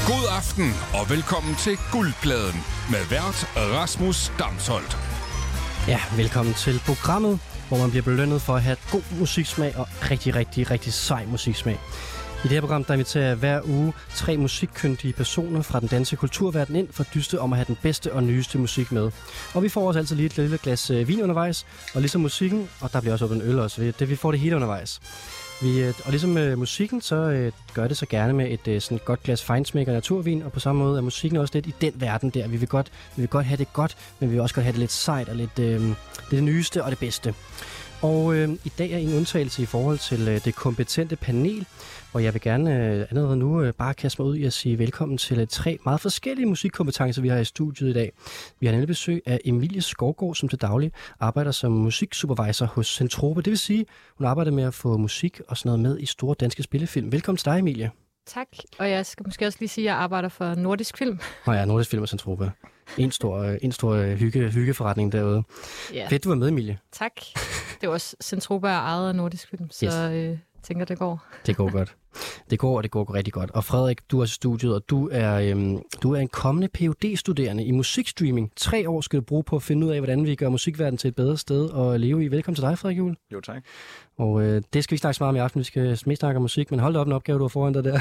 God aften og velkommen til Guldpladen med vært Rasmus Damsholdt. Ja, velkommen til programmet, hvor man bliver belønnet for at have god musiksmag og rigtig sej musiksmag. I det her program, der inviterer hver uge 3 musikkyndige personer fra den danske kulturverden ind for at dyste om at have den bedste og nyeste musik med. Og vi får også altid lige et lille glas vin undervejs, og ligesom musikken, og der bliver også åbnet en øl også, vi får det hele undervejs. Og ligesom musikken, så gør det så gerne med et sådan godt glas feinschmecker naturvin, og på samme måde er musikken også lidt i den verden der. Vi vil godt have det godt, men vi vil også godt have det lidt sejt og lidt det nyeste og det bedste. Og i dag er en undtagelse i forhold til det kompetente panel, og jeg vil gerne allerede nu bare kaste mig ud i at sige velkommen til 3 meget forskellige musikkompetencer, vi har i studiet i dag. Vi har nemlig besøg af Emilie Skovgaard, som til daglig arbejder som musiksupervisor hos Zentropa. Det vil sige, hun arbejder med at få musik og sådan noget med i store danske spillefilm. Velkommen til dig, Emilie. Tak, og jeg skal måske også lige sige, at jeg arbejder for Nordisk Film. Ja, Nordisk Film og Zentropa. En stor hyggeforretning derude. Ja. Fedt, du var med, Emilie. Tak. Det er også Zentropa er ejet af Nordisk Film, så tænker, det går. Det går godt. Det går rigtig godt. Og Frederik, du er i studiet, og du er en kommende Ph.D.-studerende i musikstreaming. 3 år skal du bruge på at finde ud af, hvordan vi gør musikverdenen til et bedre sted at leve i. Velkommen til dig, Frederik Juhl. Jo, tak. Og det skal vi snakke så meget om i aften. Vi skal mest snakke om musik, men hold da op en opgave, du har foran dig der.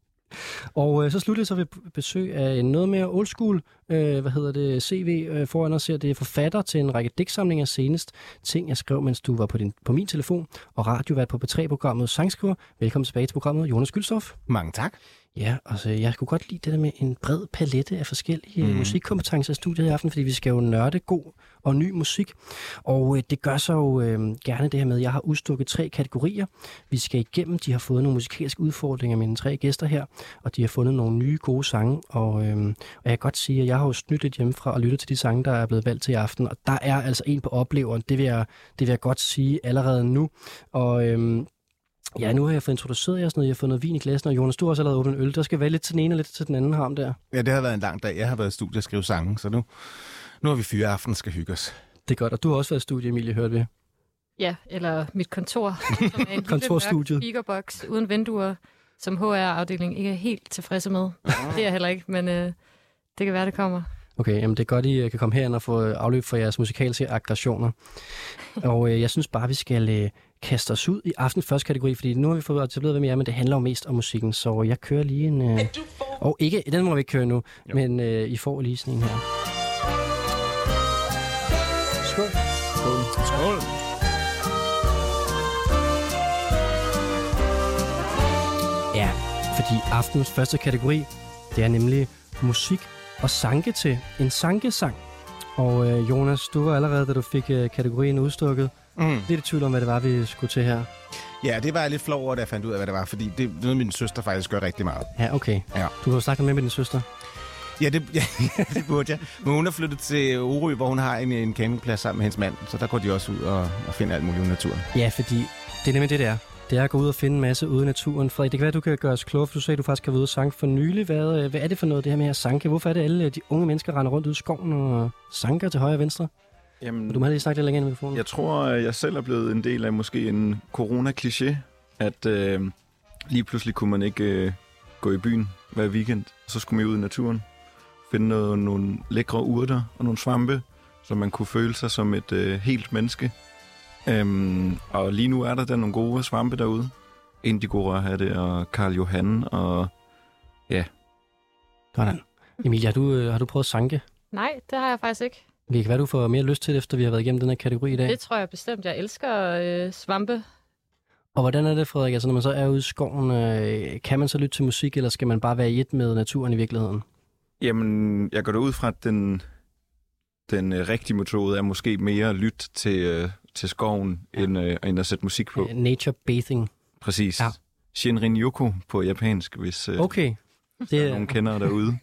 Og så sluttede så ved besøg af noget mere old school, CV foran os her. Det er forfatter til en række digtsamlinger, senest ting, jeg skrev, mens du var på min telefon, og radiovært på P3-programmet Sangskriver. Velkommen tilbage til programmet, Jonas Gyldstorff. Mange tak. Ja, altså jeg kunne godt lide det der med en bred palette af forskellige musikkompetencer i studiet i aften, fordi vi skal jo nørde god og ny musik. Og det gør så jo gerne det her med, at jeg har udstukket 3 kategorier. Vi skal igennem, de har fået nogle musikalske udfordringer med mine 3 gæster her, og de har fundet nogle nye gode sange. Og jeg kan godt sige, at jeg har jo snydt lidt hjemmefra og lyttet til de sange, der er blevet valgt til i aften. Og der er altså en på opleveren, det vil jeg godt sige allerede nu. Og ja, nu har jeg fået introduceret jer sådan noget. Jeg har fået noget vin i glasen, og Jonas, du har også allerede åbnet en øl. Der skal være lidt til den ene og lidt til den anden ham der. Ja, det har været en lang dag. Jeg har været i studiet og skrive sange, så nu har vi fyreaften og skal hygge os. Det er godt, og du har også været i studiet, Emilie, hørte vi. Ja, eller mit kontor. Som er en kontorstudiet. lille mørk speakerbox uden vinduer, som HR-afdelingen ikke er helt tilfredse med. Det er jeg heller ikke, men det kan være, det kommer. Okay, jamen det er godt, I kan komme herind og få afløb for jeres musikalske aggressioner. Og jeg synes bare, vi skal kaste os ud i aftens første kategori, fordi nu har vi fået etableret, hvem jeg er, men det handler jo mest om musikken, så jeg kører lige en... Og ikke, den må vi ikke køre nu, jo. Men I får lige sådan en her. Skål. Skål. Skål. Ja, fordi aftens første kategori, det er nemlig musik og sanke til en sankesang. Og Jonas, du var allerede, da du fik kategorien udstukket, lidt i tvivl om, hvad det var, vi skulle til her. Ja, det var jeg lidt flov over, da jeg fandt ud af, hvad det var, fordi det er noget, min søster faktisk gør rigtig meget. Ja, okay. Ja. Du har snakket med din søster? Ja, det burde jeg. Men hun er flyttet til Orø, hvor hun har en campingplads sammen med hendes mand, så der går de også ud og finder alt muligt i naturen. Ja, fordi det er nemlig det, der. Det er at gå ud og finde en masse ude i naturen. Frederik, det kan være, du kan gøre os klogere, for du sagde, at du faktisk har været ude og sange for nylig. Hvad er det for noget, det her med at sanke? Hvorfor er det, alle de unge mennesker render rundt ude i skoven og sanker til højre og venstre? Jamen, du må have lige sagt det længere i mikrofonen. Jeg tror, jeg selv er blevet en del af måske en corona-kliché, at lige pludselig kunne man ikke gå i byen hver weekend. Så skulle man ud i naturen, finde nogle lækre urter og nogle svampe, så man kunne føle sig som et helt menneske. Og lige nu er der nogle gode svampe derude. Indigo Rørhatte og Karl Johan og ja. Sådan. Emilie, har du prøvet at sanke? Nej, det har jeg faktisk ikke. Det kan være, du får mere lyst til det, efter vi har været igennem den her kategori i dag. Det tror jeg bestemt. Jeg elsker svampe. Og hvordan er det, Frederik? Altså, når man så er ude i skoven, kan man så lytte til musik, eller skal man bare være i et med naturen i virkeligheden? Jamen, jeg går da ud fra, at den rigtige metode er måske mere at lytte til skoven, end at sætte musik på. Nature bathing. Præcis. Ja. Shinrin-yoku på japansk, hvis okay. Der er nogen kender derude.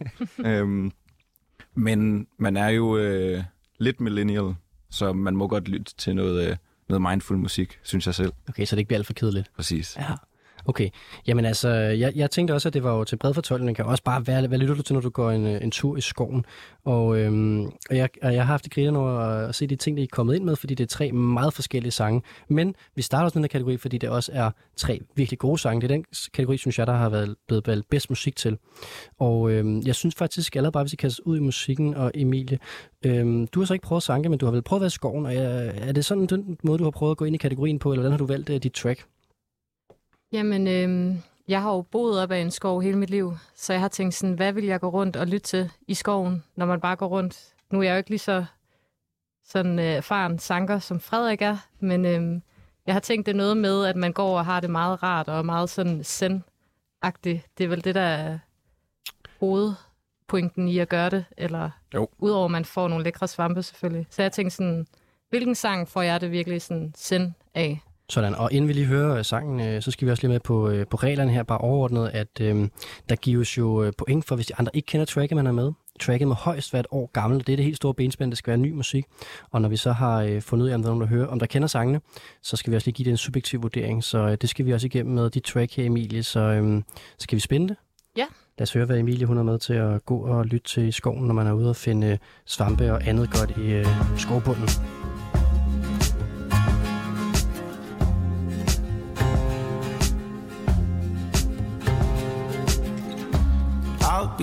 Men man er jo lidt millennial, så man må godt lytte til noget mindful musik, synes jeg selv. Okay, så det ikke bliver alt for kedeligt. Præcis. Ja. Okay, jamen altså, jeg tænkte også, at det var jo til bred fortolkning. Det kan også bare være, hvad lytter du til, når du går en tur i skoven? Og jeg har haft det grinerne over at se de ting, der I er kommet ind med, fordi det er 3 meget forskellige sange. Men vi starter også den her kategori, fordi det også er 3 virkelig gode sange. Det er den kategori, synes jeg, der har blevet valgt bedst musik til. Og jeg synes faktisk allerede bare, hvis I kaster ud i musikken, og Emilie, du har så ikke prøvet at sange, men du har vel prøvet at være i skoven, og er det sådan den måde, du har prøvet at gå ind i kategorien på, eller hvordan har du valgt dit track? Jamen, jeg har jo boet op ad en skov hele mit liv, så jeg har tænkt sådan, hvad vil jeg gå rundt og lytte til i skoven, når man bare går rundt? Nu er jeg jo ikke lige så sådan erfaren sanker, som Frederik er, men jeg har tænkt, det er noget med, at man går og har det meget rart og meget sådan zen-agtigt. Det er vel det, der er hovedpointen i at gøre det, eller udover at man får nogle lækre svampe selvfølgelig. Så jeg tænkte sådan, hvilken sang får jeg det virkelig sådan zen af? Sådan, og inden vi lige hører sangen, så skal vi også lige med på reglerne her, bare overordnet, at der gives jo point for, hvis de andre ikke kender tracket, man er med. Tracket må højst være 1 år gammel, det er det helt store benspænd, det skal være ny musik. Og når vi så har fundet ud af, om der er nogen, der hører, om der kender sangene, så skal vi også lige give det en subjektiv vurdering. Så det skal vi også igennem med dit track her, Emilie. Så skal vi spænde det? Ja. Lad os høre, hvad Emilie hun er med til at gå og lytte til i skoven, når man er ude og finde svampe og andet godt i skovbunden. I'll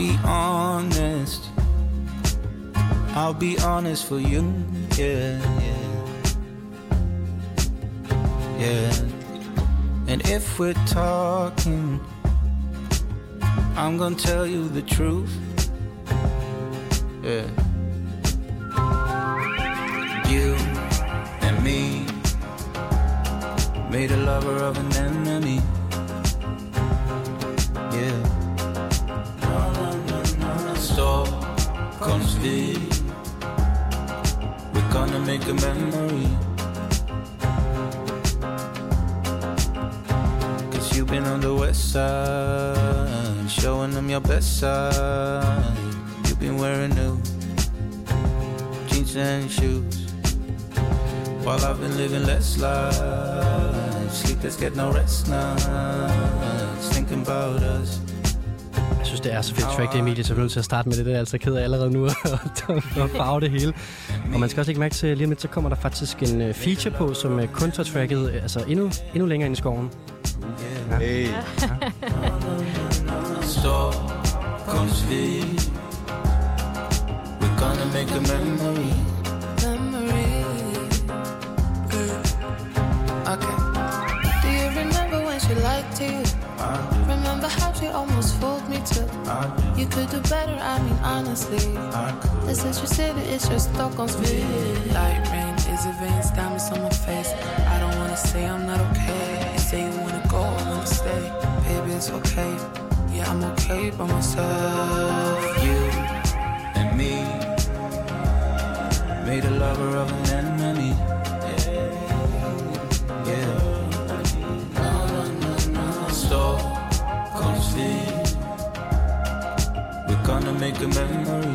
be honest for you, yeah. And if we're talking, I'm gonna tell you the truth, yeah. You and me made a lover of an enemy, yeah. Comes we, we're gonna make a memory. Cause you've been on the west side, showing them your best side. You've been wearing new jeans and shoes, while I've been living less life. Sleepless, get no rest nights, thinking about us. Jeg synes, det er så fedt track, det Emilie, så er nødt til at starte med det. Det er altså ked af allerede nu at farve det hele. Og man skal også lægge mærke til, lige om lidt, så kommer der faktisk en feature på, som kun tager tracket altså endnu længere ind i skoven. Ja. Hey. Ja. So, comes we, we're gonna make a memory. Okay. Do you remember when she liked you? Remember how she almost fooled me too? You could do better, I mean honestly. This is your city, it's your Stockholm speed. Light rain, is it veins, diamonds on my face. I don't wanna say I'm not okay. You say you wanna go, I wanna stay. Baby, it's okay. Yeah, I'm okay by myself. You and me made a lover of an enemy. Yeah. So comes we, we're gonna make a memory.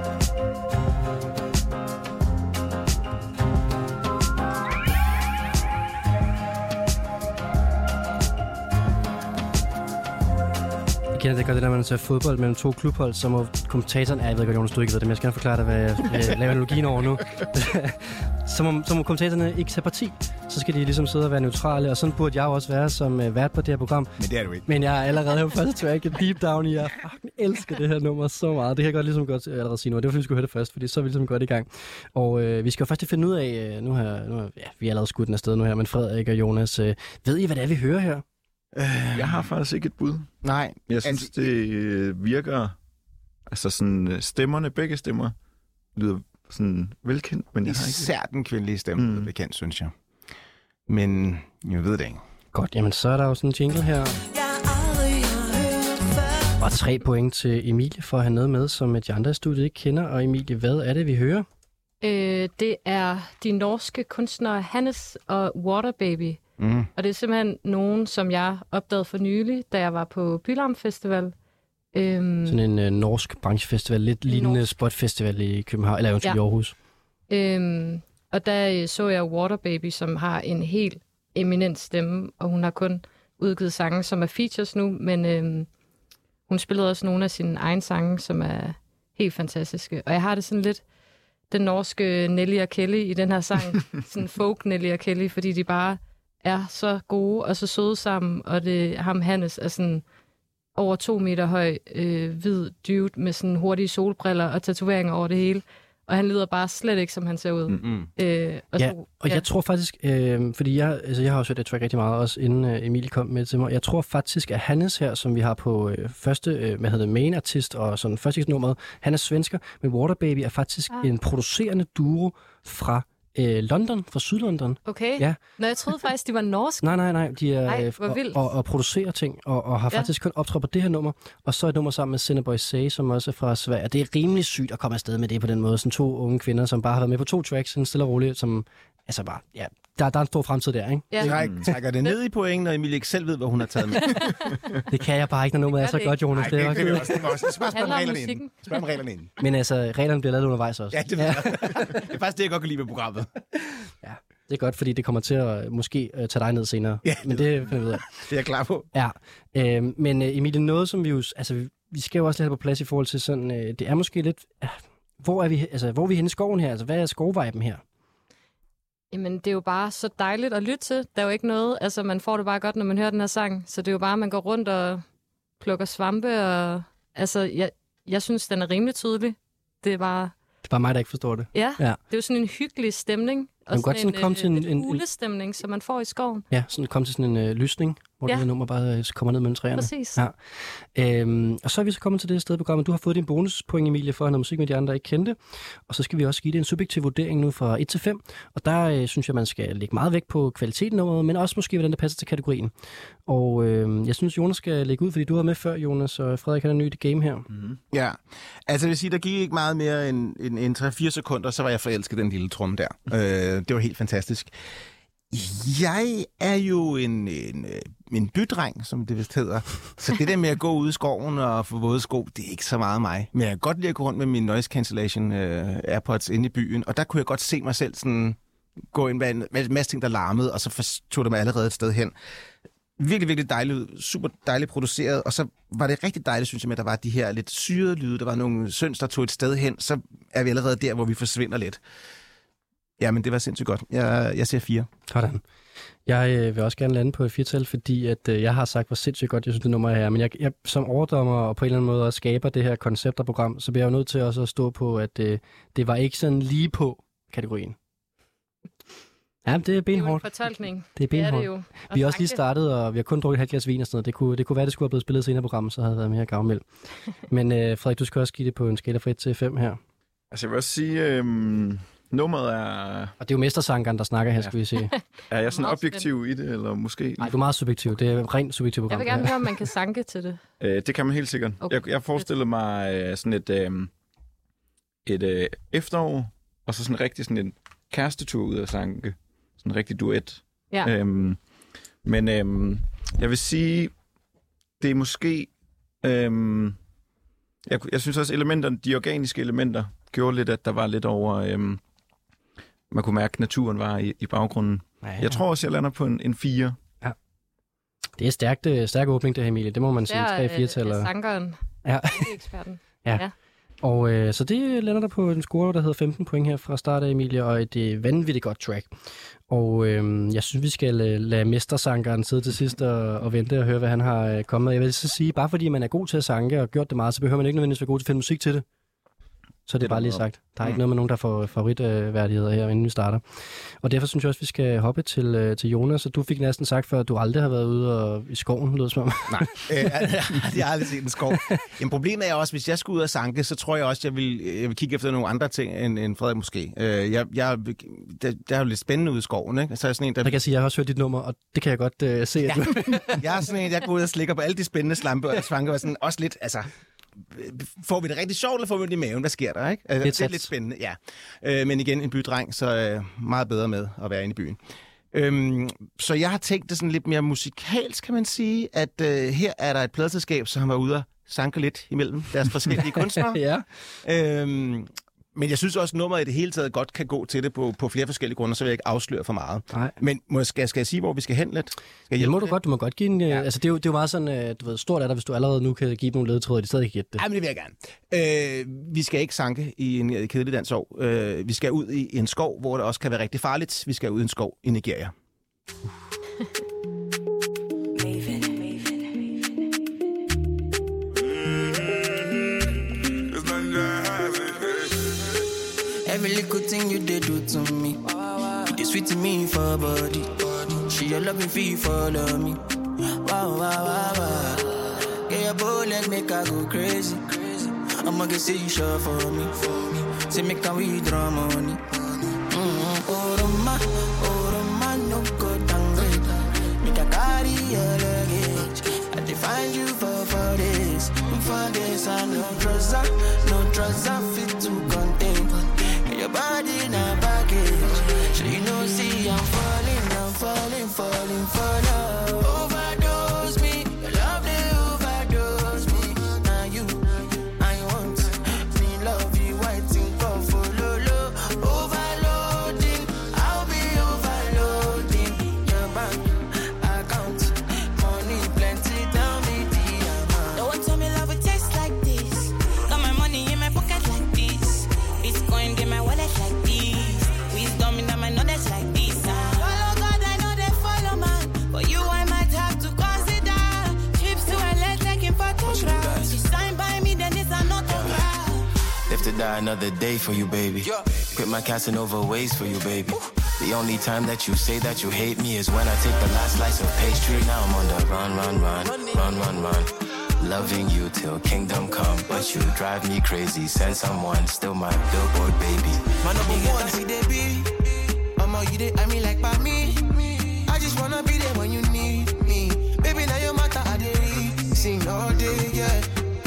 Jeg kender det godt, det der, man ser fodbold mellem 2 klubhold, så må kommentatoren... jeg ved godt, Jonas, du ikke ved det, men jeg skal gerne forklare dig, hvad jeg laver analogien over nu. så må kommentatorerne ikke tage parti. Så skal de ligesom sidde og være neutrale, og sådan burde jeg jo også være som vært på det her program. Men det er du ikke. Men jeg er allerede her på første track, deep down i, jeg fucking elsker det her nummer så meget. Det kan jeg godt ligesom godt allerede sige nu, og det var fordi, vi skulle høre det først, fordi så er vi ligesom godt i gang. Og vi skal jo først finde ud af, nu vi er allerede skudt den afsted nu her, men Frederik og Jonas, ved I, hvad det er, vi hører her? Jeg har faktisk ikke et bud. Nej. Jeg synes, det virker... Altså sådan stemmerne, begge stemmer, lyder sådan velkendt, men jeg har ikke... Især den kvindelige stemme lyder velkendt, synes jeg. Men jeg ved det ikke. Godt, jamen så er der jo sådan en jingle her. Og 3 point til Emilie for at have noget med, som de andre i studiet ikke kender. Og Emilie, hvad er det, vi hører? Det er de norske kunstnere Hannes og Waterbaby. Mm. Og det er simpelthen nogen, som jeg opdagede for nylig, da jeg var på Bylarm Festival. Sådan en norsk branchefestival, lidt lignende spotfestival i København, eller i Aarhus. Og der så jeg Waterbaby, som har en helt eminent stemme, og hun har kun udgivet sange, som er features nu, men hun spillede også nogle af sine egne sange, som er helt fantastiske. Og jeg har det sådan lidt den norske Nelly og Kelly i den her sang. Sådan folk Nelly og Kelly, fordi de bare er så gode og så søde sammen. Og ham Hannes er sådan over 2 meter høj, hvid dude med sådan hurtige solbriller og tatoveringer over det hele. Og han lyder bare slet ikke, som han ser ud. Jeg tror faktisk, fordi jeg har jo søgt det track rigtig meget, også inden Emilie kom med til mig. Jeg tror faktisk, at Hannes her, som vi har på første, main artist og sådan første nummeret, han er svensker, men Waterbaby er faktisk en producerende duo fra London, fra Sydlondon. Okay. Ja. Nå, jeg troede faktisk, de var norske. Nej. De er hvor vildt. og producerer ting, og har faktisk kun optrådt på det her nummer. Og så et nummer sammen med Cinnaboy Say, som også er fra Sverige. Det er rimelig sygt at komme afsted med det på den måde. Sådan 2 unge kvinder, som bare har været med på 2 tracks, sådan stille og roligt, som altså bare, ja, der er en stor fremtid der, ikke? Ja. Trækker det ned i point, når Emilie ikke selv ved, hvad hun har taget med? Det kan jeg bare ikke, når nummeret er så godt, Jonas. Nej, det er også. Spørg om reglerne inden. Men altså, reglerne bliver lavet undervejs også. Ja, det er faktisk det, jeg godt kan lide med programmet. Ja. Det er godt, fordi det kommer til at måske tage dig ned senere. Ja, men det finder vi ud af. Det er jeg klar på. Ja, men Emilie, noget som vi jo... Altså, vi skal jo også lidt på plads i forhold til sådan... det er måske lidt... Hvor er vi henne i skoven her? Altså, hvad er skovviben her? Jamen, det er jo bare så dejligt at lytte til. Der er jo ikke noget... Altså, man får det bare godt, når man hører den her sang. Så det er jo bare, at man går rundt og plukker svampe. Og, altså, jeg synes, den er rimelig tydelig. Det er bare mig, der ikke forstår det. Ja, det er jo sådan en hyggelig stemning. Og sådan en ulestemning, som man får i skoven. Ja, sådan kom til sådan en lysning, hvor det her nummer bare kommer ned mellem træerne. Præcis. Ja. Og så er vi så kommet til det sted i programmet. Du har fået din bonuspoint, Emilie, for at have noget musik med de andre, der ikke kendte. Og så skal vi også give det en subjektiv vurdering nu fra 1 til 5. Og der synes jeg, man skal lægge meget vægt på kvaliteten nummeret, men også måske, hvordan det passer til kategorien. Og jeg synes, Jonas skal lægge ud, fordi du var med før, Jonas, og Frederik har en ny game her. Mm-hmm. Ja, altså jeg vil sige, der gik ikke meget mere end 3-4 sekunder, så var jeg forelsket den lille trum der. Det var helt fantastisk. Jeg er jo en bydreng, som det vist hedder. Så det der med at gå ud i skoven og få våde sko, det er ikke så meget mig. Men jeg kan godt lide at gå rundt med min noise cancellation AirPods inde i byen, og der kunne jeg godt se mig selv sådan gå ind med en masse ting, der larmede, og så tog det mig allerede et sted hen. Virkelig, virkelig dejligt, super dejligt produceret, og så var det rigtig dejligt, synes jeg, at der var de her lidt syrede lyde, der var nogle søns, der tog et sted hen, så er vi allerede der, hvor vi forsvinder lidt. Ja, men det var sindssygt godt. Jeg ser 4. Sådan. Jeg vil også gerne lande på et 4-tal, fordi at, jeg har sagt, hvor sindssygt godt jeg synes, det nummer her. Men jeg som overdommer og på en eller anden måde også skaber det her koncept og program, så bliver jeg jo nødt til også at stå på, at det var ikke sådan lige på kategorien. Ja, det er benhårdt. Det er jo en fortolkning. Det er benhårdt. Det er det jo. Vi har også lige startet, og vi har kun drukket 1 glas vin og sådan noget. Det kunne være, det skulle have blevet spillet senere i programmet, så havde det været mere gavmild. Men Frederik, du skal også give det på en skala fra 1 til 5 her. Altså jeg vil også sige... Nummeret er... Og det er jo mestersangeren, der snakker her, skal vi se. Er jeg sådan objektiv i det, eller måske? Nej, du er meget subjektiv. Det er rent subjektivt program. Jeg vil gerne høre, om man kan sanke til det. Det kan man helt sikkert. Okay. Jeg forestiller mig sådan et efterår, og så sådan rigtig sådan en kærestetur ud af sanke. Sådan en rigtig duet. Ja. Men jeg vil sige, det er måske... Jeg synes også, elementerne, de organiske elementer, gjorde lidt, at der var lidt over... man kunne mærke, at naturen var i baggrunden. Ja. Jeg tror også, jeg lander på en 4. Ja. Det er stærk åbning, det her, Emilie. Det må man sige. 3-4-tal. Det er sankeren. Ja. Eksperten. Ja. Og så det lander der på en score, der hedder 15 point her fra start af, Emilie, og et vanvittigt godt track. Og jeg synes, vi skal lade mestersankeren sidde til sidst og vente og høre, hvad han har kommet. Jeg vil så sige, bare fordi man er god til at sanke og gjort det meget, så behøver man ikke nødvendigvis være god til at finde musik til det. Så det er bare lige sagt. Der er ikke noget med nogen, der får favoritværdigheder her, inden vi starter. Og derfor synes jeg også, vi skal hoppe til Jonas. Og du fik næsten sagt før, at du aldrig har været ude i skoven, lød som om. Nej, jeg har aldrig set en skov. Jamen, problemet er også, hvis jeg skulle ud og sanke, så tror jeg også, jeg vil kigge efter nogle andre ting end Frederik måske. Der er jo lidt spændende ude i skoven, ikke? Så er sådan en, der kan jeg sige, jeg har også hørt dit nummer, og det kan jeg godt se. At du... Jeg er sådan en, jeg går ud og slikker på alle de spændende slampe, og svanker og sådan også lidt, altså... Får vi det rigtig sjovt, eller får vi det i maven? Hvad sker der, ikke? Altså, det er lidt spændende, ja. Men igen, en bydreng, så meget bedre med at være inde i byen. Så jeg har tænkt det sådan lidt mere musikalsk, kan man sige, at her er der et pladeselskab, som var ude og sanke lidt imellem deres forskellige kunstnere. Ja. Men jeg synes også, at nummeret i det hele taget godt kan gå til det på flere forskellige grunde, så vil jeg ikke afsløre for meget. Nej. Men skal jeg sige, hvor vi skal hen lidt? Det må du godt. Du må godt give en... Ja. Altså, det er jo meget sådan, du ved, stort er der, hvis du allerede nu kan give dem nogle ledetråde, de stadig kan gætte det. Ja, men det vil jeg gerne. Vi skal ikke sanke i en kedelig dansår. Vi skal ud i en skov, hvor det også kan være rigtig farligt. Vi skal ud i en skov i Nigeria. Every little thing you did do to me, you sweet to me for body. She your loving fee follow me. Wow, wow, wow, wow. Yeah, your bullet make her go crazy. I'ma get say you sure for me. Say make her withdraw money. Oh, no good and great. Make her carry your luggage. I define you for this. For this, I no trust, I fit to contain. Your body in a package. So you know, see, I'm falling for love. Overdose me, your love they overdose me. Now you, I want me love you, I think of follow. Overloading, I'll be overloading. Your bank account, money plenty, tell me the amount. Don't tell me love would taste like this. Got my money in my pocket like this. Bitcoin in my wallet like this. Wisdom in my knowledge like this. Follow God, I know they follow man. But you, I might have to consider. Trips to LA taking photographs. You sign by me, then it's an autograph. Live to die another day for you, baby. Quit my Casanova ways for you, baby. The only time that you say that you hate me is when I take the last slice of pastry. Now I'm on the run. Loving you till kingdom come, but you drive me crazy. Send someone, still my billboard baby. My number one, see they be. You they, I mean like by me. I just wanna be there when you need me. Baby, now your matter, I did sing all day, yeah.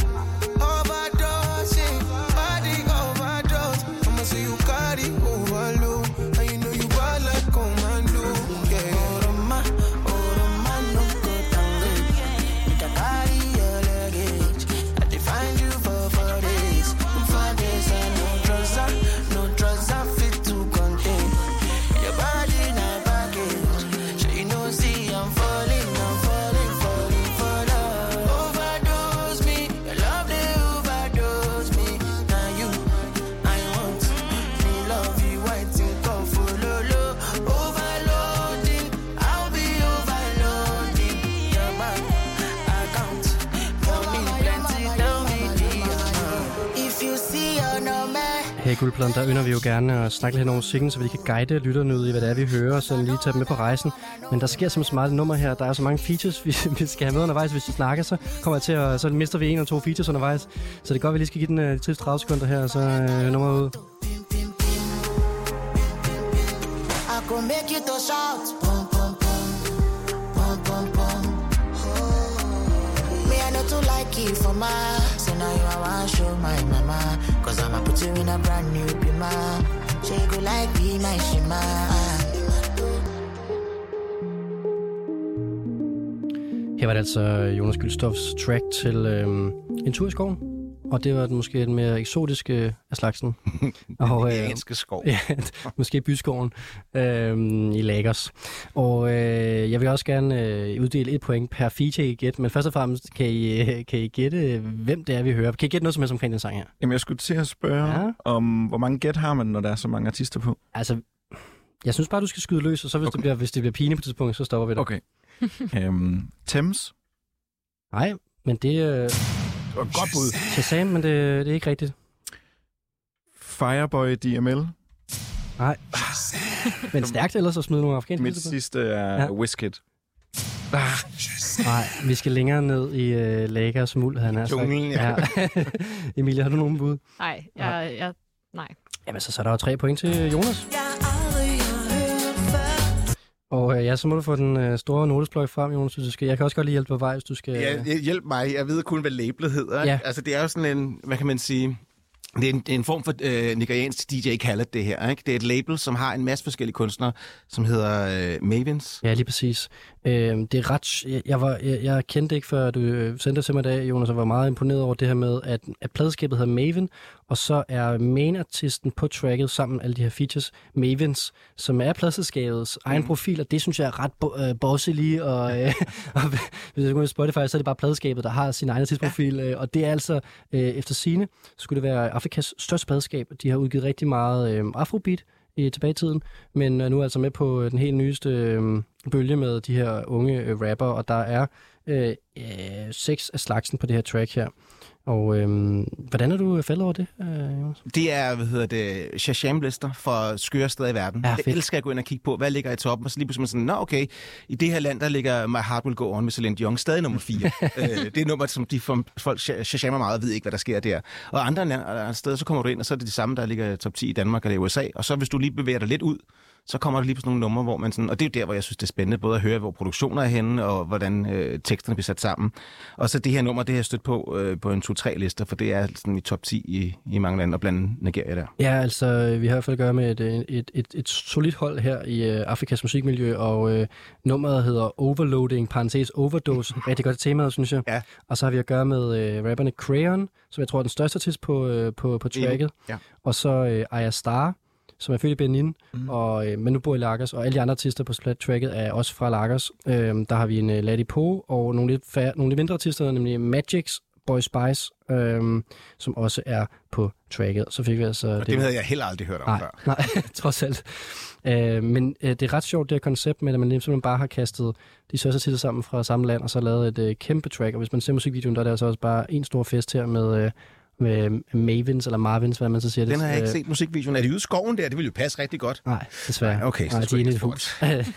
Overdosing, body overdose. I'ma say you carry overload. And you know you bad like commando, yeah. Oh, no good and great. You can carry your luggage. I define you for this. For this, and no trust, I fit to contain. Your body in a package. So you know, see, I'm falling for love. Overdose me, your love they overdose me. Now you, I want me love you, I think of follow. Overloading, I'll be overloading. Your bank account, money plenty, tell me the amount. If you see your number. Her i Guldpladen, der ynder vi jo gerne at snakke lidt om musikken, så vi kan guide lytterne ud i, hvad det er, vi hører, og sådan lige tage dem med på rejsen. Men der sker simpelthen så meget nummer her. Der er så mange features, vi skal have med undervejs. Hvis vi snakker, så kommer jeg til at... Så mister vi 1 eller 2 features undervejs. Så det er godt, at vi lige skal give den 30 sekunder her, og så nummeret ud. I could make you to shout. Pum, pum, pum. Pum, pum, pum. Me, I know to like you for my. So now you want to show my mama. Cause I'ma put you in a brand new bima. She go like be my shima. Her var det altså Jonas Gylstoffs track til En tur i skoven. Og det var den måske den mere eksotiske af slagsen. Og, Nigerianske skov. Ja, måske byskoven i Lagos. Og jeg vil også gerne uddele 1 point per feature i gæt. Men først og fremmest kan I gætte, hvem det er, vi hører. Kan I gætte noget som helst omkring den sang her? Jamen, jeg skulle til at spørge, om hvor mange gæt har man, når der er så mange artister på? Altså, jeg synes bare, du skal skyde løs, og så hvis det bliver pinligt på et tidspunkt, så stopper vi der. Okay. Thames? Nej, men det... Det var et godt bud. Shazam, men det er ikke rigtigt. Fireboy DML? Nej. Men stærkt ellers at smide nogle afghanske. Mit sidste er Wizkid. Nej, vi skal længere ned i Lagos muld, han er. Junglen, ja. Emilie, har du nogen bud? Nej, nej. Jamen, så er der jo 3 point til Jonas. Og så må du få den store notesblok frem, Jonas, hvis du skal. Jeg kan også godt lige hjælpe på vej, hvis du skal... Ja, hjælp mig. Jeg ved kun, hvad labelet hedder. Ja. Altså, det er jo sådan en, hvad kan man sige... Det er en form for nigeriansk DJ Khaled, det her. Ikke? Det er et label, som har en masse forskellige kunstnere, som hedder Mavens. Ja, lige præcis. Det er ret... Jeg kendte ikke, før du sendte det til mig i dag, Jonas, og var meget imponeret over det her med, at pladeskabet hedder Maven, og så er main-artisten på tracket sammen med alle de her features, Mavens, som er pladselskabets egen profil, og det synes jeg er ret bossy lige, og hvis jeg går på Spotify, så er det bare pladeskabet, der har sin egen artistprofil, og det er altså, efter sigende, skulle det være Afrikas største pladeskab. De har udgivet rigtig meget afrobeat tilbage i tiden, men nu er altså med på den helt nyeste bølge med de her unge rapper, og der er 6 af slagsen på det her track her. Og hvordan er du faldet over det, Jonas? Det er, Shazam-lister for skøre steder i verden. Ja, jeg elsker at gå ind og kigge på, hvad ligger i toppen, og så lige pludselig sådan, okay, i det her land, der ligger My Heart Will Go On med Celine Dion stadig nummer 4. Det er nummer, som folk Shazammer meget og ved ikke, hvad der sker der. Og andre steder, så kommer du ind, og så er det samme, der ligger i top 10 i Danmark eller i USA. Og så hvis du lige bevæger dig lidt ud, så kommer der lige på sådan nogle numre, hvor man sådan... Og det er jo der, hvor jeg synes, det er spændende, både at høre, hvor produktioner er henne, og hvordan teksterne bliver sat sammen. Og så det her nummer, det har jeg stødt på en 2-3 lister, for det er sådan i top 10 i mange lande, og blandt Nigeria der. Ja, altså, vi har i hvert fald at gøre med et solidt hold her i Afrikas musikmiljø, og nummeret hedder Overloading, parentes Overdose. Rigtig godt temaet, synes jeg. Ja. Og så har vi at gøre med rapperne Crayon, som jeg tror er den største artist på tracket. Ja. Og så Aya Star, som er født i Benin, men nu bor i Lagos, og alle de andre artister på tracket er også fra Lagos. Der har vi en Lady Po, og nogle lidt mindre artister, nemlig Magix, Boy Spice, som også er på tracket. Så fik vi altså... Og det havde jeg heller aldrig hørt om før. Nej, trods alt. Men det er ret sjovt, det her koncept med, at man simpelthen bare har kastet de største artister sammen fra samme land, og så lavet et kæmpe track. Og hvis man ser musikvideoen, der er det altså også bare en stor fest her med Mavens eller Marvins, hvad man så siger. Den har jeg ikke set musikvideoen. Er de ude i skoven der? Det ville jo passe rigtig godt. Nej, desværre. Nej, okay. Nej, de er inde i et hus.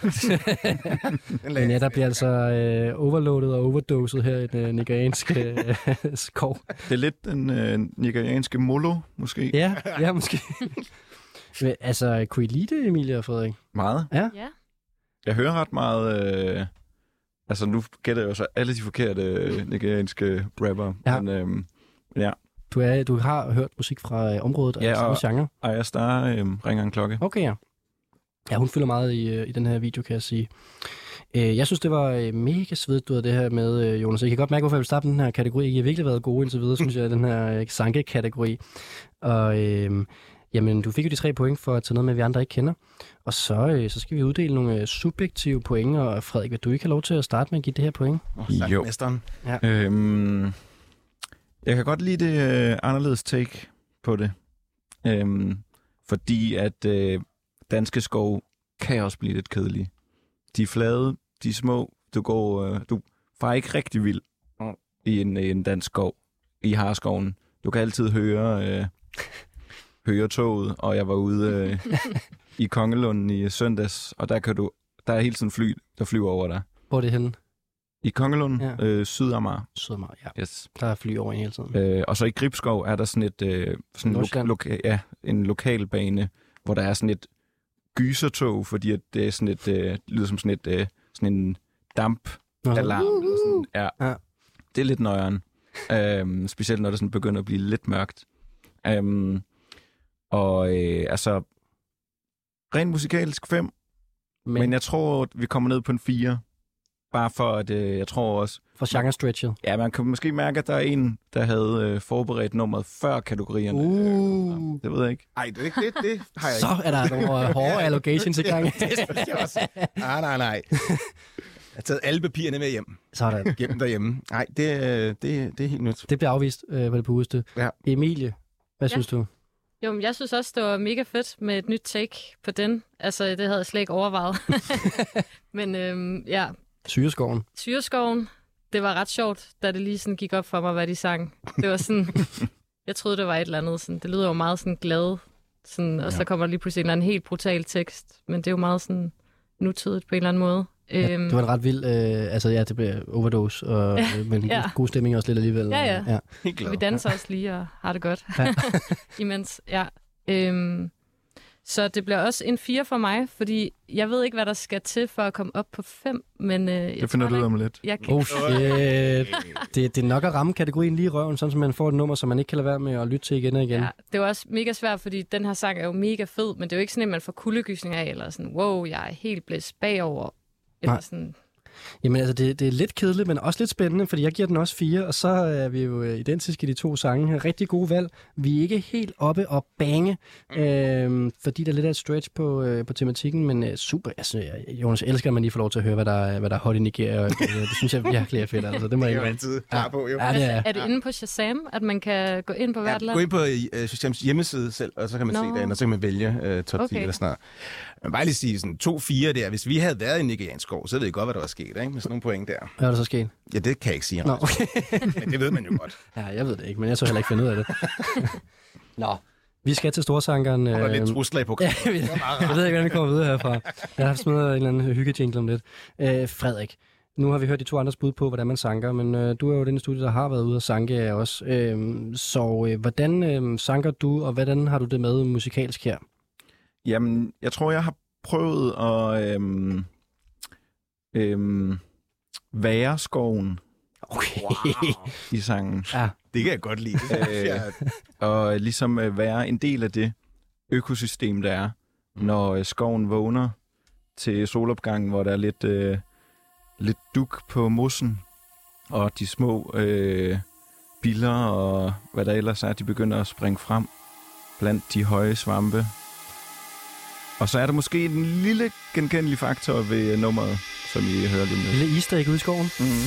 Men ja, der bliver altså overloadet og overdoset her i den nigerianske skov. Det er lidt den nigerianske molo, måske. Ja, måske. Men, altså, kunne I lide det, Emilie og Frederik? Meget. Ja. Jeg hører ret meget... altså, nu gætter jeg jo så alle de forkerte nigerianske rapper. Ja. Men, ja. Du har hørt musik fra området og samme genre? Ja, og Aya Star ringer en klokke. Okay, ja. Ja, hun fylder meget i den her video, kan jeg sige. Jeg synes, det var mega svedigt, du havde det her med, Jonas. Jeg kan godt mærke, hvorfor jeg vil starte den her kategori. I har virkelig været gode indtil videre, synes jeg, den her sanke-kategori. Og jamen, du fik jo de 3 point for at tage noget med, vi andre ikke kender. Og så skal vi uddele nogle subjektive point. Og Frederik, vil du ikke have lov til at starte med at give det her point? Jo. Ja. Jeg kan godt lide det anderledes take på det. Fordi at danske skov kan også blive lidt kedelige. De er flade, de er små. Du farer ikke rigtig vild i en dansk skov, i Harskoven. Du kan altid høre toget, og jeg var ude i Kongelunden i søndags, og der er hele tiden fly, der flyver over dig. Hvor er det henne? I Kongelunden, ja. Sydamager. Sydamager, ja. Yes. Der er fly over en hele tiden. Og så i Gribskov er der sådan en lokal bane, hvor der er sådan et gysertog, fordi at det er sådan lyder som sådan en dampalarm. Ja. Det er lidt nøjeren. Specielt når det sådan begynder at blive lidt mørkt. Altså, rent musikalsk 5, men jeg tror, vi kommer ned på en 4. Bare for at, jeg tror også... For genre-stretchet. Ja, man kan måske mærke, at der er en, der havde forberedt nummeret før kategorierne. Det ved jeg ikke. Ej, det har jeg ikke. Så er der nogle hårde allocations i gang. Det synes jeg også. Nej. Jeg har taget alle papirerne med hjem. Sådan. Hjem derhjemme. Nej, det er helt nyt. Det bliver afvist, hvad det påhuste. Ja. Emilie, hvad synes du? Jo, men jeg synes også, det var mega fedt med et nyt take på den. Altså, det havde jeg slet ikke overvejet. Men ja... Syreskoven. Det var ret sjovt, da det lige sådan gik op for mig, hvad de sang. Det var sådan... jeg troede, det var et eller andet. Sådan, det lyder jo meget sådan glad. Sådan, og så kommer der lige pludselig en helt brutal tekst. Men det er jo meget sådan nutidigt på en eller anden måde. Ja, det var en ret vild... det blev overdose, men god stemning også lidt alligevel. Ja. Vi danser også lige og har det godt. Ja. Imens, ja. Så det bliver også en 4 for mig, fordi jeg ved ikke, hvad der skal til for at komme op på 5, men... det finder du ud om lidt. Det er nok at ramme kategorien lige i røven, sådan så man får et nummer, som man ikke kan lade være med at lytte til igen og igen. Ja, det var også mega svært, fordi den her sang er jo mega fed, men det er jo ikke sådan, at man får kuldegysning af, eller sådan, wow, jeg er helt blæst bagover. Eller sådan. Jamen altså, det er lidt kedeligt, men også lidt spændende, fordi jeg giver den også 4, og så er vi jo identiske i de to sange. Rigtig gode valg. Vi er ikke helt oppe og bange, fordi der er lidt af et stretch på tematikken, men super. Altså, Jonas, elsker, at man lige får lov til at høre, hvad der er hot i Nigeria. Det synes jeg virkelig er fedt. Altså, det må jeg jo altid klar på, jo. Ja, det er. Er det inde på Shazam, at man kan gå ind på hvert land? Gå ind på Shazams hjemmeside selv, og så kan man se derinde, og så kan man vælge top 10 eller sådan noget. Men bare lige sige sådan 2-4 der. Hvis vi havde været i nigeriansk skov, så ved jeg godt, hvad der var sket, ikke? Med sådan nogle point der. Hvad er der så sket? Ja, det kan jeg ikke sige. Nå, okay. Men det ved man jo godt. Ja, jeg ved det ikke, men jeg så heller ikke finde ud af det. Nå, vi skal til storsankeren. Der er lidt trusler i programmet. Ja, jeg ved ikke, hvordan vi kommer videre herfra. Jeg har smidt en eller anden hyggejingle om lidt. Frederik, nu har vi hørt de to andres bud på, hvordan man sanker, men du er jo den studie, der har været ude og sanke også. Så hvordan sanker du, og hvordan har du det med musikalsk her? Jamen, jeg tror, jeg har prøvet at være skoven i sangen. Ja, det kan jeg godt lide. Og ligesom være en del af det økosystem, der er, når skoven vågner til solopgangen, hvor der er lidt duk på mossen, og de små biller og hvad der ellers er, de begynder at springe frem blandt de høje svampe. Og så er der måske en lille genkendelig faktor ved nummeret, som I hører lige med. Lille easter egg ude i skoven. Mm-hmm.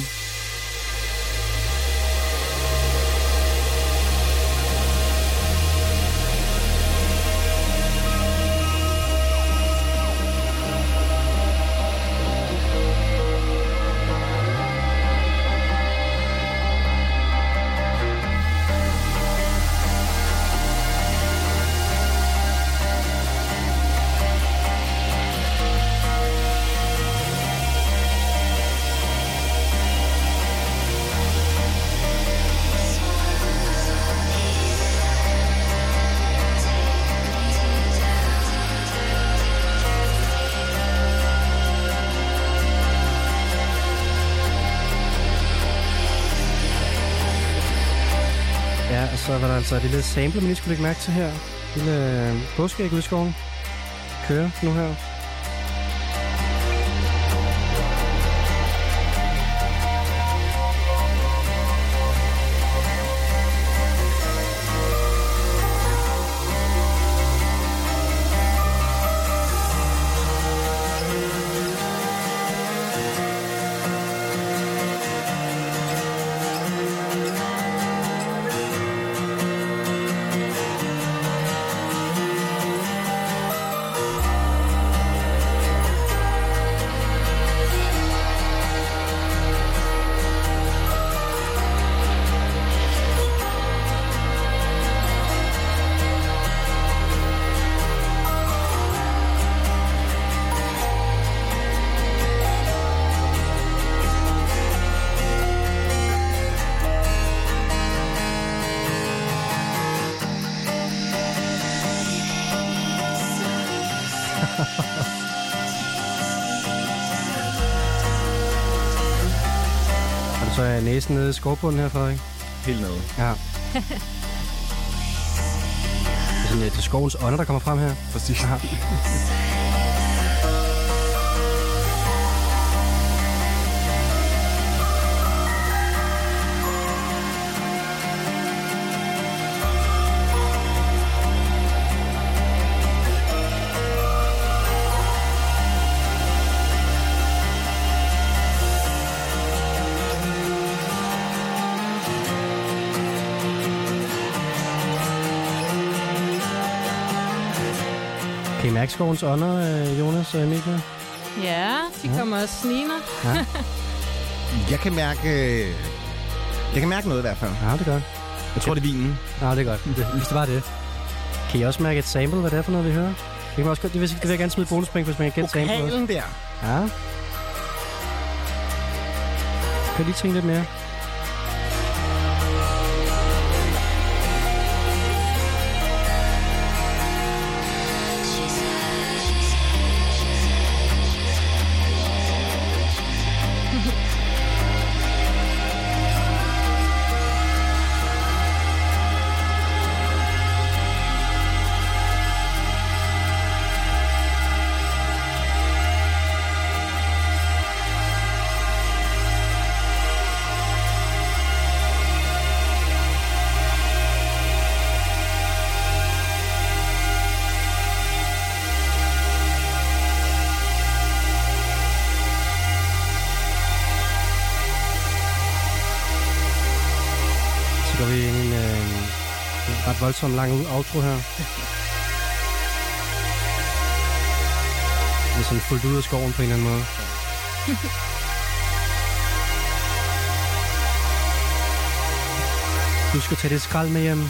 Så var der altså et lille sample, man lige skulle lægge mærke til her. Lille påskeæg ude i skoven. Kører nu her. Så er næsen nede i skovbunden her, Frederik. Helt nede. Ja. Det er sådan skovens ånder, der kommer frem her. Præcis. Aha. Kan I mærke skovens ånder, Jonas og Emilie? Ja, de kommer og snigende. Ja. Jeg kan mærke noget i hvert fald. Ja, det er godt. Jeg tror, det er vinen. Ja, det er godt. Hvis det var det. Kan I også mærke et sample, hvad det er for noget, vi hører? Det kan man også, det vil jeg gerne smide bonuspring, hvis man kan gætte sample også. Vokalen der. Ja. Kan I lige tænke lidt mere? Så går vi ind i en ret voldsom lang outro her. Det er sådan fuldt ud af skoven på en eller anden måde. Du skal tage det skrald med hjem.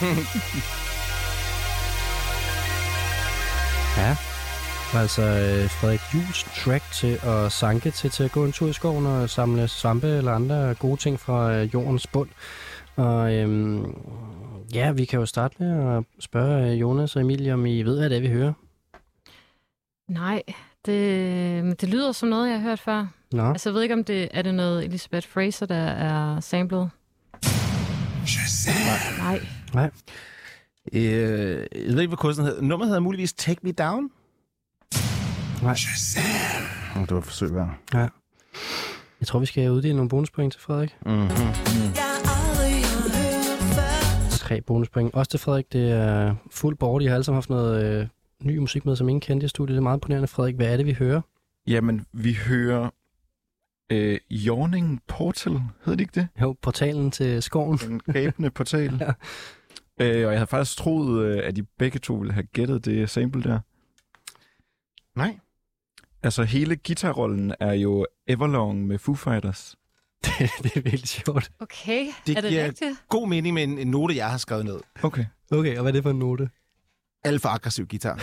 Ja, det var altså Frederik Juhls track til at sanke til at gå en tur i skoven og samle svampe eller andre gode ting fra jordens bund. Og ja, vi kan jo starte med at spørge Jonas og Emilie, om I ved, hvad det er, vi hører. Nej, det lyder som noget, jeg har hørt før. Nå. Altså, jeg ved ikke, om det er noget Elizabeth Fraser, der er samlet. Nej. Jeg ved ikke, hvad kursen hedder. Nummeret hedder muligvis Take Me Down? Nej. Det var et forsøg værd. Ja. Jeg tror, vi skal uddele nogle bonuspoint til Frederik. Mm-hmm. 3 bonuspoint. Også til Frederik. Det er fuld bord. I har alle sammen haft noget ny musik med, som ingen kendte i studiet. Det er meget imponerende, Frederik. Hvad er det, vi hører? Jamen, vi hører Yawning Portal, hedder det ikke det? Jo, portalen til skoven. Den gabende portal. Ja. Og jeg havde faktisk troet, at de begge to ville have gættet det sample der. Nej. Altså, hele guitarrollen er jo Everlong med Foo Fighters. Det er virkelig sjovt. Okay, Det er det giver rigtigt? god mening med en note, jeg har skrevet ned. Okay. Okay, og hvad er det for en note? Alt for aggressiv guitar.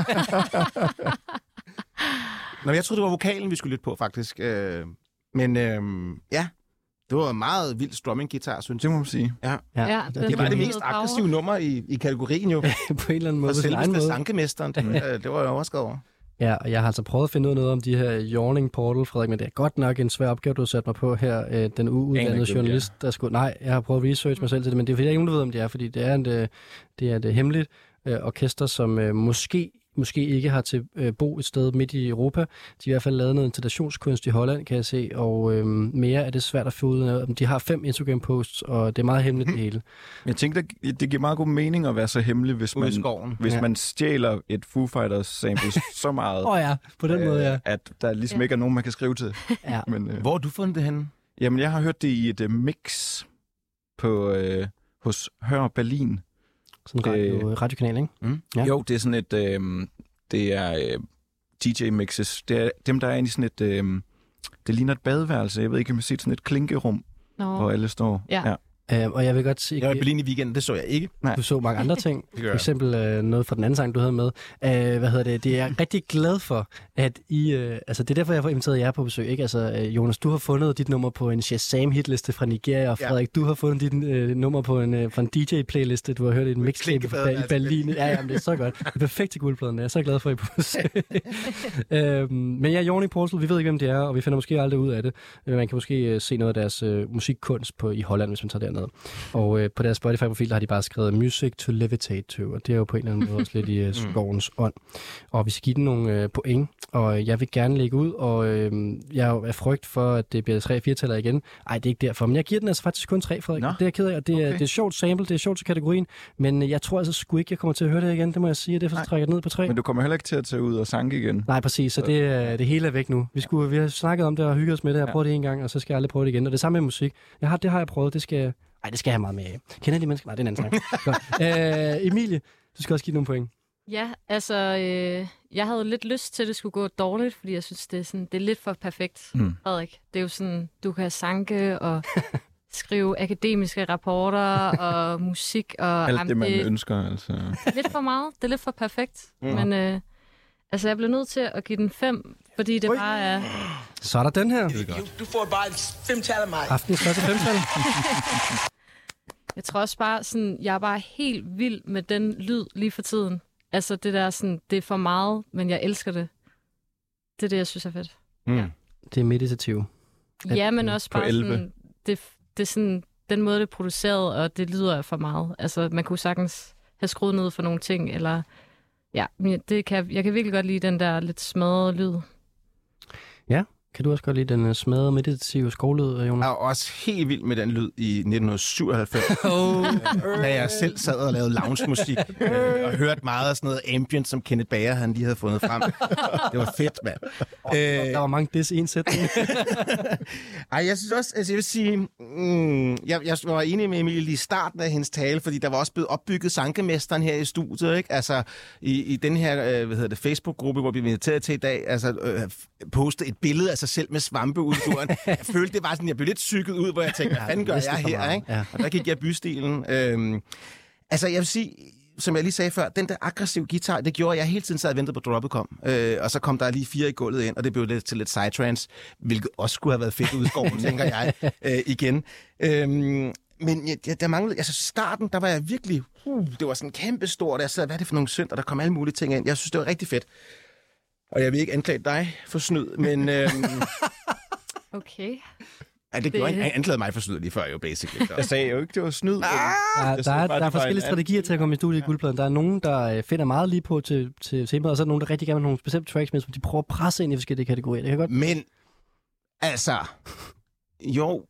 Nå, jeg troede, det var vokalen, vi skulle lytte på, faktisk. Men ja, det var meget vild strumming-guitar, synes jeg. Det må man sige. Ja. Ja, Det var det mest power. aggressive nummer i kategorien jo. På en eller anden måde. Og På sin egen selveste måde. sankemesteren. Det var jeg overskrevet over. Ja, og jeg har altså prøvet at finde ud af noget om de her Yawning Portal, Frederik, men det er godt nok en svær opgave, du har sat mig på her. Den uuddannede journalist, der skulle... Nej, jeg har prøvet at research mig selv til det, men det er fordi, jeg ikke ved, om det er, fordi det er et hemmeligt orkester, som måske ikke har til bo et sted midt i Europa. De har i hvert fald lavet noget installationskunst i Holland, kan jeg se, og mere er det svært at få ud af. De har 5 Instagram-posts, og det er meget hemmeligt det hele. Jeg tænkte, det giver meget god mening at være så hemmelig, hvis man stjæler et Foo Fighters sample så meget. Ja, på den måde, ja. At der ligesom ikke er nogen, man kan skrive til. Ja. Men, Hvor har du fundet det henne? Jamen, jeg har hørt det i et mix på, hos Hør Berlin. Sådan en radiokanal, ikke? Mm. Ja. Jo, det er sådan et... det er DJ-mixes. Det er dem, der er inde i sådan et... det ligner et badeværelse. Jeg ved ikke, om jeg har set sådan et klinkerum, hvor alle står. Ja. Og jeg vil godt sige... Jeg var i Berlin i weekenden, det så jeg ikke. Du så mange andre ting. Det For eksempel noget fra den anden sang, du havde med. Det er jeg rigtig glad for, at I... altså, det er derfor, jeg har inviteret jer på besøg, ikke? Altså, Jonas, du har fundet dit nummer på en Shazam-hitliste fra Nigeria, og Frederik, du har fundet dit nummer på en DJ-playliste, du har hørt i en mixtape i Berlin. Ja, det er så godt. Det er perfekt til guldpladen, jeg er så glad for, at I er på besøg. Men ja, Yawning Portal, vi ved ikke, hvem det er, og vi finder måske aldrig ud af det. Man kan måske se noget af deres musikkunst i Holland, hvis man tager derned. Og på deres Spotify-profil, der har de bare skrevet Music to Levitate to, og det er jo på en eller anden måde også lidt i skovens ånd. Og vi skal give den nogle point, og jeg vil gerne lægge ud, og jeg er frygt for, at det bliver 3-4-taller igen. Ej, det er ikke derfor, men jeg giver den altså faktisk kun 3, Frederik. Det er jeg ked af, og det er et sjovt sample, det er sjovt til kategorien, men jeg tror altså sgu ikke, jeg kommer til at høre det igen, det må jeg sige, og derfor trækker jeg det ned på 3. Men du kommer heller ikke til at tage ud og sanke igen. Nej, præcis, så det hele er væk nu. Vi har snakket om det og hygget os med det, jeg har prøvet det en gang, og så skal jeg aldrig prøve det igen. Og det samme med musik. Det har jeg prøvet, det skal jeg have meget mere af. Kender de mennesker? Nej, det er en anden snak. Emilie, du skal også give nogle point. Ja, altså, jeg havde lidt lyst til, at det skulle gå dårligt, fordi jeg synes, det er lidt for perfekt, Frederik. Det er jo sådan, du kan sanke og skrive akademiske rapporter og musik. Og, alt det, man ønsker, altså. Lidt for meget. Det er lidt for perfekt. Men altså, jeg blev nødt til at give den 5, fordi det bare er... Så er der den her. Du får bare 5-tal af mig. Aftens første 5-tal. Jeg tror også bare, sådan, jeg er bare helt vild med den lyd lige for tiden. Altså, det der sådan, det er for meget, men jeg elsker det. Det er det, jeg synes er fedt. Ja. Det er meditativt. Ja, men også bare sådan, det er sådan, den måde, det er produceret, og det lyder for meget. Altså, man kunne sagtens have skruet ned for nogle ting, eller... Ja, jeg kan virkelig godt lide den der lidt smadrede lyd. Ja, Kan du også godt lide den smadrede meditative skovlyd, Jonas? Jeg er også helt vild med den lyd i 1997, da jeg selv sad og lavede lounge-musik og hørte meget af sådan noget ambient, som Kenneth Bager han lige havde fundet frem. Det var fedt, mand. Der var mange ensætninger. Ej, jeg synes også, altså jeg vil sige, jeg var enig med Emilie i starten af hendes tale, fordi der var også blevet opbygget sankemesteren her i studiet, ikke? Altså i den her, Facebook-gruppe, hvor vi inviterede til i dag, altså poste et billede af sig selv med svampe ud i turen. Jeg følte, det var sådan, jeg blev lidt cyklet ud, hvor jeg tænkte, hvad fanden gør jeg her, ikke? Ja. Og der gik jeg bystilen. Altså, jeg vil sige, som jeg lige sagde før, den der aggressiv guitar, det gjorde jeg hele tiden, så jeg ventede på droppet kom. Og så kom der lige 4 i gulvet ind, og det blev lidt til lidt psytrance, hvilket også skulle have været fedt ud i skoven, tænker jeg, igen. Men der manglede, altså starten, der var jeg virkelig, det var sådan kæmpestort, jeg sad, hvad er det for nogle synd, og der kom alle mulige ting ind. Jeg synes, det var rigtig fedt. Og jeg vil ikke anklage dig for snyd, men... Okay. Ja, det gjorde jeg anklagede mig for snyd lige før, jo, basically. Jeg sagde jo ikke, det var snyd. Der er forskellige strategier til at komme i studiet i Guldpladen. Der er nogen, der finder meget lige på til temaet, og så er der nogen, der rigtig gerne vil have nogle bestemte tracks med, som de prøver at presse ind i forskellige kategorier. Det kan godt. Men, altså... Jo...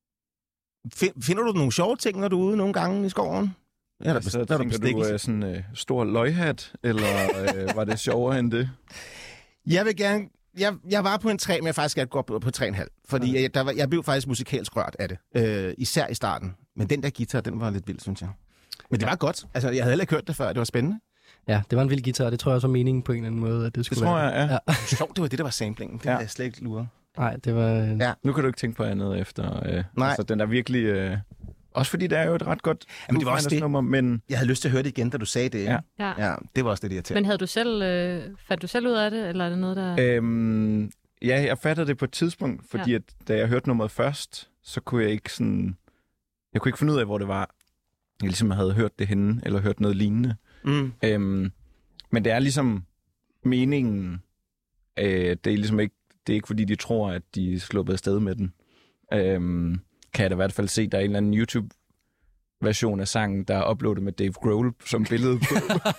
Finder du nogle sjove ting, når du er ude nogle gange i skoven? Ja, så tænker du sådan stor løghat, eller var det sjovere end det? Jeg vil gerne... Jeg var på en 3, men jeg faktisk gerne gå på 3,5. Fordi jeg blev faktisk musikalsk rørt af det. Især i starten. Men den der guitar, den var lidt vild, synes jeg. Men det var godt. Altså, jeg havde heller ikke hørt det før. Det var spændende. Ja, det var en vild guitar, og det tror jeg også var meningen på en eller anden måde, at det skulle være. Det tror jeg, ja. Sjovt, det var det, der var samplingen. Det havde jeg slet ikke luret. Nej, det var... Ja. Nu kan du ikke tænke på andet efter... Nej. Altså, den er virkelig... Også fordi det er jo et ret godt det var også det. Nummer, men... Jeg havde lyst til at høre det igen, da du sagde det. Ja, det var også det irriterende. Men havde du selv, fandt du selv ud af det, eller er det noget, der... Ja, jeg fattede det på et tidspunkt, fordi at, da jeg hørte nummeret først, så kunne jeg ikke sådan... Jeg kunne ikke finde ud af, hvor det var. Jeg ligesom havde hørt det henne, eller hørt noget lignende. Men det er ligesom meningen. Det er ligesom ikke... Det er ikke, fordi de tror, at de er sluppet afsted med den. Kan jeg da i hvert fald se, der er en eller anden YouTube-version af sangen, der er uploadet med Dave Grohl som billede på.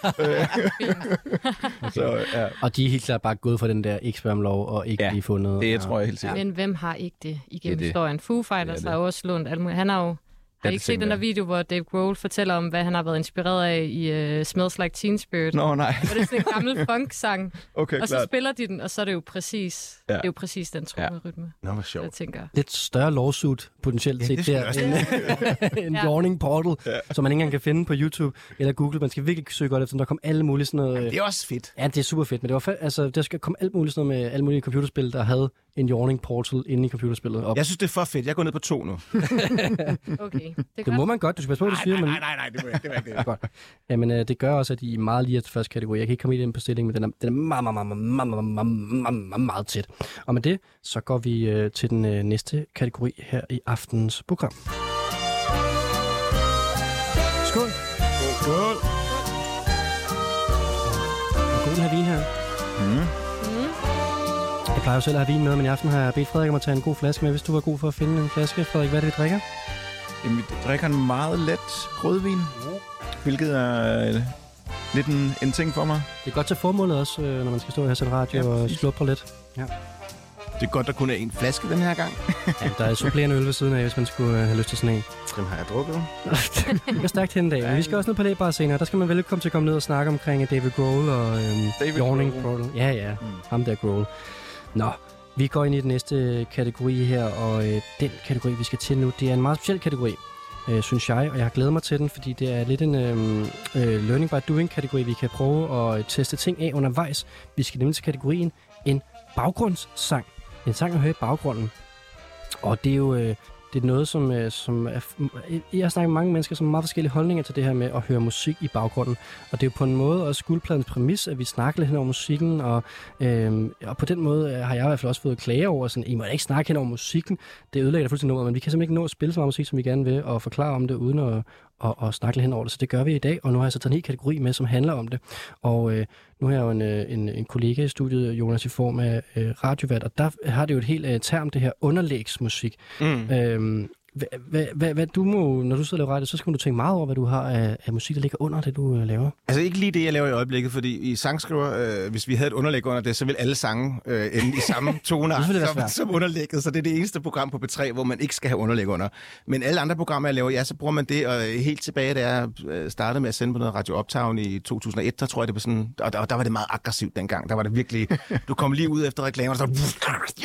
Så, ja. Og de er helt klart bare gået for den der ikke-spam-lov og ikke lige fundet. Det tror jeg helt sikkert. Men hvem har ikke det igennem historien? Foo Fighters har også lånt alt muligt. Han har jo... Har I ikke set den der video, hvor Dave Grohl fortæller om, hvad han har været inspireret af i Smells Like Teen Spirit? Nå, nej. Og det er sådan en gammel funk-sang. Okay, og så klart. spiller de den, og så er det jo præcis, det er jo præcis den trommerytme. Nå, hvor sjovt. Jeg tænker. Lidt større lawsuit potentielt set der, en Yawning Portal, som man ikke engang kan finde på YouTube eller Google. Man skal virkelig søge godt efter, der kommer alle mulige sådan noget... Jamen, det er også fedt. Ja, det er super fedt, men det var altså, der skal komme alt muligt sådan noget med alle mulige computerspil, der havde en Yawning Portal inde i computerspillet. Jeg synes, det er for fedt. Jeg går ned på 2 nu. Okay. Det må man godt. Du skal passe på, det siger, men... Nej, det var ikke det. Godt. Jamen, det gør også, at I er meget lige til første kategori. Jeg kan ikke komme i den på stillingen, men den er meget tæt. Og med det, så går vi til den næste kategori her i aftenens program. Skål! Skål! God den her vin her. Jeg plejer jo selv at have vin med, men i aften har jeg bedt Frederik om at tage en god flaske med. Hvis du var god for at finde en flaske, Frederik, hvad er det, vi drikker? Jamen, vi drikker en meget let rødvin, hvilket er lidt en ting for mig. Det er godt til formålet også, når man skal stå her og sætte radio og slupre lidt. Ja. Det er godt, der kun er en flaske den her gang. Ja, der er supplerende øl ved siden af, hvis man skulle have lyst til sådan en. Dem har jeg drukket. Det er stærkt hen dag. Men vi skal også ned på lægbar senere. Der skal man velkommen til at komme ned og snakke omkring David Grohl og Yawning Portal. Ja. Ham der Grohl. Nå, vi går ind i den næste kategori her, og den kategori, vi skal til nu, det er en meget speciel kategori, synes jeg, og jeg har glædet mig til den, fordi det er lidt en learning by doing-kategori, vi kan prøve at teste ting af undervejs. Vi skal nemlig til kategorien en baggrundssang. En sang at høre i baggrunden. Og det er jo det er noget, som er... Jeg har snakket med mange mennesker, som har meget forskellige holdninger til det her med at høre musik i baggrunden. Og det er jo på en måde også Guldpladens præmis, at vi snakker lidt hen over musikken, og på den måde har jeg i hvert fald også fået klage over, sådan, I må ikke snakke hen over musikken. Det ødelægger da fuldstændig nummeret, men vi kan simpelthen ikke nå at spille så meget musik, som vi gerne vil, og forklare om det, uden at snakke lidt hen over det. Så det gør vi i dag, og nu har jeg så taget en hel kategori med, som handler om det. Og nu har jeg jo en kollega i studiet, Jonas, i form af radiovært, og der har det jo et helt term, det her underlægsmusik. Hvad du må, når du sidder og laver radio, så skal du tænke meget over, hvad du har af musik, der ligger under det, du laver. Altså ikke lige det, jeg laver i øjeblikket, fordi i sangskriver, hvis vi havde et underlæg under det, så vil alle sange ende i samme toner som underlægget, så det er det eneste program på P3, hvor man ikke skal have underlæg under. Men alle andre programmer, jeg laver, ja, så bruger man det, og helt tilbage, da jeg startede med at sende på noget Radio Uptown i 2001, der tror jeg, det var sådan, og der var det meget aggressivt dengang. Der var det virkelig, du kom lige ud efter reklamer, og så...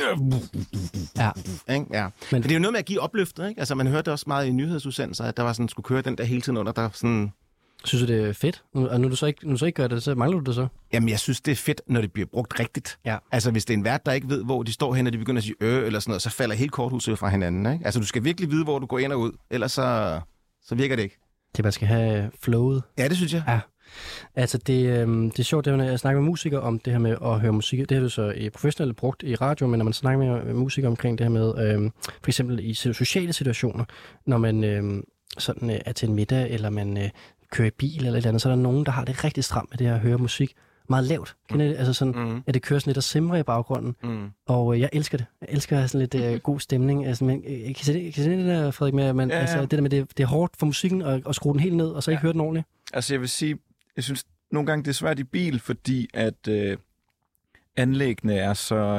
Ja. Ja. Men det er jo noget med at give opløftet, ikke? Altså, man hørte også meget i nyhedsudsendelser, at der var sådan, skulle køre den der hele tiden under, der sådan... Synes du, det er fedt? Og når du så ikke gør det, så mangler du det så? Jamen, jeg synes, det er fedt, når det bliver brugt rigtigt. Ja. Altså, hvis det er en vært, der ikke ved, hvor de står hen, og de begynder at sige eller sådan noget, så falder helt korthuset fra hinanden, ikke? Altså, du skal virkelig vide, hvor du går ind og ud, ellers så virker det ikke. Det man skal have flowet. Ja, det synes jeg. Ja. Altså, det er sjovt, det er, når jeg snakker med musikere om det her med at høre musik. Det har du så professionelt brugt i radio, men når man snakker med musikere omkring det her med, for eksempel i sociale situationer, når man sådan er til en middag, eller man kører i bil eller et eller andet, så er der nogen, der har det rigtig stramt med det her at høre musik meget lavt. Altså sådan, at det kører sådan lidt og simrer i baggrunden. Og jeg elsker det. Jeg elsker sådan lidt god stemning. Altså, man, kan I se det der, Frederik, med, man, altså, det der med, det er hårdt for musikken at skrue den helt ned, og så ikke høre den ordentligt? Altså, jeg vil sige, jeg synes nogle gange, det er svært i bil, fordi at anlæggene er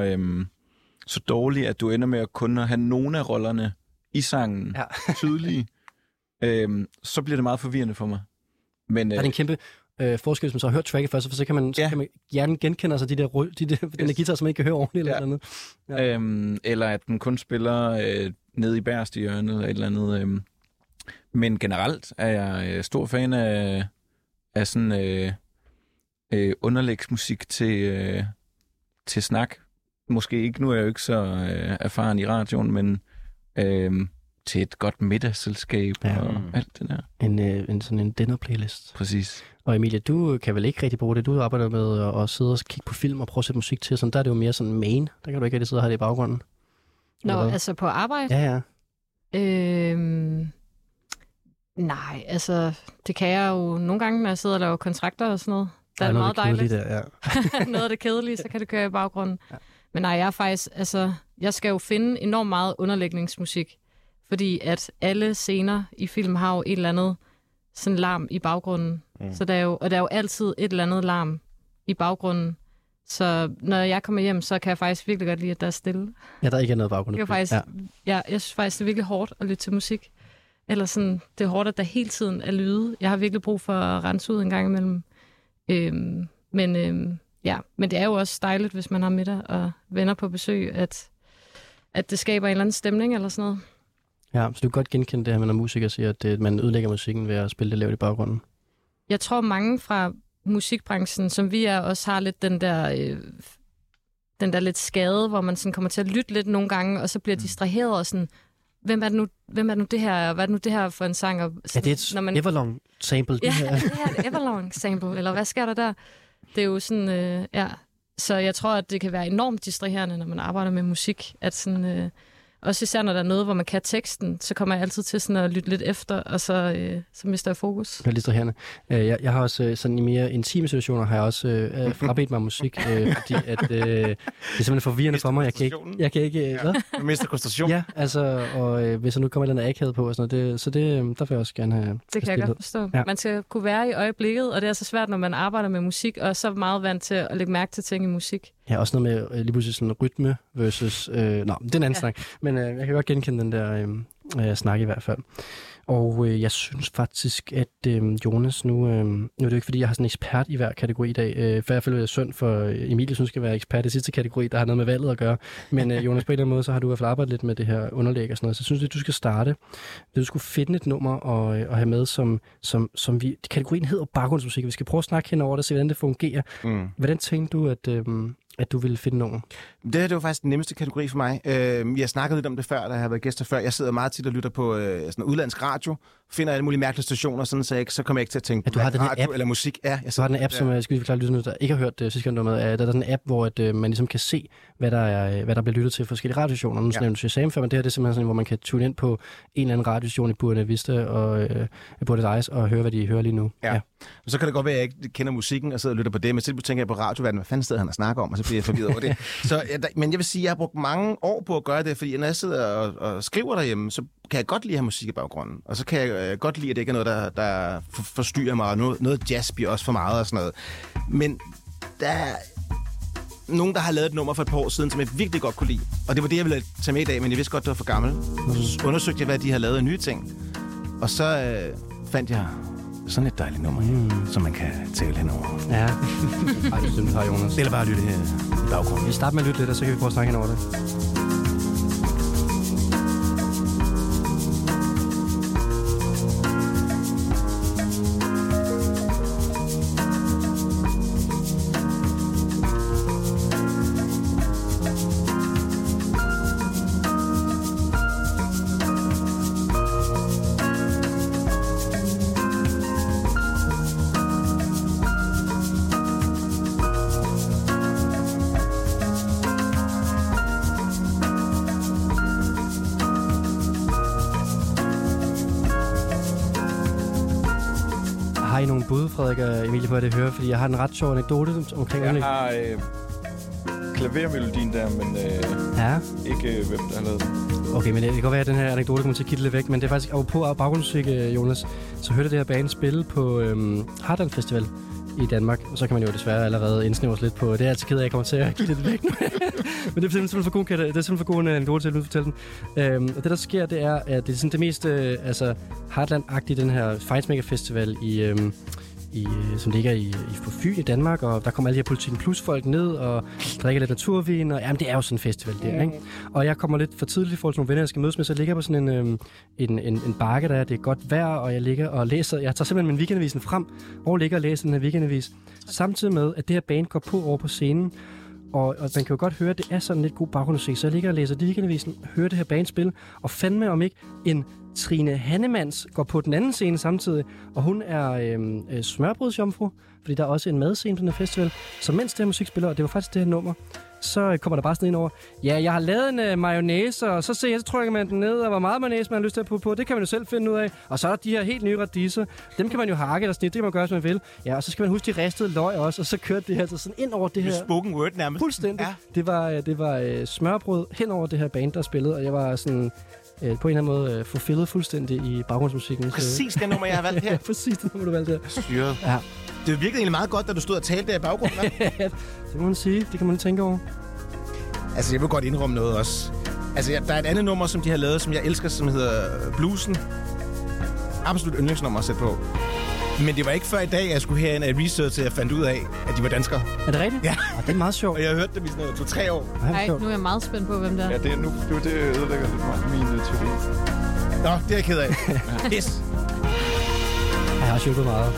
så dårlige, at du ender med at kun have nogle af rollerne i sangen tydelige. Så bliver det meget forvirrende for mig. Men, er det en kæmpe forskel, hvis man så har hørt tracket først, for så kan man hjernen genkende sig de der den guitar, som man ikke kan høre ordentligt eller andet. Ja. Eller at den kun spiller nede i bagerste hjørnet eller et eller andet. Men generelt er jeg stor fan af sådan underlægsmusik til snak. Måske ikke, nu er jeg jo ikke så erfaren i radioen, men til et godt middagsselskab og alt det der. En sådan en dinner-playlist. Præcis. Og Emilie, du kan vel ikke rigtig bruge det. Du arbejder med at sidde og kigge på film og prøve at sætte musik til. Sådan, der er det jo mere sådan main. Der kan du ikke rigtig sidde og have det i baggrunden. Altså på arbejde? Ja. Nej, altså det kan jeg jo nogle gange, når jeg sidder og laver kontrakter og sådan noget. Der er meget dejligt. Noget af det kedelige, så kan det køre i baggrunden. Ja. Men nej, jeg er faktisk, altså, jeg skal jo finde enormt meget underlægningsmusik. Fordi at alle scener i film har jo et eller andet sådan larm i baggrunden. Så der er jo altid et eller andet larm i baggrunden. Så når jeg kommer hjem, så kan jeg faktisk virkelig godt lide, at der er stille. Ja, der er ikke noget baggrund. Jeg synes faktisk, det er virkelig hårdt at lytte til musik. Eller sådan, det er hårdt, at der hele tiden er lyde. Jeg har virkelig brug for at rense ud en gang imellem. Men det er jo også dejligt, hvis man har middag og venner på besøg, at det skaber en eller anden stemning eller sådan noget. Ja, så du kan godt genkende det her, når musikere siger, at man ødelægger musikken ved at spille det lavt i baggrunden. Jeg tror, mange fra musikbranchen, som vi er, også har lidt den der lidt skade, hvor man sådan kommer til at lytte lidt nogle gange, og så bliver distraheret og sådan, hvem er det nu det her, hvad er det nu det her for en sang? Og sådan, det er et Everlong-sample. Ja, det her er et Everlong-sample, eller hvad sker der der? Det er jo sådan, Så jeg tror, at det kan være enormt distraherende, når man arbejder med musik, at sådan... Også især når der er noget, hvor man kan teksten, så kommer jeg altid til sådan at lytte lidt efter, og så mister jeg fokus. Det er distraherende. Jeg har også sådan i mere intime situationer, har jeg også frabedt mig musik, fordi at, det er simpelthen forvirrende for mig. Jeg kan ikke Du mister koncentration. Ja, altså, og hvis der nu kommer et eller andet akavet på, og sådan noget, der vil jeg også gerne have. Det kan jeg godt forstå. Ja. Man skal kunne være i øjeblikket, og det er så svært, når man arbejder med musik, og så meget vant til at lægge mærke til ting i musik. Ja, også noget med lige pludselig sådan rytme versus... det er en anden snak. Men jeg kan godt genkende den der snak i hvert fald. Og jeg synes faktisk, at Jonas, nu er det jo ikke, fordi jeg har sådan en ekspert i hver kategori i dag. For jeg føler, det er synd for Emilie, synes skal være ekspert i sidste kategori, der har noget med valget at gøre. Men Jonas, på en eller anden måde, så har du i hvert fald arbejdet lidt med det her underlæg og sådan noget. Så jeg synes, at du skal starte. Du skulle finde et nummer og have med, som vi... Kategorien hedder baggrundsmusik. Vi skal prøve at snakke henover det og se, hvordan det fungerer. Hvordan tænkte du, at du ville finde nummer? Det var faktisk den nemmeste kategori for mig. Jeg snakkede lidt om det før, da jeg har været gæster før. Jeg sidder meget tit og lytter på sådan udlandsk radio, finder alle mulige mærkelige stationer, sådan, så kommer jeg ikke til at tænke på radio eller musik. Ja, du har den app, som jeg skal forklare lytterne, der ikke har hørt sidste gang med. Der er sådan en app, hvor man ligesom kan se, hvad der bliver lyttet til forskellige radiostationer. Nu nævnte du Shazam før, men det her det er simpelthen sådan, hvor man kan tune ind på en eller anden radiostation i Buena Vista og Buenos Aires og høre, hvad de hører lige nu. Ja. Og så kan det godt være, at jeg ikke kender musikken og sidder og lytter på det, men selv tænker jeg på radioverdenen, hvad fanden stedet han har snakket om, og så bliver jeg forvirret over det. Så, men jeg vil sige, at jeg har brugt mange år på at gøre det, fordi når jeg sidder og skriver derhjemme, så kan jeg godt lide at have musik i baggrunden. Og så kan jeg godt lide, at det ikke er noget, der forstyrrer mig. Og noget jazz bliver også for meget og sådan noget. Men der er nogen, der har lavet et nummer for et par år siden, som jeg virkelig godt kunne lide. Og det var det, jeg ville tage med i dag, men jeg vidste godt, det var for gammel. Så undersøgte jeg, hvad de har lavet af nye ting. Og så fandt jeg sådan et dejligt nummer, som man kan tale hen over. Ja. Ej, det synes jeg, Jonas. Eller bare lytte her i baggrunden. Vi starter med at lytte lidt, og så kan vi prøve at snakke hen over det. Har I nogle bud, Frederik og Emilie, på at det hører? Fordi jeg har en ret sjov anekdote omkring det. Jeg har klavermelodien der, men ikke hvem der har lavet den. Okay, men det kan godt være, at den her anekdote kommer til at kitte lidt væk, men det er faktisk på baggrundsmusik, Jonas, så hørte det her band spille på Heartland Festival i Danmark, og så kan man jo desværre allerede indsnævres lidt på. Det er altid ked af, at jeg kommer til at give det væk. Men det er simpelthen for god, det er simpelthen for god en anekdote til at fortælle den. Og det, der sker, det er, at det er sådan det mest Heartland-agtige, den her Feindsmaker Festival som ligger på Fyn i Danmark, og der kommer alle de her Politikken Plus-folk ned og drikker lidt naturvin, og jamen, det er jo sådan en festival der, ikke? Og jeg kommer lidt for tidligt i forhold til nogle venner, jeg skal mødes med, så jeg ligger på sådan en bakke, der det er godt vejr, og jeg ligger og læser, jeg tager simpelthen min weekendavisen frem, og ligger og læser den her weekendavis, samtidig med, at det her band går på over på scenen, og man kan jo godt høre, at det er sådan lidt god baggrundsmusik, så jeg ligger og læser weekendavisen, hører det her band spille, og fandme om ikke en Trine Hannemanns går på den anden scene samtidig, og hun er smørbrødsjomfru, fordi der er også en madscene på den her festival. Så mens det her musik spiller, og det var faktisk det her nummer, så kommer der bare sådan ind over, ja, jeg har lavet en mayonnaise, og så trykker man den ned, og hvor meget mayonnaise man har lyst til at putte på, det kan man jo selv finde ud af. Og så er der de her helt nye radiser, dem kan man jo hakke eller snit, det kan man gøre, som man vil. Ja, og så skal man huske de ristede løg også, og så kørte det her altså sådan ind over det her. Spoken word nærmest. Fuldstændig. Ja. Det var smørbrød hen over det her band, der spillede, og jeg var sådan på en eller anden måde forfældet fuldstændig i baggrundsmusikken. Præcis det nummer, jeg har valgt her. Ja, præcis det nummer, du valgte her. Styret. Ja. Det virkede egentlig meget godt, da du stod og talte der i baggrunden. Det må man sige. Det kan man tænke over. Altså, jeg vil godt indrømme noget også. Altså, der er et andet nummer, som de har lavet, som jeg elsker, som hedder Bluesen. Absolut yndlingsnummer at sætte på. Men det var ikke før i dag, at jeg skulle herind af research, at jeg fandt ud af, at de var danskere. Er det rigtigt? Ja. Det er meget sjovt. Og jeg har hørt det i sådan noget 2-3 år. Nej, nu er jeg meget spændt på, hvem det er. Ja, det ødelægger lidt meget min teori. Nå, det er jeg ked af. Yes. Jeg har også hjulpet meget.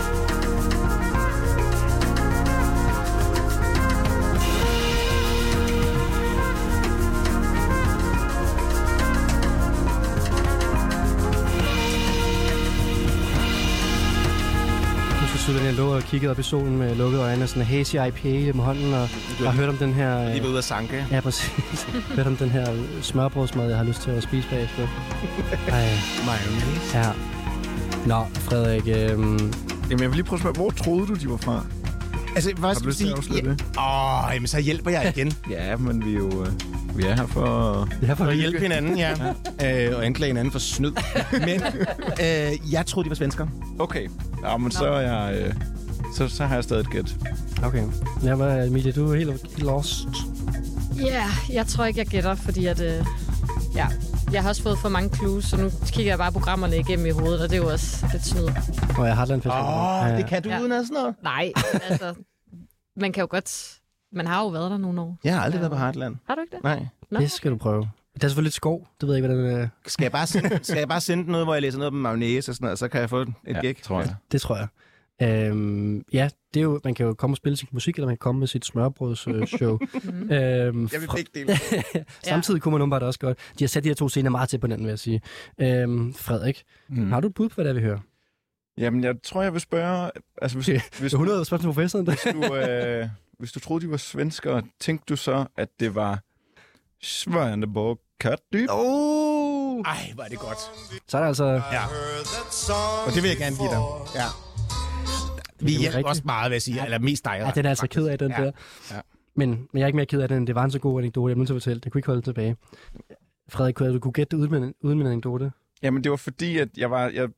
Jeg lå og kiggede op i solen med lukkede øjne og sådan en hazy IPA med hånden, og har hørt om den her... Lige ved ude af sanke. Ja, præcis. Hørt om den her smørbrødsmad, jeg har lyst til at spise bagefter. Mayonnaise. Ja. Nå, Frederik... Jamen, jeg vil lige prøve at spørge, hvor troede du, de var fra? Altså, hvad skal du sige? Jamen, så hjælper jeg igen. Ja, men vi er jo... Vi er her for... at hjælpe hinanden, ja. Og anklage hinanden for snyd. Men jeg troede, de var svensker. Okay. Ja, men så er jeg... Så har jeg stadig et gæt. Okay. Ja, men Emilie, du er helt lost. Ja, jeg tror ikke, jeg gætter, fordi at... Jeg har også fået for mange clues, så nu kigger jeg bare programmerne igennem i hovedet, og det er jo også lidt snyd. Og jeg har Heartland Festival. Det kan du uden af sådan noget? Nej, altså... Man kan jo godt... Man har jo været der nogle år. Jeg har aldrig været på Heartland. Har du ikke det? Nej. Det skal du prøve. Det er selvfølgelig lidt skov. Det ved jeg ikke, hvordan det er. Skal jeg bare sende noget, hvor jeg læser noget om mayonnaise og sådan noget, så kan jeg få et gæk? Tror jeg. Det tror jeg. Ja, det er jo, man kan jo komme og spille sin musik, eller man kan komme med sit smørbrødsshow. Jeg vil begge dele. Samtidig kunne man umiddelbart også godt. De har sat de her to scener meget til på hinanden, vil jeg sige. Frederik, har du et bud på, hvad det er, vi hører? Jamen, jeg tror, jeg vil spørge... Altså, hvis 100 spørgsmål til professoren. Hvis du troede, de var svenskere, tænkte du så, at det var Svaneborg Katdyb? Ej, hvor er det godt. Så er det altså... Ja. Og det vil jeg gerne give dig. Ja. Vi hjælper også meget, vil jeg sige. Eller mest dig. Ja, den er altså ked af, den der. Ja. Men jeg er ikke mere ked af den. Det var en så god anekdote, jeg er nødt til at fortælle. Det kunne ikke holde tilbage. Frederik, kunne du gætte det uden min anekdote? Jamen, det var fordi, at jeg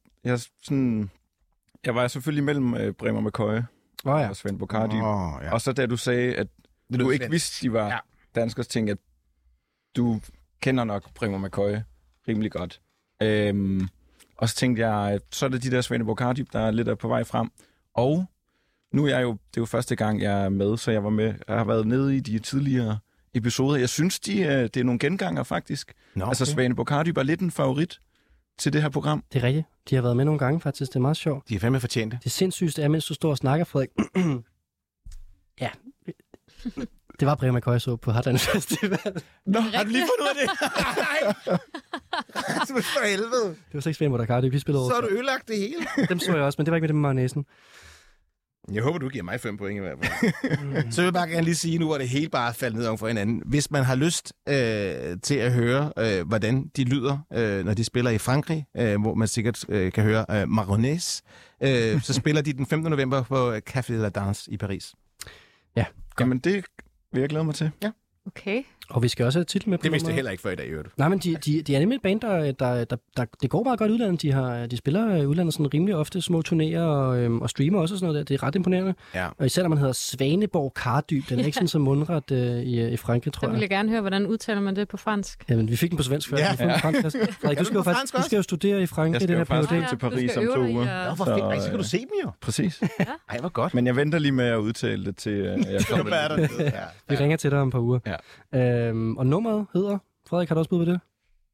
var selvfølgelig mellem Bremer McCoy og Svend Bocardi. Og så da du sagde, at du ikke vidste, de var danskere, tænkte jeg, at du kender nok Bremer McCoy rimelig godt. Og så tænkte jeg, så er det de der Svend Bocardi, der er lidt på vej frem. Og nu er det er jo første gang, jeg er med, så jeg har været nede i de tidligere episoder. Jeg synes, det er nogle genganger, faktisk. Okay. Altså, Svend Bocardi var lidt en favorit til det her program. Det er rigtigt. De har været med nogle gange, faktisk. Det er meget sjovt. De er fandme fortjente. Det sindssygt er, mens du står og snakker, Frederik. Ja. Det var Bremer McCoy så på Heartland Festival. Nå, har du lige fundet ud af det? Nej! For helvede. Det var 6 Svend Bocardi, vi spillede over. Så har du ødelagt det hele. Dem så jeg også, men det var ikke med dem med mayonnaisen. Jeg håber, du giver mig 5 point i hvert fald. Så vil jeg bare gerne lige sige nu, hvor det hele bare faldt ned om for hinanden. Hvis man har lyst til at høre, hvordan de lyder, når de spiller i Frankrig, hvor man sikkert kan høre Marronnaise, så spiller de den 15. november på Café de la Danse i Paris. Ja. Jamen, det vil jeg glæde mig til. Ja. Okay. Og vi skal også have titel med på. Det vidste jeg heller ikke før i dag, Jørgen. Nej, men de er nemlig et band, der det går meget godt i udlandet. De spiller i udlandet sådan rimelig ofte små turnéer og streamer også og sådan noget der. Det er ret imponerende. Ja. Og især når man hedder Svaneborg Kardyb, den er ikke sådan så mundret i Frankrig, tror jeg. Så vil jeg gerne høre, hvordan udtaler man det på fransk? Jamen, vi fik den på svensk før. Ja. Frederik, du skal jo studere i Frankrig. Jeg skal jo faktisk til Paris om 2 uger. Hvorfor fik så kan du se dem jo? Præcis. Ja. Ej, hvor godt. Men jeg venter lige med at udtale det til jeg kommer. Vi ringer til dig om et par uger. Ja. Og nummeret hedder? Frederik, har du også bud på det?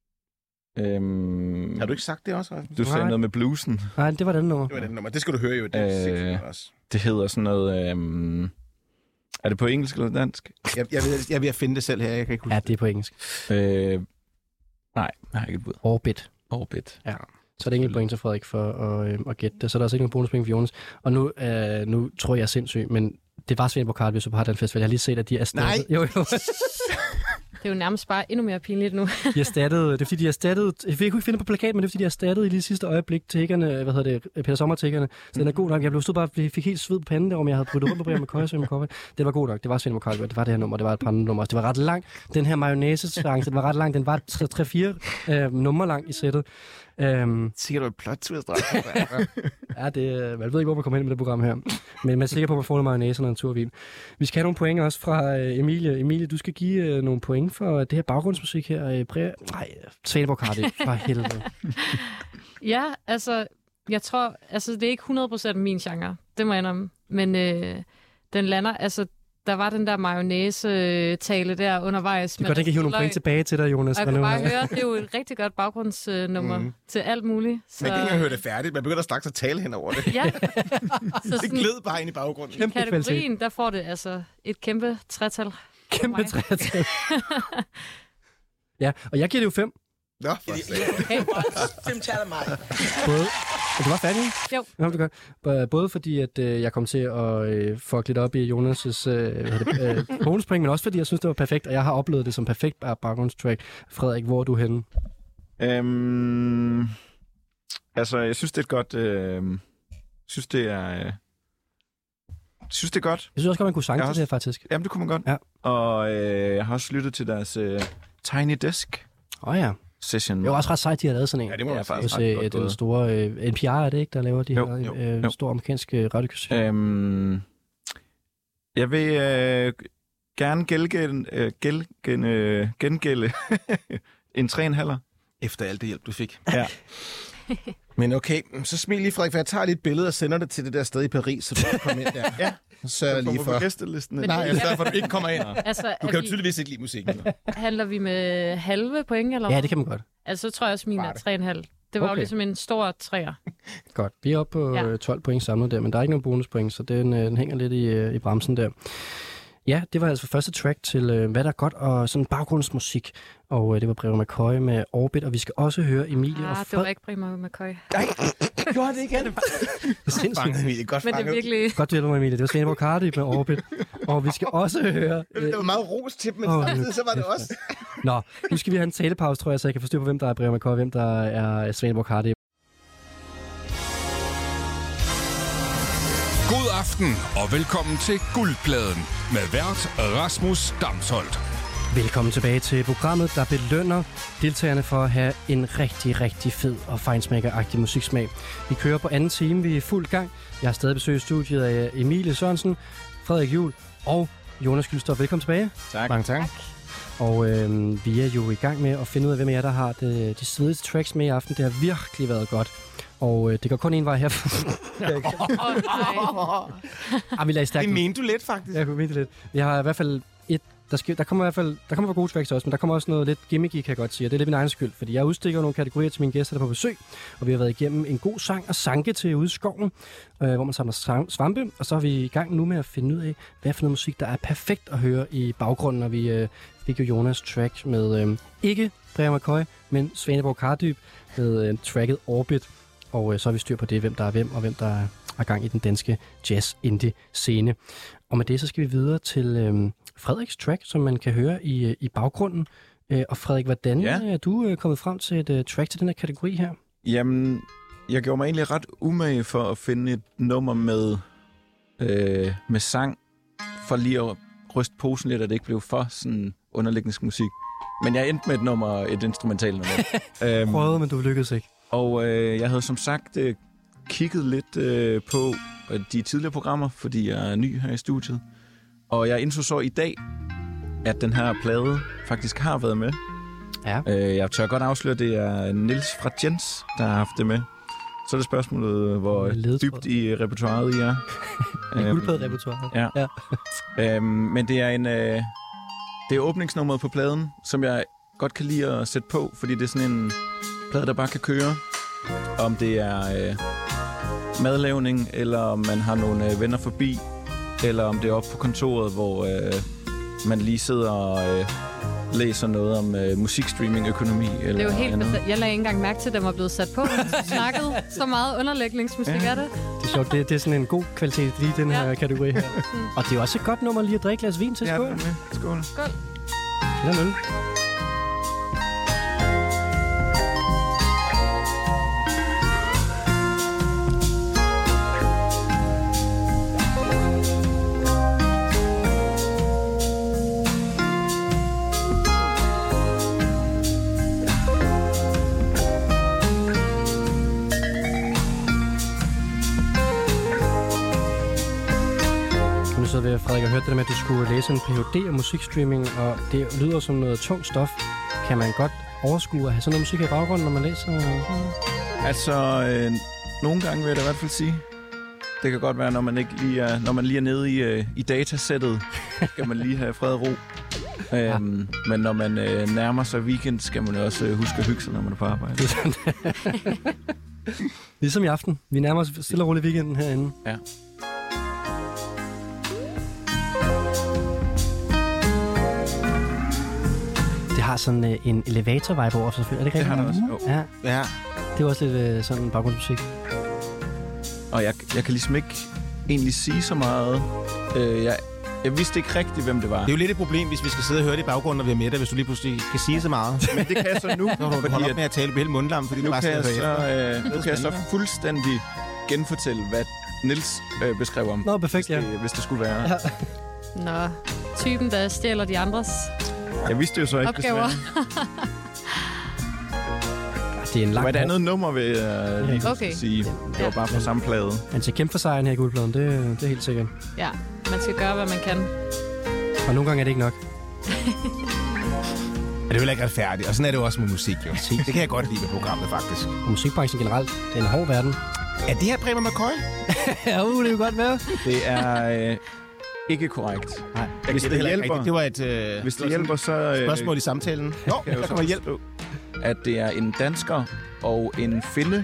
Har du ikke sagt det også, Rasmus? Du sagde noget med bluesen. Nej, det var den nummer. Det var den nummer. Det skal du høre jo. Det også. Det hedder sådan noget... er det på engelsk eller dansk? Jeg vil finde det selv her. Jeg kan ikke huske. Ja, det er på engelsk. Nej, jeg har ikke et bud. Orbit. Ja. Så er det ikke et point til Frederik for at gætte det. Så er der også ikke nogen bonuspoint for Jonas. Og nu tror jeg er sindssygt, men det var Svend Bocardi, vi så på Heartland Festival. Jeg har lige set, at de er erstattet. Nej! Jo. Det er jo nærmest bare endnu mere pinligt nu. Det er fordi, de erstattede... Jeg kunne ikke finde på plakaten, men det er fordi, de erstattede i lige sidste øjeblik tækkerne, Peter Sommer-tækkerne. Så den er god nok. Jeg fik helt sved på panden, om jeg havde brudt rundt på Bremer McCoy og Svend Bocardi. Det var god nok. Det var Svend Bocardi. Det var det her nummer. Det var et par nummer. Det var ret lang. Den her mayonnaise-sang, den var ret lang. Den var 3-4 nummer lang i sættet. Sikkert et plot twist. Ja, man ved ikke, hvor man kommer hen med det program her. Men man er sikker på, at man får noget mayonnaise og en turvin. Vi skal have nogle point også fra Emilie. Emilie, du skal give nogle point for det her baggrundsmusik her. Svend Bocardi, for helvede. Ja, altså, jeg tror, det er ikke 100% min genre. Det må jeg indrømme. Men den lander, der var den der mayonnaise-tale der undervejs. Det kan godt ikke hive nogle point tilbage til dig, Jonas. Og jeg kan bare høre, det er jo et rigtig godt baggrundsnummer til alt muligt. Så... Man kan ikke høre det færdigt. Man begynder straks at tale hen over det. Ja. Det gled bare ind i baggrunden. I kategorien, der får det et kæmpe tretal. Kæmpe tretal. Ja, og jeg giver det jo 5. Nå, Okay, 5 taler mig. Og du var færdig? Jo. Ja, det gør. Både fordi, at jeg kom til at fuck lidt op i Jonas' bonuspoint, men også fordi, jeg synes, det var perfekt, og jeg har oplevet det som perfekt baggrundstrack. Frederik, hvor er du henne? Jeg synes, det er et godt... synes, det er godt. Jeg synes også godt, man kunne sange til det her, faktisk. Jamen, det kunne man godt. Ja. Og jeg har også lyttet til deres Tiny Desk. Ja. Session. Det var også ret sejt, de har lavet sådan en. Ja, det må jeg faktisk ret den store NPR er det ikke, der laver de her store amerikanske radiokasser. Jeg vil gerne gengælde en 3,5. Efter alt det hjælp, du fik. Ja. Men okay, så smil lige, Frederik, for jeg tager lige et billede og sender det til det der sted i Paris, så du kan komme ind der. Ja. Så lige for gæstelisten. Nej, jeg sørger for, at du ikke kommer ind. Du kan jo tydeligvis ikke lide musikken. Handler vi med halve point, eller? Ja, det kan man godt. Så tror jeg også, min er 3,5. Det var jo ligesom en stor 3'er. Godt. Vi er oppe på 12 point samlet der, men der er ikke nogen bonuspoint, så den hænger lidt i bremsen der. Ja, det var altså første track til hvad der er godt og sådan baggrundsmusik. Og det var Bremer McCoy med Orbit, og vi skal også høre Emilie og Fred. Det var ikke Bremer McCoy. Nej, gjorde det igen. Det er sindssygt. Godt men det er virkelig... Godt, du hjælper mig, Emilie. Det var Svend Bocardi med Orbit. Og vi skal også høre... Det var meget ros til dem, men samtidig så var det også. Nå, nu skal vi have en talepause, tror jeg, så jeg kan forstå på, hvem der er Bremer McCoy og hvem der er Svend Bocardi. God aften og velkommen til Guldpladen med vært Rasmus Damsholdt. Velkommen tilbage til programmet, der belønner deltagerne for at have en rigtig, rigtig fed og feinschmecker-agtig musiksmag. Vi kører på anden time, vi er i fuld gang. Jeg har stadig besøgt studiet af Emilie Sørensen, Frederik Juhl og Jonas Gyldstorff. Velkommen tilbage. Tak. Mange tak. Og vi er jo i gang med at finde ud af, hvem af jer, der har de svedigste tracks med i aften. Det har virkelig været godt. Og det går kun en vej herfra. Vi lader stærkt. Det mente du lidt, faktisk. Jeg kunne mene det lidt. Vi har i hvert fald der kommer gode tracks også, men der kommer også noget lidt gimmicky, kan jeg godt sige. Og det er lidt min egen skyld, fordi jeg udstikker nogle kategorier til mine gæster, der er på besøg. Og vi har været igennem en god sang og sanke til ude i skoven, hvor man samler svampe. Og så er vi i gang nu med at finde ud af, hvad for noget musik, der er perfekt at høre i baggrunden. Og vi fik jo Jonas track med ikke Brian McCoy, men Svaneborg Kardyb med tracket Orbit. Og så har vi styr på det, hvem der er hvem, og hvem der er gang i den danske jazz-indie-scene. Og med det, så skal vi videre til Frederiks track, som man kan høre i baggrunden. Og Frederik, hvordan er du kommet frem til et track til den her kategori her? Jamen, jeg gjorde mig egentlig ret umage for at finde et nummer med sang, for lige at ryste posen lidt, at det ikke blev for sådan underlægningsmusik. Men jeg endte med et instrumentalt nummer. Prøvede, men du lykkedes ikke. Og jeg havde som sagt kigget lidt på de tidligere programmer, fordi jeg er ny her i studiet. Og jeg indså så i dag, at den her plade faktisk har været med. Ja. Jeg tør godt afsløre, at det er Niels fra Jens, der har haft det med. Så er det spørgsmålet, hvor dybt i repertoiret I er. Guldplade-repertoiret. Ja. Men det er det er åbningsnummeret på pladen, som jeg godt kan lide at sætte på, fordi det er sådan en plade, der bare kan køre. Om det er madlavning, eller om man har nogle venner forbi, eller om det er oppe på kontoret, hvor man lige sidder og læser noget om musikstreaming-økonomi. Eller det er jo helt andet. Jeg lagde ikke engang mærke til, at den var blevet sat på. Snakkede så meget underlægningsmusik er det. Det er sjovt. Det er sådan en god kvalitet lige den her kategori her. Og det er også et godt nummer lige at drikke glas vin til. Skål. Ja, skål. Skål. Eller nul. Frederik, jeg hørte det der med, at du skulle læse en Ph.D. om musikstreaming, og det lyder som noget tungt stof. Kan man godt overskue at have sådan noget musik i baggrunden, når man læser? Altså, nogle gange vil jeg da i hvert fald sige. Det kan godt være, når man lige er nede i datasættet, skal man lige have fred og ro. Men når man nærmer sig weekend, skal man også huske at hygge sig, når man er på arbejde. Ligesom i aften. Vi nærmer os stille og roligt weekenden herinde. Ja. Det har sådan en elevator-vibe over sig, selvfølgelig. Er det ikke rigtigt? Det har det også. Ja. Det er også lidt sådan baggrundsmusik. Og jeg kan ligesom ikke egentlig sige så meget. Jeg vidste ikke rigtigt, hvem det var. Det er jo lidt et problem, hvis vi skal sidde og høre det i baggrunden, og vi er med dig, hvis du lige pludselig kan sige så meget. Men det kan jeg så nu. Når du holder op med at tale på hele mundlam, fordi nu du bare kan sidder jeg så fuldstændig genfortælle, hvad Niels beskrev om. Nå, perfekt, hvis det skulle være. Ja. Nå, typen, der stjæler de andres jeg vidste jo så ikke, opgaver. Det er en lang det var et andet nummer, vil jeg lige sige. Det var bare fra samme plade. Han skal kæmpe for sejren her i guldpladen, det er helt sikkert. Ja, man skal gøre, hvad man kan. Og nogle gange er det ikke nok. Det er jo ikke retfærdigt, og sådan er det jo også med musik, jo. Det kan jeg godt lide med programmet, faktisk. Og musikbranchen generelt, det er en hård verden. Er det her Brian McCoy? Ja, det er jo godt med. Det er ikke korrekt. Nej. Hvis det hjælper, det var et hvis det hjælper, så spørgsmål i samtalen. Nå, der kommer hjælp. At det er en dansker og en finne.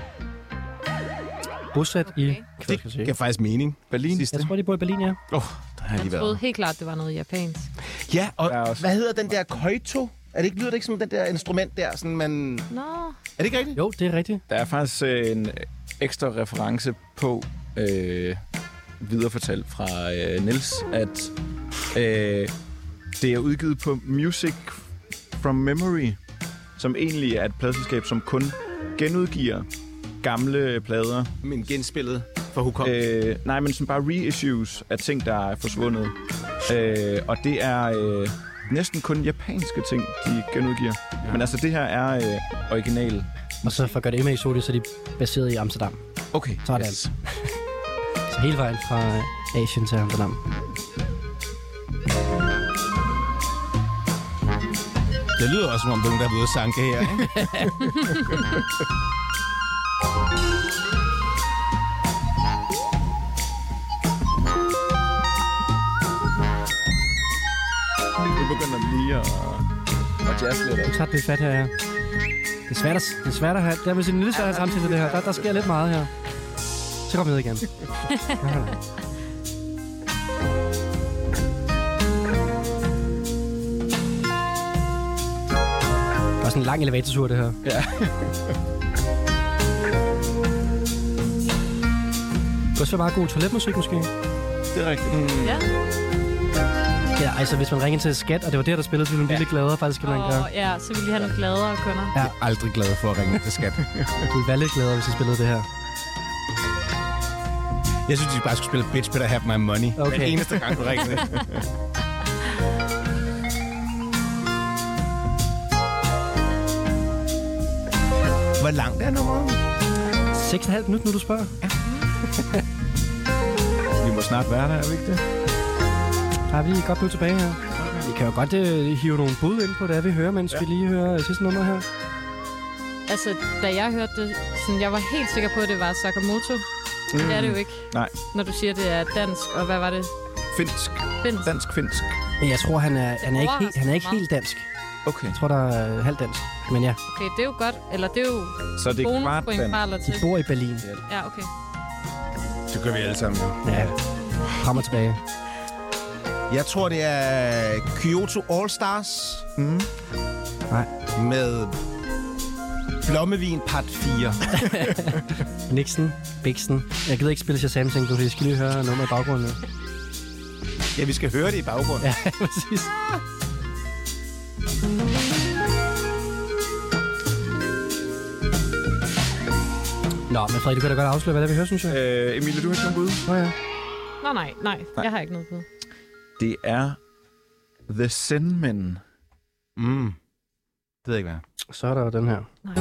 Bosat i... Det giver faktisk mening. Berlin. Jeg tror, de bor i Berlin, ja. Der har jeg troede helt klart, det var noget japansk. Ja, og hvad hedder den der koito? Lyder det ikke som den der instrument der, sådan man... Nå. Er det ikke rigtigt? Jo, det er rigtigt. Der er faktisk en ekstra reference på, viderefortalt fra Niels, at det er udgivet på Music from Memory, som egentlig er et pladeselskab, som kun genudgiver gamle plader. Men genspillet for hukommelse? Nej, men som bare reissues af ting, der er forsvundet. Og det er næsten kun japanske ting, de genudgiver. Ja. Men altså, det her er original. Og så for at gøre det endnu mere eksotisk, så er de baseret i Amsterdam. Okay. Så er det alt. Så hele vejen fra Asien til Amsterdam. Det lyder også som om nogen, der er ude at sanke her, ikke? Nu begynder den lige at jazze lidt. Nu tager det lidt fat her, ja. Det er svært at have. Det er måske lidt svært at have samtidig det her. Der sker lidt meget her. Så kom ned igen. Det var sådan en lang elevatortur, det her. Ja. Det var så meget god toiletmusik, måske. Det er rigtigt. Ja. Ja, altså hvis man ringer til skat, og det var der spillede, så ville man blive lidt gladere, faktisk. Ja, så ville de have nogle gladere kunder. Ja. Jeg er aldrig glad for at ringe til skat. Du ville være lidt gladere, hvis jeg spillede det her. Jeg synes, de bare skulle spille Bitch Better Have My Money. Okay. Den eneste gang, du ringede. Hvor langt er nummeret? 6,5 minutter, nu du spørger. Vi må snart være der, er vi ikke det? Har vi godt nu tilbage her? Vi kan jo godt hive nogle bud ind på det, vi hører, mens vi lige hører sidste nummer her. Altså, da jeg hørte det, sådan, jeg var helt sikker på, at det var Sakamoto. Det er det jo ikke. Nej. Når du siger, det er dansk, og hvad var det? Finsk. Finsk. Dansk-finsk. Men jeg tror, han er ikke helt dansk. Okay. Jeg tror, der er halvt dansk. Men ja. Okay, det er jo godt. Eller det er jo Så det er kvart bonuspoint fra eller De til. bor i Berlin. Ja, okay. Det gør vi alle sammen, jo. Ja. Frem og tilbage. Jeg tror, det er Kyoto All Stars. Nej. Med Blommevin part 4. Nixon, Bixen. Jeg gider ikke spille Shazam, tænkte du. Jeg skal lige høre nummer i baggrunden. Ja, vi skal høre det i baggrunden. Ja, præcis. Nå, men Frederik, du kan da godt afsløre, hvad det er, vi hører, synes jeg. Emilie, du har ikke nogen bud? Ja. Nej. Jeg har ikke noget bud. Det er The Zen Men. Det ved jeg ikke, hvad. Så er der jo den her. Nej.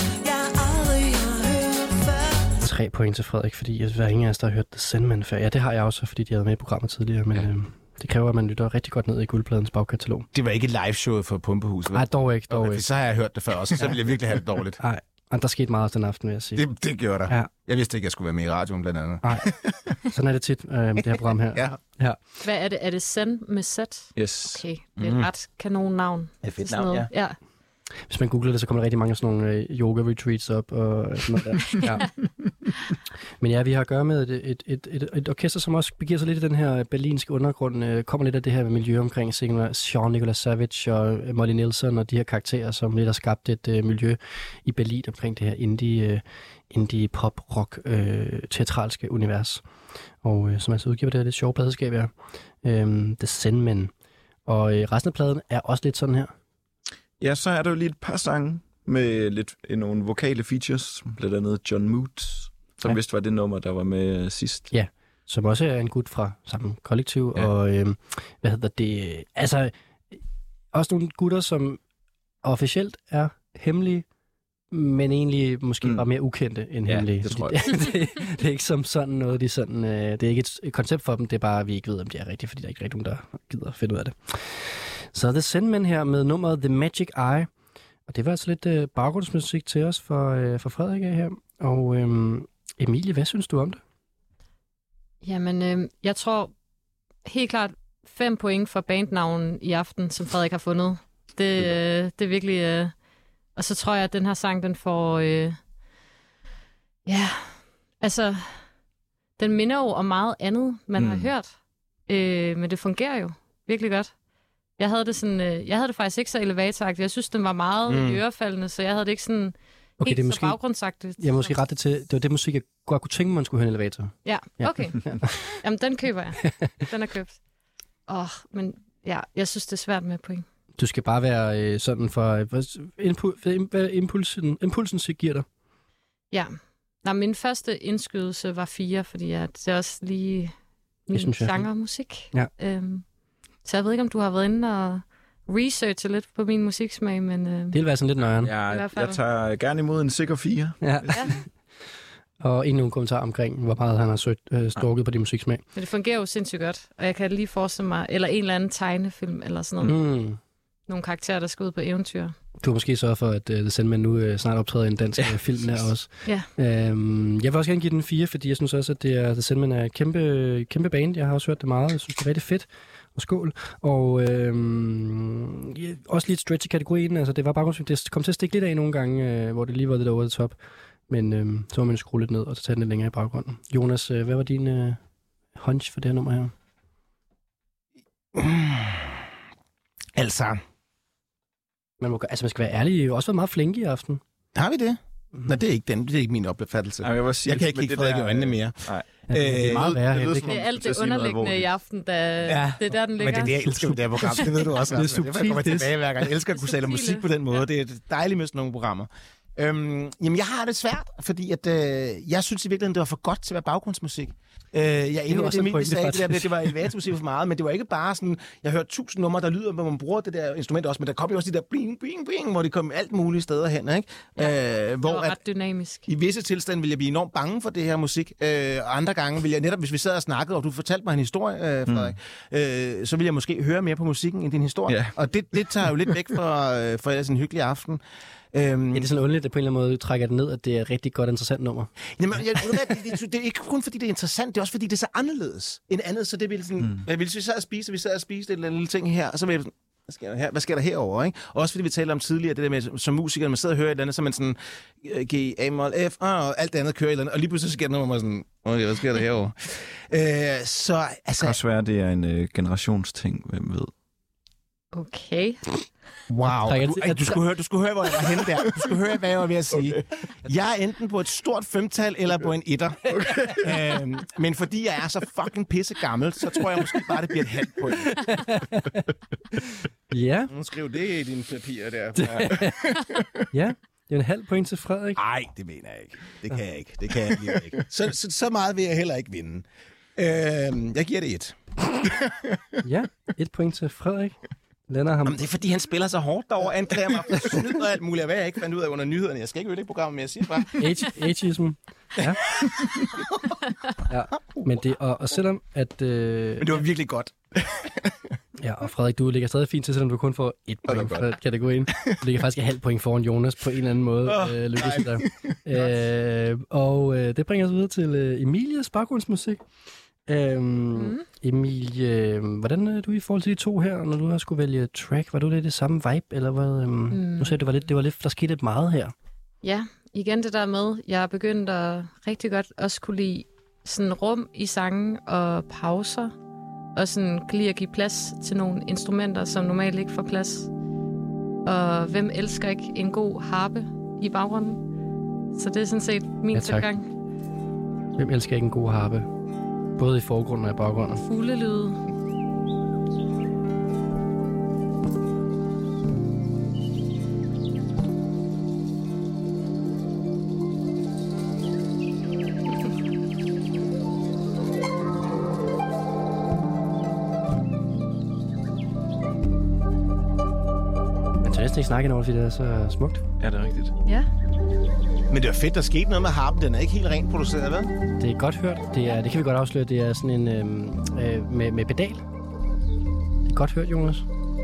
3 point til Frederik, fordi jeg synes, der er ingen af os, der har hørt The Sandman før. Ja, det har jeg også, fordi de havde med i programmet tidligere, men det kræver, at man lytter rigtig godt ned i Guldpladens bagkatalog. Det var ikke liveshowet for Pumpehuset, vel? Nej, dog ikke. Okay, så har jeg hørt det før også, så ville jeg virkelig have det dårligt. Nej, der skete meget også den aften, vil jeg sige. Det gjorde der. Ja. Jeg vidste ikke, jeg skulle være med i radioen, blandt andet. Nej, sådan er det tit med det her program her. Ja. Hvad er det? Er det Zen med Z? Yes. Okay, det er et ret kanon-navn. Ja, fedt Sådan navn, noget. Ja. Hvis man googler det, så kommer der rigtig mange sådan nogle yoga-retreats op og sådan noget der. Ja. Men ja, vi har at gøre med et orkester, som også begiver sig lidt i den her berlinske undergrund. Kommer lidt af det her med miljø omkring Jean-Nicolas Savage og Molly Nielsen og de her karakterer, som lidt har skabt et miljø i Berlin omkring det her indie-pop-rock teatralske univers. Og som altså udgiver det her lidt sjove pladeskab her. The Zen Men. Og resten af pladen er også lidt sådan her. Ja, så er der jo lige et par sange med lidt nogle vokale features, blandt andet John Moot, som vist var det nummer, der var med sidst. Ja, som også er en gut fra samme kollektiv, og altså også nogle gutter, som officielt er hemmelige, men egentlig måske bare mere ukendte end hemmelige. Det tror jeg. Det er ikke som sådan noget, det er ikke et koncept for dem, det er bare, at vi ikke ved, om det er rigtigt, fordi der er ikke rigtig nogen, der gider at finde ud af det. Så The Zen Men her med nummeret The Magic Eye. Og det var altså lidt baggrundsmusik til os for Frederik her. Og Emilie, hvad synes du om det? Jamen, jeg tror helt klart 5 point for bandnavnen i aften, som Frederik har fundet. Det er virkelig... Og så tror jeg, at den her sang, den får... altså... Den minder jo om meget andet, man har hørt. Men det fungerer jo virkelig godt. Jeg havde det faktisk ikke så elevatoragtigt. Jeg synes, den var meget ørefaldende, så jeg havde det ikke sådan helt det så baggrundsagtigt. Jeg måske ret det til. Det var det musik, jeg godt kunne tænke, man skulle høre en elevator. Ja, okay. Jamen, den køber jeg. Den er købt. Men ja, jeg synes, det er svært med point. Du skal bare være sådan for... Impulsen giver dig. Ja. Min første indskydelse var 4, fordi det er også lige min genre musik. Ja. Så jeg ved ikke, om du har været inde researche lidt på min musiksmag, men... Det vil være sådan lidt nøjeren. Jeg tager gerne imod en sikker 4. Ja. Og endnu en kommentar omkring, hvor meget han har stalket på din musiksmag. Men det fungerer jo sindssygt godt, og jeg kan lige forestille mig, eller en eller anden tegnefilm, eller sådan noget. Nogle karakterer, der skal ud på eventyr. Du har måske sørget for, at The Sandman nu snart optræder i en dansk film der også. Ja. Jeg vil også gerne give den 4, fordi jeg synes også, at The Sandman er et kæmpe band. Jeg har også hørt det meget. Jeg synes, det er rigtig fedt. Og skål. Og også lidt stretch i kategorien. Altså, det var bare det kom til at stikke lidt af nogle gange, hvor det lige var lidt over the top. Men så må man skrue lidt ned og tage den lidt længere i baggrunden. Jonas, hvad var din hunch for det her nummer her? Altså... Man skal være ærlig. I har også været meget flinke i aften. Har vi det? Nej, det er ikke min opfattelse. Jeg kan ikke kigge Frederik i øjnene mere. Nej. Det er meget værre. Det er alt det underliggende i aften, det er der, den ligger. Men det er det, jeg elsker med det her program. Det ved du også. Det er subtilt. Jeg kommer tilbage hver gang. Jeg elsker at kunne tale musik på den måde. Det er dejligt med sådan nogle programmer. Jamen, jeg har det svært, fordi at, jeg synes i virkeligheden, det var for godt til at være baggrundsmusik. Jeg er enig med det, Emilie sagde, det var elevatormusik for meget, men det var ikke bare sådan, jeg hørte 1000 numre, der lyder, hvor man bruger det der instrument også, men der kom jo også de der bling, bling, bling, hvor de kom alt mulige steder hen, ikke? Ja, hvor det var ret dynamisk. I visse tilstande ville jeg blive enormt bange for det her musik, og andre gange ville jeg netop, hvis vi sad og snakkede, og du fortalte mig en historie, Frederik, så ville jeg måske høre mere på musikken end din historie. Yeah. Og det tager jo lidt væk fra ellers en hyggelig aften. Det er sådan underligt, at på en eller anden måde trækker det ned, at det er et rigtig godt, interessant nummer. Jamen, det er ikke kun fordi, det er interessant, det er også fordi, det er så anderledes end andet. Så det vil sådan, hvis vi sad og spiste et eller andet lille ting her, og så vil jeg sådan, hvad sker der herovre, ikke? Også fordi vi talte om tidligere, det der med, som musiker, man sidder og hører et eller andet, så man sådan, G, A, Mol, F, og alt det andet kører et eller andet, og lige pludselig sker der noget, hvor man sådan, okay, hvad sker der herovre? Så, altså... Det kan også være, det er en generationsting, hvem ved. Okay. Wow. Du skulle høre, hvor jeg var henne der. Du skulle høre, hvad jeg var ved at sige. Jeg er enten på et stort 5-tal eller på en 1'er. Okay. Men fordi jeg er så fucking pisse gammel, så tror jeg måske bare, det bliver et halvt point. Ja. Nu skriv det i dine papirer der. Ja, det er en halv point til Frederik. Nej, det mener jeg ikke. Det kan jeg ikke. Så meget vil jeg heller ikke vinde. Jeg giver det 1. Ja, 1 point til Frederik. Ham. Jamen, det er fordi, han spiller så hårdt derovre, anklager mig for snyd og alt muligt, hvad jeg ikke fandt ud af under nyhederne. Jeg skal ikke høre det program, men jeg siger bare... Ageism. Ja. Ja. Men det, og selvom at... Men det var virkelig godt. Ja, og Frederik, du ligger stadig fint til, selvom du kun får 1 point fra kategorien. Du ligger faktisk et halvt point foran Jonas på en eller anden måde. Lykkes der. Og det bringer os videre til Emilies baggrundsmusik. Emilie, hvordan er du i forhold til de to her, når du har skulle vælge track? Var du lidt det samme vibe, eller hvad? Nu sagde du, det var lidt, der skete lidt meget her. Ja, igen det der med, jeg er begyndt at rigtig godt også kunne lide sådan rum i sangen og pauser, og sådan lige at give plads til nogle instrumenter, som normalt ikke får plads. Og hvem elsker ikke en god harpe i baggrunden? Så det er sådan set min tilgang. Hvem elsker ikke en god harpe? Både i forgrunden og i baggrunden. Fuglelyde. Man tør næsten ikke snakke over, fordi det er så smukt. Ja, det er rigtigt. Ja. Men det var fedt, der skete noget med harpen. Den er ikke helt rent produceret, vel? Det er godt hørt. Det kan vi godt afsløre. Det er sådan en med pedal. Det er godt hørt, Jonas.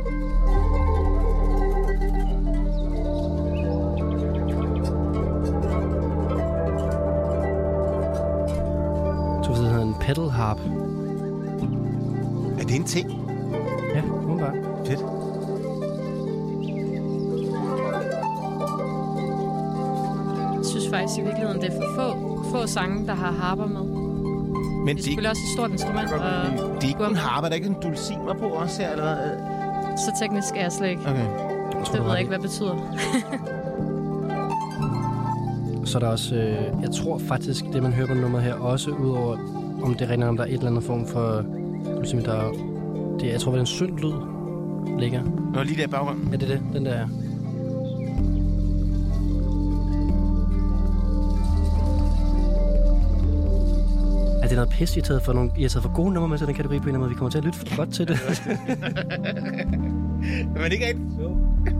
Så det hedder en pedal harp. Er det en ting? Ja, umiddelbart. Fedt. Jeg synes faktisk i virkeligheden, det er for få sange, der har harper med. Men det er selvfølgelig også et stort instrument. Det er ikke en harpe, der er ikke en dulcimer på også her, eller hvad? Så teknisk er jeg slet ikke. Okay. Det ved jeg ikke, hvad det betyder. Så er der også, jeg tror faktisk, det man hører på nummeret her, også udover, om det regner om der er et eller andet form for, jeg tror, det er en synd lyd ligger. Nå, lige der i baggrunden. Ja, det er det. Den der. Det er noget pis, I har taget for gode numre med til den kategori på en eller anden måde. Vi kommer til at lytte for godt til det. Men ikke rigtig. Jo.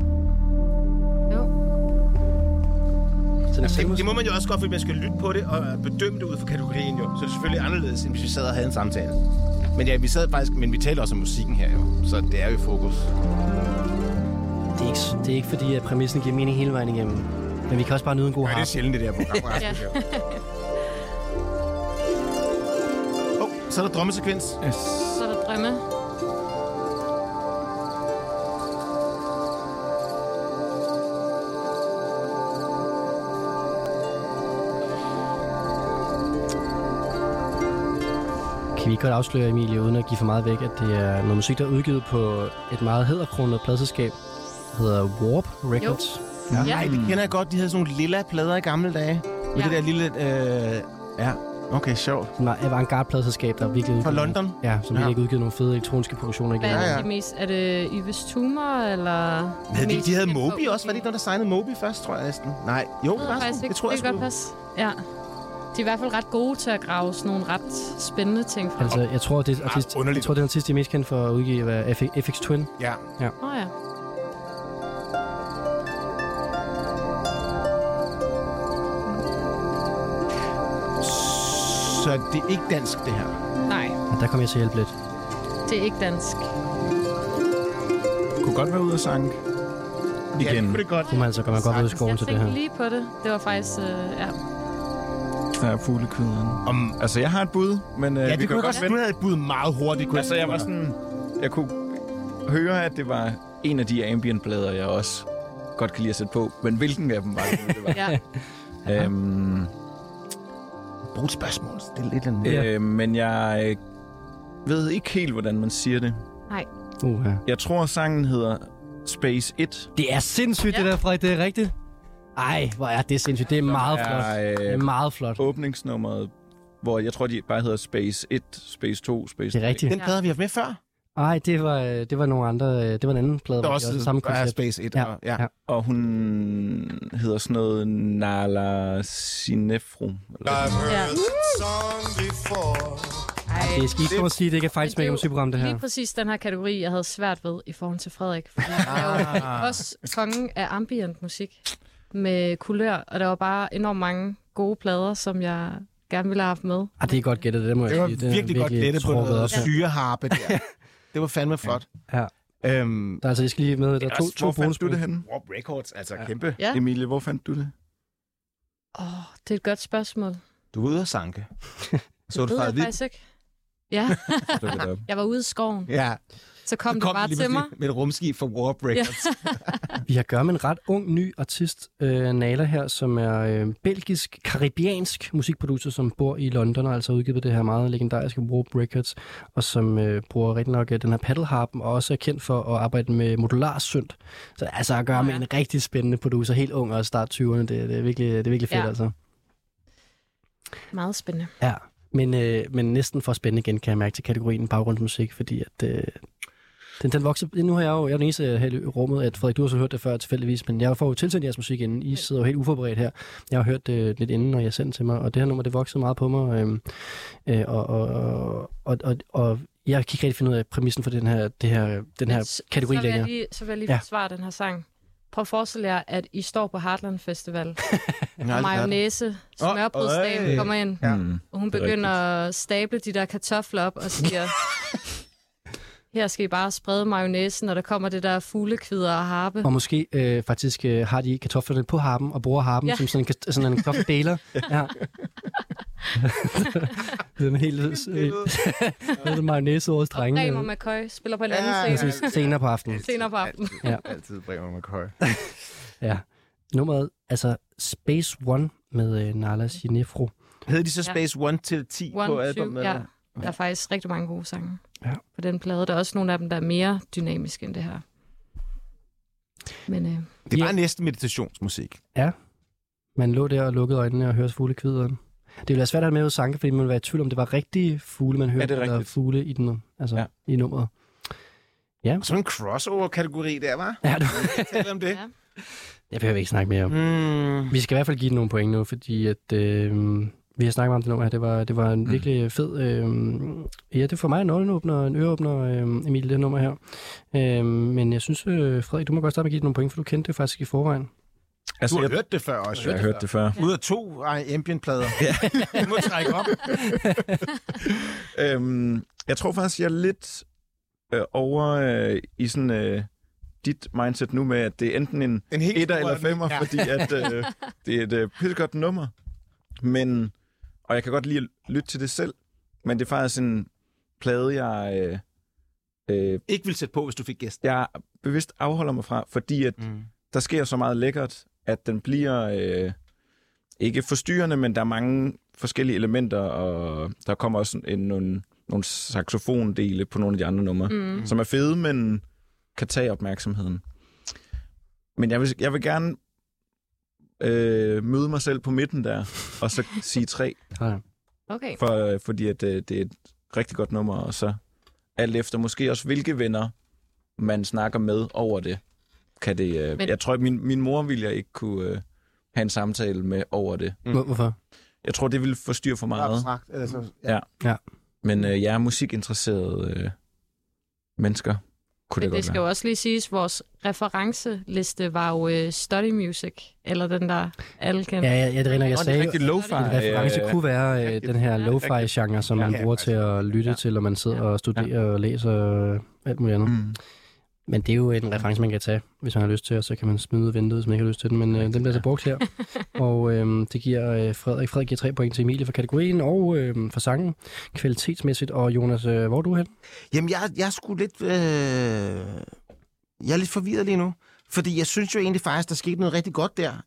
Det må man jo også godt, fordi man skal lytte på det og bedømme det ud fra kategorien jo. Så det er selvfølgelig anderledes, end hvis vi sad og havde en samtale. Men ja, vi taler også om musikken her jo, så det er jo i fokus. Det er ikke fordi, at præmissen giver mening hele vejen igennem. Men vi kan også bare nyde en god harp. Det er sjældent, det der program. Ja. Så er der drømmesekvens. Yes. Så er der drømme. Kan vi godt afsløre, Emilie, uden at give for meget væk, at det er noget musik, der er udgivet på et meget hæderkronet pladselskab, der hedder Warp Records. Ja. Nej, det kender jeg godt. De havde sådan nogle lilla plader i gamle dage. Med det der lille... Ja, okay, sjovt. Det var et avantgarde-pladselskab, der virkelig udgivet... Fra London? Ja, som virkelig udgivet nogle fede elektroniske produktioner igen. Hvad er det mest? Er det Yves Tumor, eller... De havde Moby også. Var det ikke noget, der signede Moby først, tror jeg næsten? Nej. Jo, det var faktisk ikke. Det tror jeg godt passe. Ja. De er i hvert fald ret gode til at grave sådan nogle ret spændende ting fra. Altså, jeg tror, det er den artist, de er mest kendt for at udgive af FX Twin. Ja. Ja. Så det er ikke dansk, det her? Nej. Ja, der kommer jeg til at hjælpe lidt. Det er ikke dansk. Kunne godt være ude af sang. Igen. Ja, det godt. Kunne man altså godt ud i skoven til det her. Jeg tænkte lige på det. Det var faktisk, ja. Der er fuglekvideren. Altså, jeg har et bud, men ja, vi kan godt vente. Du havde et bud meget hurtigt. Altså, jeg var sådan... Jeg kunne høre, at det var en af de ambient-plader, jeg også godt kan lide at sætte på. Men hvilken af dem var det var? Ja. Brug et spørgsmål. Det er lidt men jeg ved ikke helt, hvordan man siger det. Nej. Jeg tror, sangen hedder Space 1. Det er sindssygt, det der, Frederik. Det er rigtigt. Ej, hvor er det sindssygt. Det er meget flot. Det er meget flot. Åbningsnummeret, hvor jeg tror, de bare hedder Space 1, Space 2, Space 3. Det er rigtigt. Den plade har vi haft med før. Nej, det var nogle andre. Det var en anden plade. Det var også samme koncept. Space 1. Ja. Og hun hedder sådan noget Nala Sinefro. Det er skidt at sige, det ikke er faktisk med musikprogram, det her. Lige præcis den her kategori, jeg havde svært ved i forhold til Frederik. Fordi jeg er jo også kongen af ambient musik med kulør, og der var bare enormt mange gode plader, som jeg gerne ville have haft med. Det er godt gættet, det må jeg sige. Det var virkelig godt gættet på noget syreharpe der. Det var fandme flot. Ja. Altså, jeg skal lige med, der er to hvor fandt du det henne? Warp Records, altså kæmpe. Ja. Emilie, hvor fandt du det? Det er et godt spørgsmål. Du var ude at sanke. Så det ved jeg faktisk ikke. Ja. Jeg var ude i skoven. Ja. Så kom det bare til mig. Med et rumskib for Warp Records. Vi har at gøre med en ret ung, ny artist, Nala her, som er belgisk-karibiansk musikproducer, som bor i London og altså udgivet det her meget legendariske Warp Records, og som bruger rigtig nok den her paddleharpen, og også er kendt for at arbejde med modular synt. Så altså at gøre med en rigtig spændende producer, helt ung og start 20'erne, det er virkelig fedt altså. Meget spændende. Ja, men næsten for spændende igen, kan jeg mærke til kategorien baggrundsmusik, fordi at... Den vokser. Nu har jeg er den eneste her i rummet, at Frederik, du har så hørt det før tilfældigvis, men jeg får jo tilsendt jeres musik inden. I sidder jo helt uforberedt her. Jeg har hørt det lidt inden, når jeg sendte til mig, og det her nummer, det voksede meget på mig. Og jeg kan ikke rigtig finde ud af præmissen for den her kategori længere. Så vil jeg lige forsvare den her sang. Prøv at forestille jer, at I står på Heartland Festival, og mayonnaise, smørbrødsdagen kommer ind, og hun begynder at stable de der kartofler op og siger... Her skal I bare sprede mayonnaise, når der kommer det der fuglekvider og harpe. Og måske faktisk har de kartoflerne på harpen og bruger harpen som sådan en kartoffeldeler. Ja. Det er en helt mayonnaise over strengene. Og Bremer McCoy spiller på en anden scene. Senere på aftenen. Altid Bremer McCoy. Ja. Nummeret, altså Space One med Nala Sinefro. Hedder de så Space 1 til 10 på albumet? Ja. Der er faktisk rigtig mange gode sange på den plade. Der er også nogle af dem, der er mere dynamiske end det her. Men, det er bare næsten meditationsmusik. Ja. Man lå der og lukkede øjnene og hørte fuglekvideren. Det ville være svært at have med at sanke, fordi man ville være i tvivl om, det var rigtige fugle, man hørte, eller fugle i den, altså i nummeret. Ja. Sådan en crossover-kategori der, var? Ja, du taler om det. Jeg behøver ikke snakke mere om. Vi skal i hvert fald give den nogle point nu, fordi at... Vi har snakket om det nummer her. Det var en virkelig fed... ja, det er for mig en øjenåbner, en øreåbner, Emil, det nummer her. Men jeg synes, Frederik, du må godt starte med at give det nogle point, for du kendte det faktisk i forvejen. Altså, du har hørt det før også. Jeg har hørt det før. Ud af 2 ambient-plader. Du må trække op. Jeg tror faktisk, jeg er lidt over i sådan... dit mindset nu med, at det er enten en 1'er eller 5'er, fordi at, det er et pissegodt nummer. Men, og jeg kan godt lide at lytte til det selv, men det er faktisk en plade, jeg... ikke vil sætte på, hvis du fik gæst. Jeg bevidst afholder mig fra, fordi at der sker så meget lækkert, at den bliver ikke forstyrrende, men der er mange forskellige elementer, og der kommer også nogle saxofondele på nogle af de andre numre, som er fede, men kan tage opmærksomheden. Men jeg vil gerne møde mig selv på midten der, og så sige 3. Okay. Fordi at, det er et rigtig godt nummer, og så alt efter måske også, hvilke venner man snakker med over det. Kan det jeg tror, at min mor ville jeg ikke kunne have en samtale med over det. Hvorfor? Jeg tror, det ville forstyrre for meget. Abstrakt, eller så. Ja. Men jeg er musikinteresserede mennesker. Men det skal jo også lige siges, vores referenceliste var jo Study Music, eller den der alle kender. Ja, det rinder, jeg sagde. Det er lo-fi. En reference kunne være den her lo-fi-genre, som man bruger til at lytte til, når man sidder og studerer og læser alt muligt andet. Men det er jo en reference, man kan tage, hvis man har lyst til, og så kan man smide ud af vinduet, hvis man ikke har lyst til den. Men den bliver så brugt her. Og det giver Frederik giver 3 point til Emilie for kategorien og for sangen, kvalitetsmæssigt. Og Jonas, hvor er du hen? Jamen, jeg er sgu lidt... jeg er lidt forvirret lige nu. Fordi jeg synes jo egentlig faktisk, der skete noget rigtig godt der.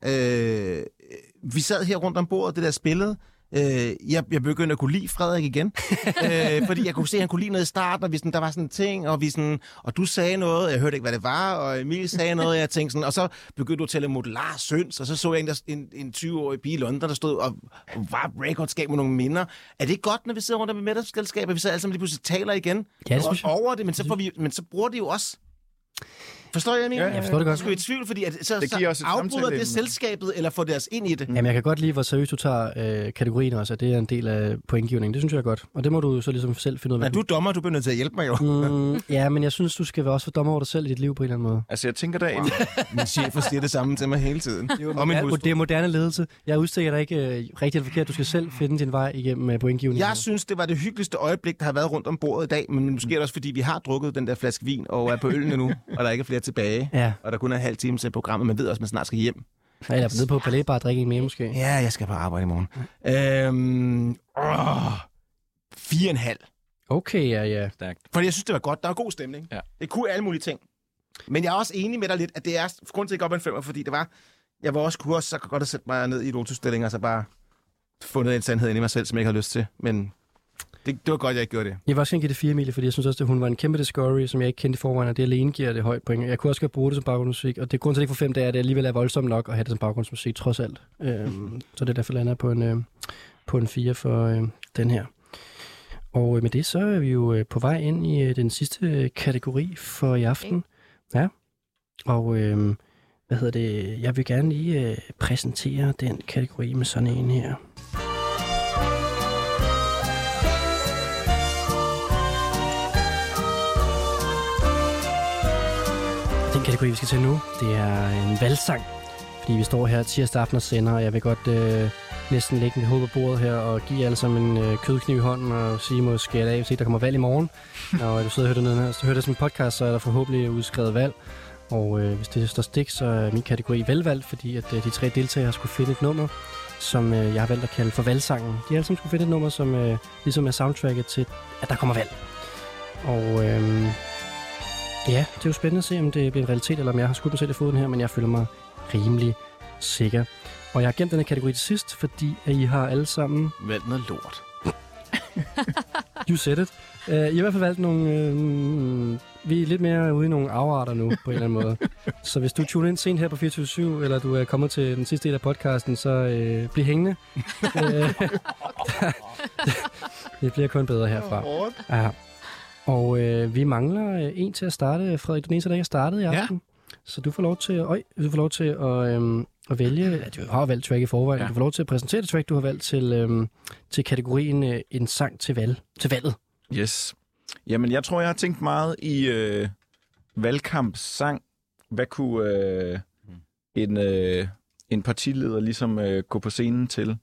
Vi sad her rundt om bordet, det der spillede. Jeg begyndte at kunne lide Frederik igen, fordi jeg kunne se, at han kunne lide noget i starten, og der var sådan en ting, og du sagde noget, jeg hørte ikke, hvad det var, og Emil sagde noget, og jeg tænkte sådan, og så begyndte du at tælle modular syns, og så så jeg en 20-årig pige i London, der stod og var records, gav mig nogle minder. Er det godt, når vi sidder rundt om et middagsselskab, og vi så alle sammen lige pludselig taler igen over det, men så bruger de jo også... Forstår jeg, Emil? Ja, jeg forstår det godt. Jeg skulle i tvivl, fordi så afbryder det selskabet, eller får det os ind i det? Jamen, jeg kan godt lide, hvor seriøst du tager kategorien også, at det er en del af pointgivningen. Det synes jeg er godt. Og det må du så ligesom selv finde ud af. Men du er dommer, du bliver nødt til at hjælpe mig jo. Ja, men jeg synes, du skal også være dommer over dig selv i dit liv på en eller anden måde. Altså, jeg tænker der... Min chef siger det samme til mig hele tiden. Det er moderne ledelse. Jeg udstikker dig ikke rigtig eller forkert. Du skal selv finde din vej igennem pointgivningen. Jeg synes, det var det hyggeligste øjeblik, der har været rundt om bordet i dag, men måske er det også, fordi vi har drukket den der flaske vin og er på ølene nu, og der ikke er flere tilbage. Ja. Og der kun er en halv time til programmet. Man ved også, at man snart skal hjem. Eller nede på Palæ bare drikke en mere måske. Ja, jeg skal bare arbejde i morgen. 4,5. Okay, ja. Stærkt. Fordi jeg synes, det var godt. Der var god stemning. Ja. Det kunne alle mulige ting. Men jeg er også enig med dig lidt, at det er grund til at gå op en 5'er, fordi det var... Jeg var også, kunne også så godt at sætte mig ned i et lotusstilling, og så bare fundet en sandhed ind i mig selv, som jeg ikke havde lyst til. Men det var godt, jeg ikke gjorde det. Jeg vil også gerne give det 4, Emilie, fordi jeg synes også, at hun var en kæmpe discovery, som jeg ikke kendte i forvejen, og det alene giver det højt point. Jeg kunne også godt bruge det som baggrundsmusik, og det grund til, at det ikke får 5, det er, at det alligevel er voldsomt nok at have det som baggrundsmusik, trods alt. Så det er derfor lander på en 4 for den her. Og med det, så er vi jo på vej ind i den sidste kategori for i aften. Ja. Og jeg vil gerne lige præsentere den kategori med sådan en her. Den kategori, vi skal til nu, det er en valgsang. Fordi vi står her tirsdag aften og sender, og jeg vil godt næsten lægge mit hoved på bordet her og give jer alle sammen en kødkniv i hånden og sige måske, at hvis ikke der kommer valg i morgen, og du sidder og hører det nede her, så hører det som en podcast, så er der forhåbentlig udskrevet valg. Og hvis det står stik, så er min kategori velvalgt, fordi at de 3 deltagere skulle finde et nummer, som jeg har valgt at kalde for valgsangen. De alle sammen skulle finde et nummer, som ligesom er soundtracket til, at der kommer valg. Og ja, det er jo spændende at se, om det bliver en realitet, eller om jeg har skudt mig selv i foden her, men jeg føler mig rimelig sikker. Og jeg har gemt denne kategori til sidst, fordi at I har alle sammen... valgt noget lort. You said it. I har i hvert fald valgt nogle... vi er lidt mere ude i nogle afarter nu, på en eller anden måde. Så hvis du tuner ind sent her på 24/7, eller du er kommet til den sidste del af podcasten, så bliv hængende. Det bliver kun bedre herfra. Ja. Og vi mangler en til at starte. Frederik, den eneste, der ikke er startet i aften. Ja. Så du får lov til at vælge. Ja, du har valgt track i forvejen. Ja. Du får lov til at præsentere det track, du har valgt til kategorien en sang til valget. Yes. Jamen, jeg tror, jeg har tænkt meget i valgkampssang. Hvad kunne en partileder ligesom gå på scenen til?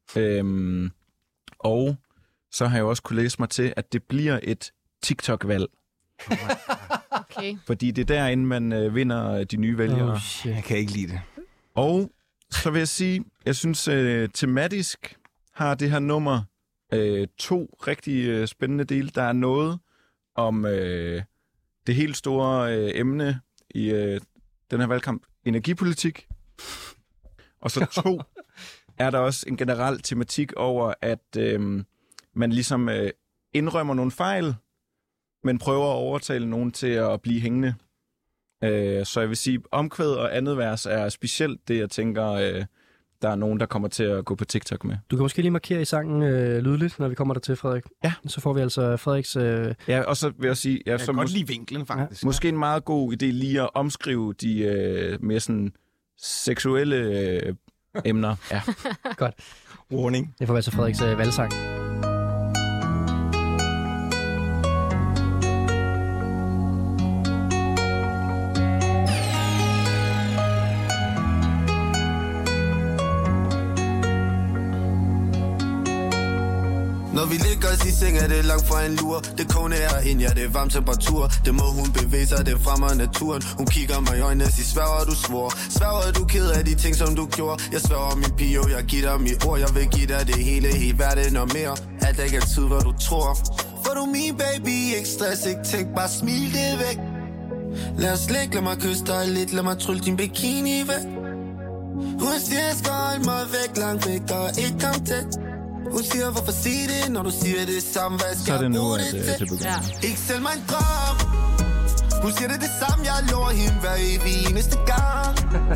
Og så har jeg også kunne læse mig til, at det bliver et TikTok-valg. Okay. Fordi det er derinde, man vinder de nye vælgere. Jeg kan ikke lide det. Og så vil jeg sige, jeg synes tematisk har det her nummer 2 rigtig spændende dele. Der er noget om det helt store emne i den her valgkamp, energipolitik. Og så 2 er der også en generel tematik over, at man ligesom indrømmer nogle fejl, men prøver at overtale nogen til at blive hængende. Så jeg vil sige, omkvæd og andet vers er specielt det, jeg tænker, der er nogen, der kommer til at gå på TikTok med. Du kan måske lige markere i sangen lydligt, når vi kommer der til, Frederik. Ja. Så får vi altså Frederiks... Ja, og så vil jeg sige... Jeg kan godt lide vinklen, faktisk. Måske en meget god idé lige at omskrive de mere sådan seksuelle emner. Ja. Godt. Warning. Det får altså Frederiks valgsang. Når vi ligger os i seng, er det langt fra en lur. Det kogende er ind, ja, det er varm temperatur. Det må hun bevæge sig, det fremmer naturen. Hun kigger mig i øjnene, siger, sværger du svor. Sværger du ked af de ting, som du gjorde. Jeg sværger min pige, jeg giver dig mit ord. Jeg vil give dig det hele verden og mere. Alt er ikke altid, hvad du tror. For du min baby, ikke stress, ikke tænk, bare smil det væk. Lad os lægge, lad mig kysse dig lidt. Lad mig trylle din bikini væk. Hun siger, jeg skal holde mig væk, langt væk og ikke kom tæt. Hun siger, hvorfor sige det, når du siger det samme, hvad skal jeg bruge det til? Ja. Ikke selv mig en drøm. Hun siger det samme, jeg lover hende hver evig eneste gang.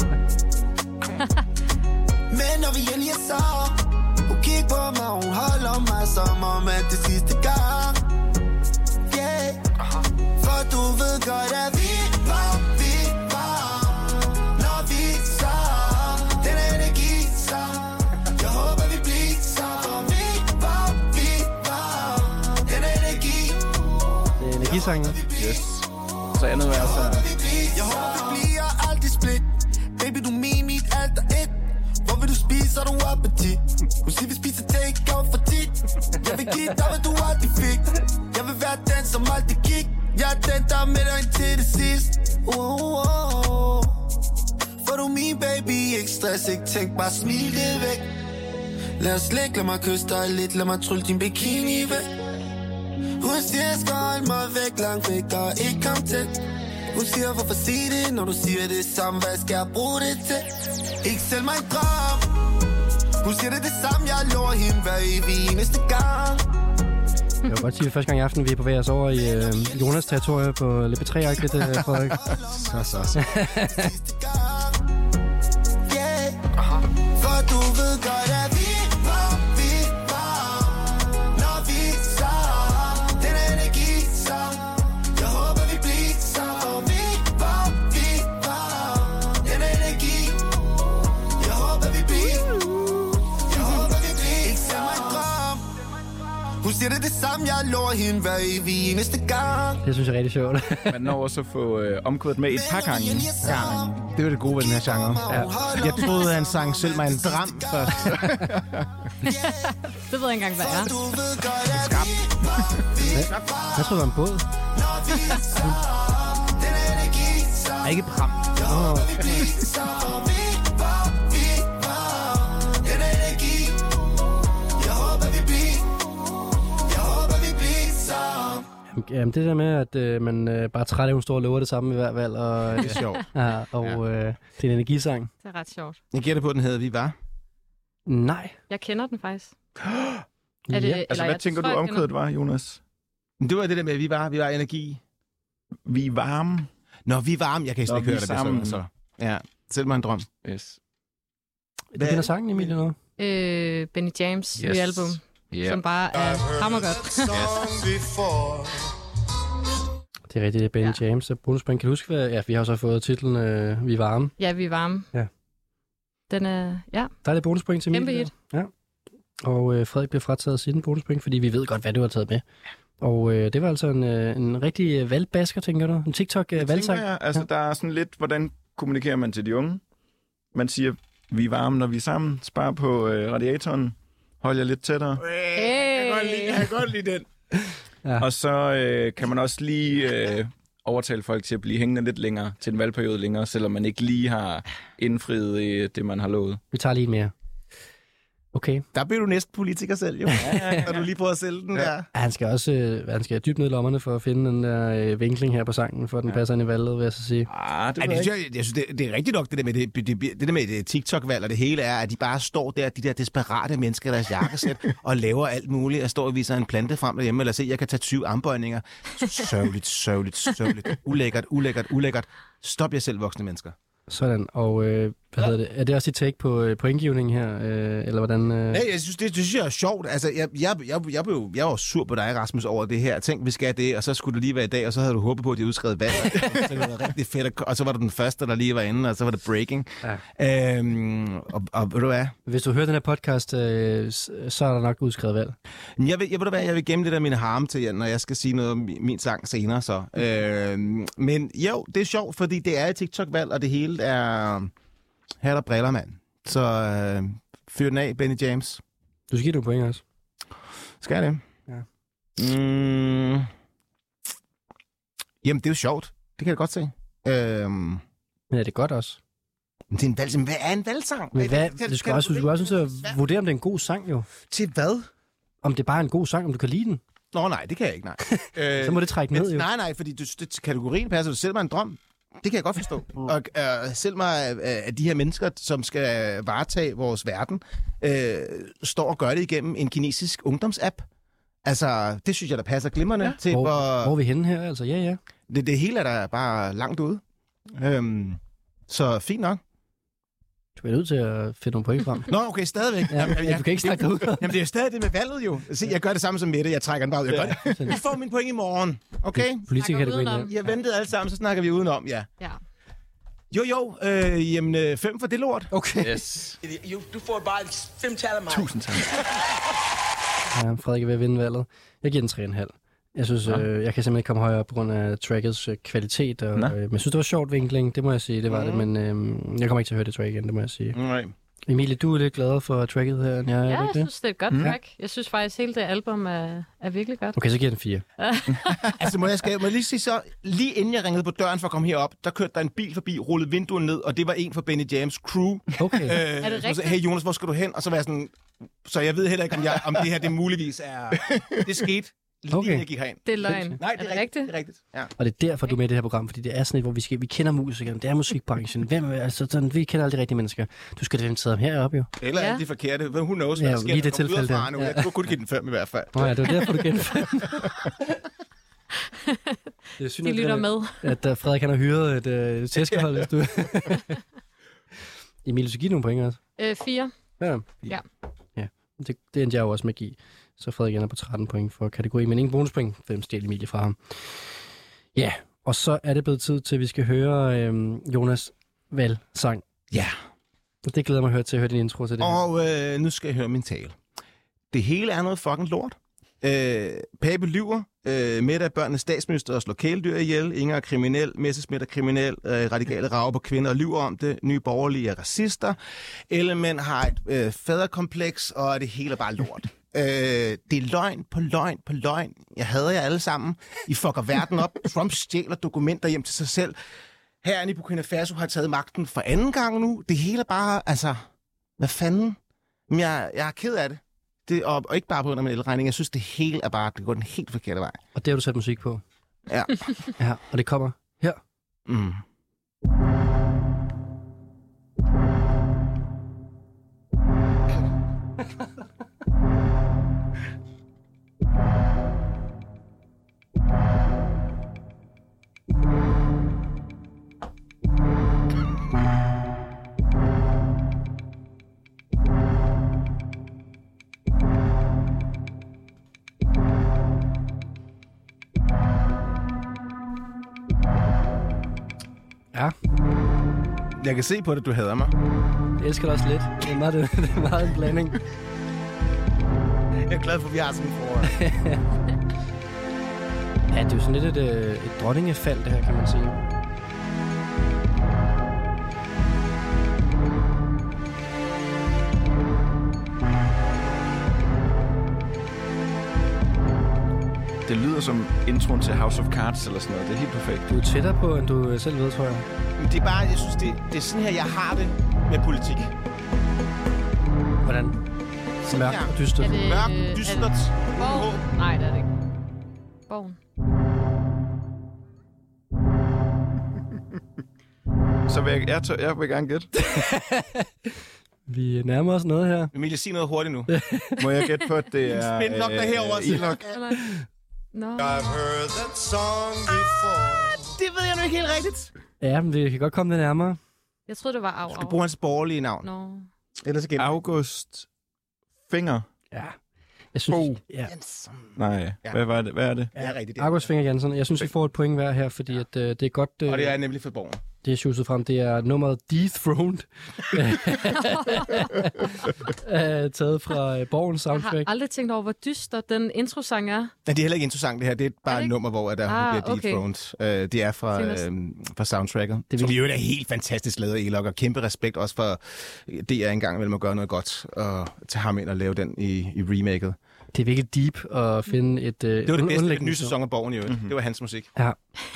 Men når vi endelig er så, hun kigger på mig, hun holder mig som om, at det sidste gang. Yeah. For du ved godt, at vi var, når vi så, den energi så. Jeg håber, vi bliver så. Energisangen. Yes. Så andet er så... Jeg håber, vi bliver altid split. Baby, du min mit alt og et. Hvor vil du spise, så du appetit? Hun siger, vi spiser take-out for tit. Jeg vil give dig, hvad du aldrig fik. Jeg vil være den, som aldrig gik. Jeg er den, der er med dig til det sidst. For du min baby, ikke stress, ikke tænk, bare smil det væk. Lad os lægge, lad mig kysse dig lidt. Lad mig trylle din bikini væk. Hun siger, jeg skal holde mig væk, langt væk og ikke kom tæt. Hun siger, hvorfor sige det, når du siger det samme, hvad skal jeg bruge det til? Ikke selv mig en drøm. Hun siger det samme, jeg lover hende hver evig eneste gang. Jeg vil godt sige, at første gang i aften, vi er på vej os over i Jonas' territorie på lidt betræagtigt, Frederik. Så. For du ved godt, at vi var, når vi så. Den energi så. Jeg håber, vi bliver så. For vi var, den energi. Jeg håber, vi bliver. Ikke selv mig en drøm. Hun siger det samme, jeg lover hende hver evig eneste gang. Det synes jeg er rigtig sjovt. Man når også at få omkvædet med et par gange. Ja, det var det gode ved den her genre. Ja. Jeg troede, at han sang selv mig en dram først. Det ved jeg ikke engang, hvad er. Skab. Jeg troede, det var en båd. Er ikke pram. Jamen, det der med, at man bare er træt af, hun står og lover det samme i hvert valg. Og, det er sjovt. Ja, og det er en energisang. Det er ret sjovt. Jeg gætter på, at den hedder Vi Var. Nej. Jeg kender den faktisk. Ja. Altså, hvad tænker du omkvædet var, Jonas? Det var det der med, at vi var energi. Vi er varme. Nå, vi er varme. Jeg kan slet ikke høre det sammen. Altså. Ja, selv mig en drøm. Yes. Du kender sangen, Emilie, noget? Benny James' nye album. Som bare er hammergodt. Det er rigtigt, Benny James. Bonuspoint, kan du huske, hvad... Ja, vi har så fået titlen Vi er varme. Ja, vi er varme. Ja. Den er, ja. Der er lidt bonuspoint til Kæmpe Emilie. hit. Ja. Og Frederik bliver frataget siden bonuspoint, fordi vi ved godt, hvad du har taget med. Og det var altså en rigtig valgbasker, tænker du? En TikTok-valgsang? Altså, der er sådan lidt, hvordan kommunikerer man til de unge? Man siger, vi er varme, når vi er sammen. Spar på radiatoren. Hold jer lidt tættere. Jeg kan godt lide den. Ja. Og så kan man også lige overtale folk til at blive hængende lidt længere, til en valgperiode længere, selvom man ikke lige har indfriet det, man har lovet. Vi tager lige mere. Okay. Der bliver du næsten politiker selv, jo. Når du lige prøver at sælge den der. Ja, han skal også han skal dybt ned i lommerne for at finde den der vinkling her på sangen, for at den passer ind i valget, vil jeg så sige. Jeg synes, det er rigtigt nok, det der med det der med det TikTok-valg, og det hele er, at de bare står der, de der desperate mennesker i deres jakkesæt, og laver alt muligt, og står og viser en plante frem derhjemme, eller se, jeg kan tage 20 armbøjninger. Sørgeligt. Ulækkert. Stop jer selv, voksne mennesker. Sådan, og hvad hedder det? Er det også et take på pointgivning her, eller hvordan? Nej, jeg synes, det synes jeg er sjovt. Altså, jeg var sur på dig, Rasmus, over det her. Tænk, vi skal det, og så skulle det lige være i dag, og så havde du håbet på, at de udskrevet valg. Så det var rigtig fedt, og så var du den første, der lige var inde, og så var det breaking. Ja. Og ved du hvad? Hvis du hører den her podcast, så er der nok udskrevet valg. Jeg vil gemme lidt af mine harme til jer, når jeg skal sige noget om min sang senere. Så. Men jo, det er sjovt, fordi det er et TikTok-valg, og det hele er... Her er der briller, mand. Så fyr den af, Benny James. Du skal give nogle point også. Skal jeg det? Ja. Jamen, det er jo sjovt. Det kan jeg godt se. Men er det godt også? Det er en valgsang. Hvad er en valgsang? Men du skal også vurdere, om det er en god sang, jo. Til hvad? Om det bare er en god sang, om du kan lide den. Nå, nej, det kan jeg ikke, nej. Så må det trække ned, jo. Nej, fordi kategorien passer. Du selv mig en drøm. Det kan jeg godt forstå. Og selv mig af de her mennesker, som skal varetage vores verden, står og gør det igennem en kinesisk ungdomsapp. Altså, det synes jeg, der passer glimrende til. Hvor er vi henne her? Altså, ja. Det hele er der bare langt ude. Så fint nok. Du er nødt til at finde nogle point frem. Nå, okay, stadigvæk. Ja, du kan ikke snakke ud. Jamen, det er jo stadig det med valget, jo. Se, jeg gør det samme som Mette. Jeg trækker den bare ud. Jeg gør det. Vi får min point i morgen. Okay? Politikerkategorien her. Jeg ventede alle sammen, så snakker vi udenom, ja. Jo. Jamen, 5 for det lort. Okay. Yes. Du får bare 5 tal af mig. 1000 tak. Ja, Frederik er ved at vinde valget. Jeg giver den 3,5. Jeg synes, jeg kan simpelthen ikke komme højere på grund af trackets kvalitet. Men jeg synes, det var sjovt vinkling, det må jeg sige, det var det. Men jeg kommer ikke til at høre det track igen, det må jeg sige. Nej. Emilie, du er lidt glad for tracket her. Jeg synes, det er et godt track. Jeg synes faktisk, hele det album er virkelig godt. Okay, så giver den 4. Altså, må jeg lige sige så, lige inden jeg ringede på døren for at komme herop, der kørte der en bil forbi, rullede vinduet ned, og det var en fra Benny James crew. Okay. Er det rigtigt? Hey Jonas, hvor skal du hen? Og så var jeg sådan, så jeg ved heller ikke, om det her det muligvis er... Det skete. Lige jeg gik herind. Det er løgn. Nej, det er rigtigt. Det er rigtigt. Ja. Og det er derfor, du er med i det her program, fordi det er sådan et, hvor vi kender musikerne, det er musikbranchen. Vi kender alle de rigtige mennesker. Du skal have taget dem heroppe, jo. Eller alle de forkerte. Who knows, hvad der sker, lige det tilfælde der. Jeg kunne kun give den 5 i hvert fald. Ja, det var derfor, du gav den 5. De lytter med. At Frederik han har hyret et tæskehold, hvis du... Emilie, så giv nogle point også. 4. Ja. Det endte jeg jo også med at give. Så Frederik ender på 13 point for kategori, men ingen bonuspoint, for dem stjæl Emilie fra ham. Ja, og så er det blevet tid til, at vi skal høre Jonas valgsang. Ja. Og det glæder mig at høre din intro til det. Og nu skal jeg høre min tale. Det hele er noget fucking lort. Pape lyver. Mette er børnenes statsminister og slår kæledyr ihjel. Inger er kriminel. Messerschmidt er kriminel. Radikale rager på kvinder og lyver om det. Nye borgerlige er racister. Element har et faderkompleks, og det hele er bare lort. Det er løgn på løgn på løgn. Jeg hader jer alle sammen. I fucker verden op. Trump stjæler dokumenter hjem til sig selv. Herren i Burkina Faso har taget magten for anden gang nu. Det hele er bare, altså... Hvad fanden? Men jeg er ked af det. Og ikke bare på grund af min elregning. Jeg synes, det hele er bare, det går den helt forkerte vej. Og det har du sat musik på? Ja. Ja, og det kommer her. Mm. Jeg kan se på det, du hader mig. Jeg elsker dig også lidt. Det er meget en blanding. Jeg er glad for, at vi har sådan en forhold. Ja, det er jo sådan lidt et dronningefald, det her, kan man sige. Det lyder som introen til House of Cards eller sådan noget. Det er helt perfekt. Du er tættere på, end du selv ved, tror jeg. Men det er bare, jeg synes, det er sådan her, jeg har det med politik. Hvordan? Mørkt og dystert. Mørkt, dystert. Borgen? Nej, det er det ikke. Borgen. Så vil jeg vil gerne gætte. Vi nærmer os noget her. Emilie, sig noget hurtigt nu. Må jeg gætte på, at det er... Spænd nok der herovre. Ilok. No. I've heard that song before. Det ved jeg nu ikke helt rigtigt. Ja, men det kan godt komme det nærmere. Jeg troede, det var Au. Du skal bruge hans borgerlige navn. No. Ellers igen. August Finger. Ja. Jeg synes... Ja. Nej, Ja. hvad er det? Ja, rigtigt. August Finger Jensen. Jeg synes, vi får et point hver her, fordi at, det er godt... Og det er nemlig for borgen. Det er sjusset frem. Det er nummeret Dethroned. Taget fra Borgens soundtrack. Jeg har aldrig tænkt over, hvor dyster den introsang er. Nej, det er heller ikke interessant det her. Det er bare et nummer, hvor der bliver dethroned. Det er fra soundtracket. Det som jo er helt fantastisk lavet af Elok, og kæmpe respekt også for DR engang imellem at gøre noget godt og tage ham ind og lave den i remaket. Det er virkelig deep at finde et det var det bedste ved den nye sæson af Borgen i øvrigt. Det var hans musik. Ja.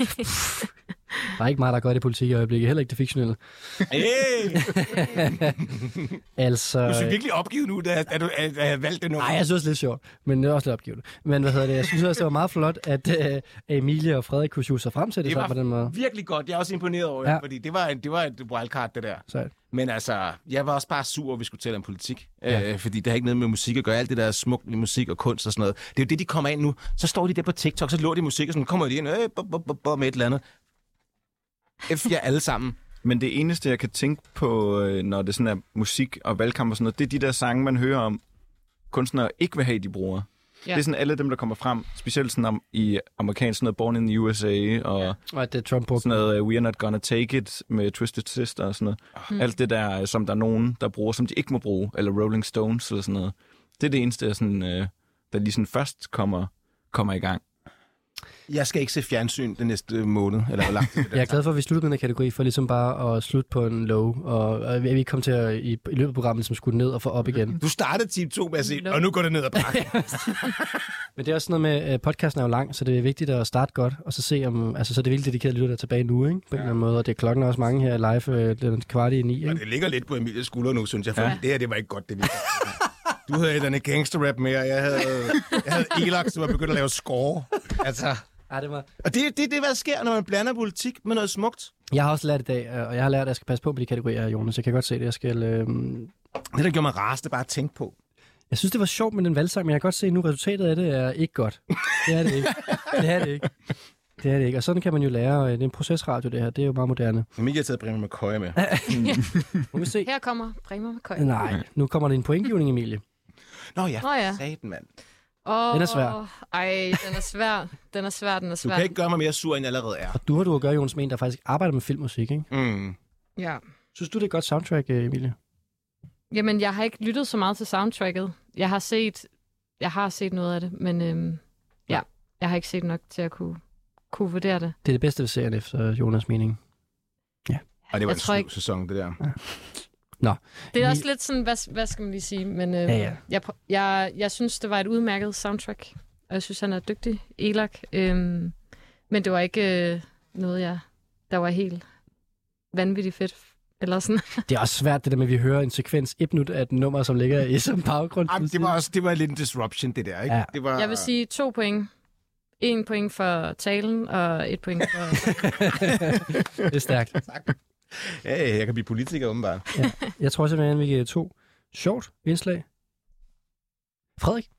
Der er ikke meget, der gør det i politik i øjeblikket. Heller ikke det fiktionelle. Hey! Altså... Du synes virkelig opgivet nu, da du valgte det nummer. Nej, jeg synes det er lidt sjovt, men det er også lidt opgivet. Men hvad hedder det? Jeg synes også, det var meget flot, at Emilie og Frederik kunne sjuse sig frem til det sammen på den måde. Virkelig godt. Jeg er også imponeret over det, fordi det var et wildcard, det der. Sejt. Men altså, jeg var også bare sur, at vi skulle tale om politik. Fordi det har ikke noget med musik at gøre. Alt det der smukt med musik og kunst og sådan noget. Det er jo det, de kommer ind nu. Så står de der på TikTok, så lå de musik, og så kommer de ind med et eller andet. Jeg alle sammen. Men det eneste, jeg kan tænke på, når det sådan er musik og valgkamp og sådan noget, det er de der sange, man hører om, kunstnere ikke vil have, de bruger. Ja. Det er sådan alle dem, der kommer frem, specielt sådan i amerikansk, sådan noget Born in the USA, og det Trump sådan noget We're Not Gonna Take It med Twisted Sister og sådan noget. Alt det der, som der er nogen, der bruger, som de ikke må bruge, eller Rolling Stones eller sådan noget. Det er det eneste, sådan, der lige sådan først kommer i gang. Jeg skal ikke se fjernsyn den næste måned, eller hvor langt det Jeg er glad for, at vi slutter med den her kategori, for ligesom bare at slutte på en low, og vi kom til at i løbet af programmet som skulle ned og få op igen. Du startede time 2 med at sige, og nu går det ned ad bakken. Men det er også noget med, podcasten er jo lang, så det er vigtigt at starte godt, og så se om, altså så er det virkelig dedikeret lytter der tilbage nu, ikke? På en eller anden måde, og det er klokken også mange her live, den 8:45, ikke? Og det ligger lidt på Emilies skulder nu, synes jeg, for det her, det var ikke godt, det vi. Du havde et eller andet gangster-rap med, og jeg havde Elok, som var begyndt at lave score. Altså... Ja, det var... Og det er, hvad der sker, når man blander politik med noget smukt. Jeg har også lært i dag, og jeg har lært, at jeg skal passe på de kategorier, Jonas. Jeg kan godt se det. Jeg skal... Det, der gjorde mig rasende, bare at tænke på. Jeg synes, det var sjovt med den valgsang, men jeg kan godt se nu, resultatet af det er ikke godt. Det er det ikke. Det er det ikke. Det er det ikke. Og sådan kan man jo lære. Det er en procesradio, det her. Det er jo meget moderne. Emilie har taget Bremer McCoy med. Må vi se. Her kommer Bremer McCoy. Nej, nu kommer der en pointgivning, Emilie. Nå ja, sagde den, mand. Den er svær. Ej, den er svær. Den er svær. Du kan ikke gøre mig mere sur, end jeg allerede er. Og du har at gøre, Jonas, med en, der faktisk arbejder med filmmusik, ikke? Mm. Ja. Synes du, det er et godt soundtrack, Emilie? Jamen, jeg har ikke lyttet så meget til soundtracket. Jeg har set noget af det, men jeg har ikke set nok til at kunne vurdere det. Det er det bedste ved serien efter Jonas' mening. Ja. Og det var en syv sæson, det der. Ja. Nå. Det er også lidt sådan, hvad skal man lige sige, men jeg synes, det var et udmærket soundtrack, og jeg synes, han er dygtig, Elok. Men det var ikke noget, der var helt vanvittigt fedt. Eller sådan. Det er også svært, det der med, at vi hører en sekvens 1 minut af et nummer, som ligger i som baggrund. Det var lidt en disruption, det der, ikke? Ja. Det var... Jeg vil sige 2 point. 1 point for talen, og 1 point for... Det er stærkt. Ja, jeg kan blive politiker, åbenbart. Ja. Jeg tror simpelthen, vi giver 2 sjovt indslag. Frederik?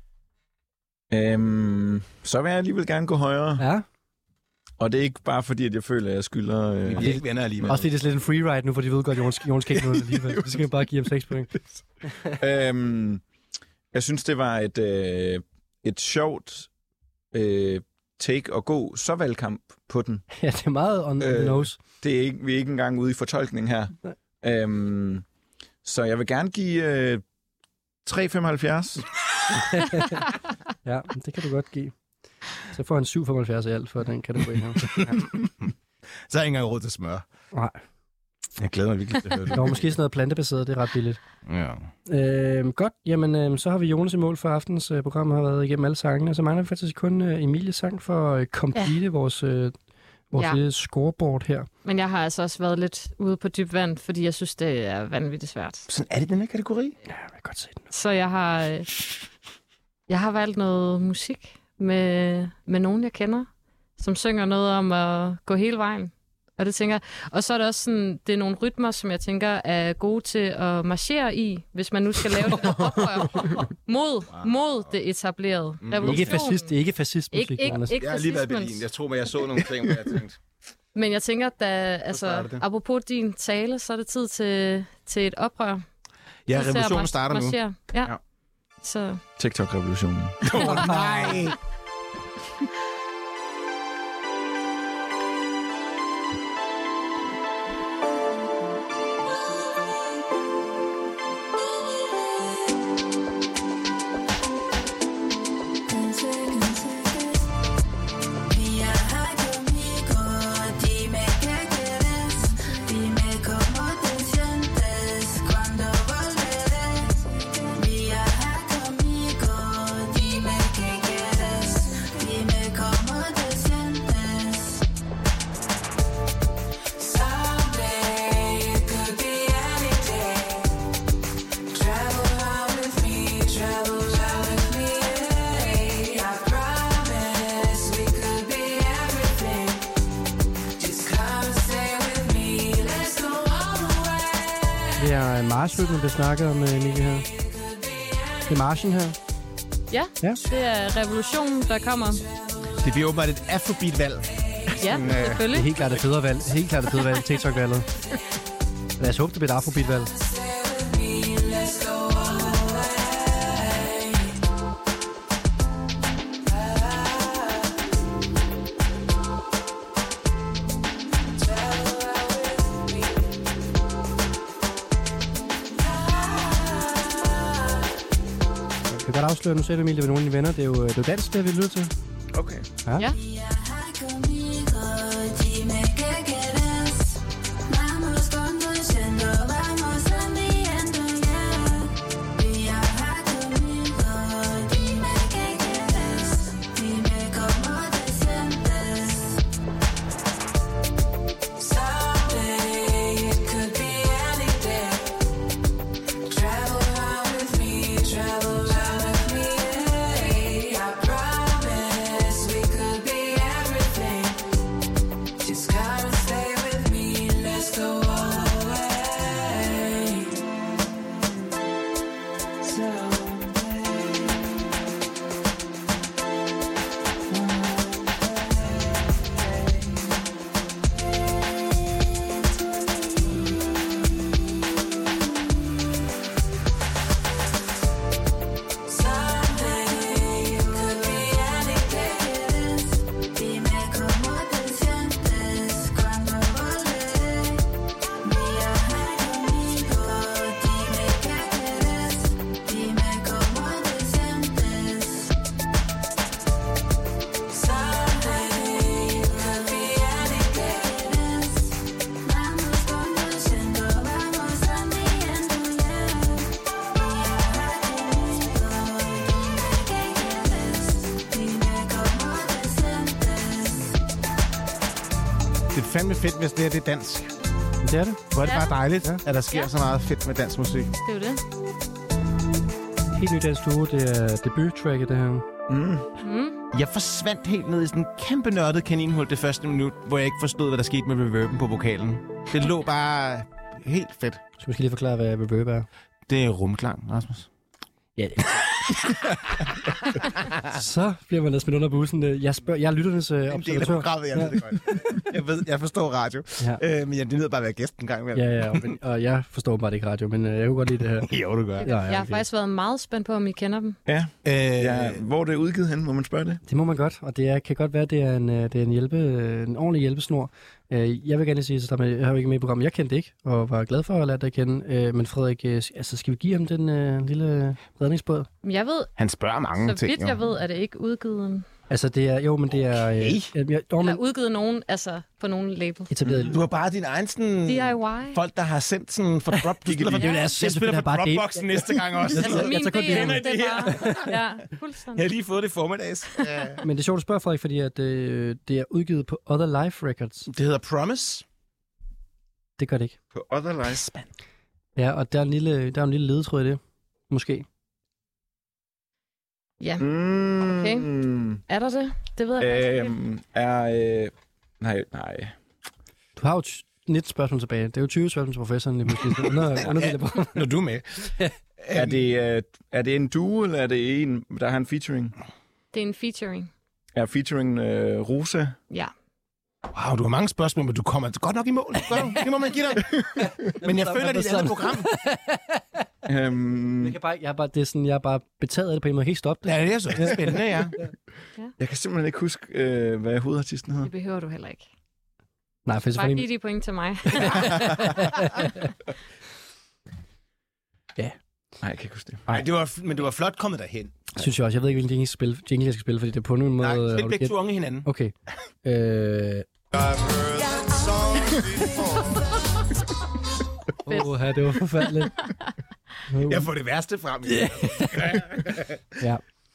Så vil jeg alligevel gerne gå højere. Ja. Og det er ikke bare fordi, at jeg føler, at jeg skylder... Vi er ikke venner alligevel. Også fordi det er lidt en freeride nu, for de ved godt, at Jonas kan ikke noget alligevel. Vi skal bare give ham 6 point. Jeg synes, det var et sjovt take at gå så valgkamp på den. Ja, det er meget on the nose. Vi er ikke engang ude i fortolkning her. Så jeg vil gerne give 3,75. Ja, det kan du godt give. Så får han 7,75 i alt for den kategori her. Ja. Så har jeg ikke engang råd til smør. Nej. Jeg glæder mig virkelig til at høre det. Der var måske sådan noget plantebaseret, det er ret billigt. Ja. Godt, jamen så har vi Jonas i mål for aftens program, har været igennem alle sangene, og så mangler vi faktisk kun Emilies sang for at complete vores lille scoreboard her. Men jeg har altså også været lidt ude på dyb vand, fordi jeg synes, det er vanvittigt svært. Sådan er det den her kategori? Ja, jeg kan godt se den. Så jeg har valgt noget musik med nogen, jeg kender, som synger noget om at gå hele vejen. Og det tænker jeg. Og så er det også sådan, det er nogle rytmer, som jeg tænker er gode til at marchere i, hvis man nu skal lave det der oprør mod det etablerede. Det er ikke fascistmusik. Ikke jeg har lige været i Berlin. Jeg tror, jeg så nogle ting, hvor jeg tænkte... Men jeg tænker, apropos din tale, så er det tid til et oprør. Ja, revolutionen starter nu. Ja. Så... TikTok-revolutionen. Nej! Marsrytmen, vi snakker om, Emilie her. Det er marchen her. Ja, det er revolutionen, der kommer. Det bliver åbenbart et afrobeat-valg. Ja, selvfølgelig. Det er helt klart et federe valg. Helt klart et federe valg. TikTok-valget. Lad os håbe, det bliver et afrobeat-valg. Jeg kan godt afsløre, nu selv, Emilie, ved nogle af dine venner. Det er jo dansk, det vi lytter til. Okay. Ja. Fandme fedt, hvis det er dansk. Det er det. Hvor er det bare dejligt, at der sker så meget fedt med dansk musik. Det er jo det. Helt ny dansk duo, det er debut-tracket, det her. Jeg forsvandt helt ned i sådan en kæmpe nørdet kaninhul det første minut, hvor jeg ikke forstod, hvad der skete med reverben på vokalen. Det lå bare helt fedt. Så vi skal lige forklare, hvad reverb er. Det er rumklang, Rasmus. Ja, Så bliver man da smidt under bussen. Jeg er lytternes En del af observatør. programmet, jeg ved det godt. Jeg forstår radio. Ja. Men det nyder bare at være gæst en gang imellem. Ja, og jeg forstår bare ikke radio, men jeg kunne godt lide det her. Jo, du gør. Ja, Jeg har faktisk været meget spændt på, om I kender dem. Ja. Hvor er det udgivet hen? Må man spørge det? Det må man godt, og kan godt være, at det er en ordentlig hjælpesnor. Jeg vil gerne sige, at jeg har jo ikke med i programmet. Jeg kendte det ikke, og var glad for at lade dig kende. Men Frederik, skal vi give ham den lille redningsbåd? Jeg ved, Han spørger mange så ting. vidt jeg ved, er det ikke udgivet. Altså, det er... Jo, men det er... Der er udgivet nogen, altså på nogle labels. Etableret. Du har bare din egen sådan... DIY. Folk, der har sendt sådan for drop... Du spiller for, jeg spiller for Dropboxen næste gang også. Altså min tager kun del, det det er bare... Ja, fuldstændig. Jeg har lige fået det formiddags. Men det er sjovt at spørge, Frederik, fordi at, det er udgivet på Other Life Records. Det hedder Promise. Det gør det ikke. På Other Life. Ja, og der er en lille ledetråd i det. Måske. Ja, okay. Er der det? Det ved jeg faktisk ikke. Nej. Du har jo 19 spørgsmål tilbage. Det er jo 20 spørgsmål til professoren lige pludselig. Når du er med. Er det en duo, eller er det en, der har en featuring? Det er en featuring. Er featuring Rosa? Ja. Wow, du har mange spørgsmål, men du kommer godt nok i mål. Det må man give dig. Men jeg føler, det er et andet program. Jeg er bare betaget af det på en måde. Jeg kan ikke stoppe det. Ja, det er så spændende, ja. Jeg kan simpelthen ikke huske, hvad hovedartisten hedder. Det behøver du heller ikke. Nej, for bare giv de point til mig. Ja. Nej, jeg kan ikke huske det. Nej, men det var flot kommet derhen. Synes jeg også. Jeg ved ikke, hvilken jingle jeg skal spille, fordi det er på nogen måde... Nej, spil begge to unge hinanden. Okay. Det var forfærdeligt. Jeg får det værste frem. Ja.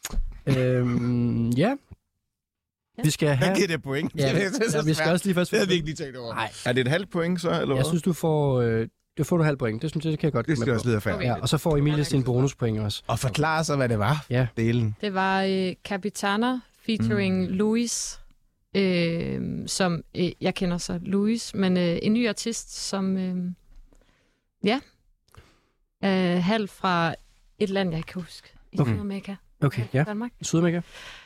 Ja. Vi skal have... Hvad giver det point? Ja, vi skal også lige først... Det havde vi ikke lige tænkt over. Nej. Er det et halvt point så, eller hvad? Jeg synes, du får halvt point. Det synes jeg, det kan jeg godt. Det skal også lide færdigt. Ja, og så får Emilie sin bonuspoint også. Og forklare sig, hvad det var. Ja. Delen. Det var Capitana featuring Louis, som jeg kender så Louis, men en ny artist, som halv fra et land, jeg ikke kan huske. I Sydamerika. Okay, ja. Danmark. Sydamerika.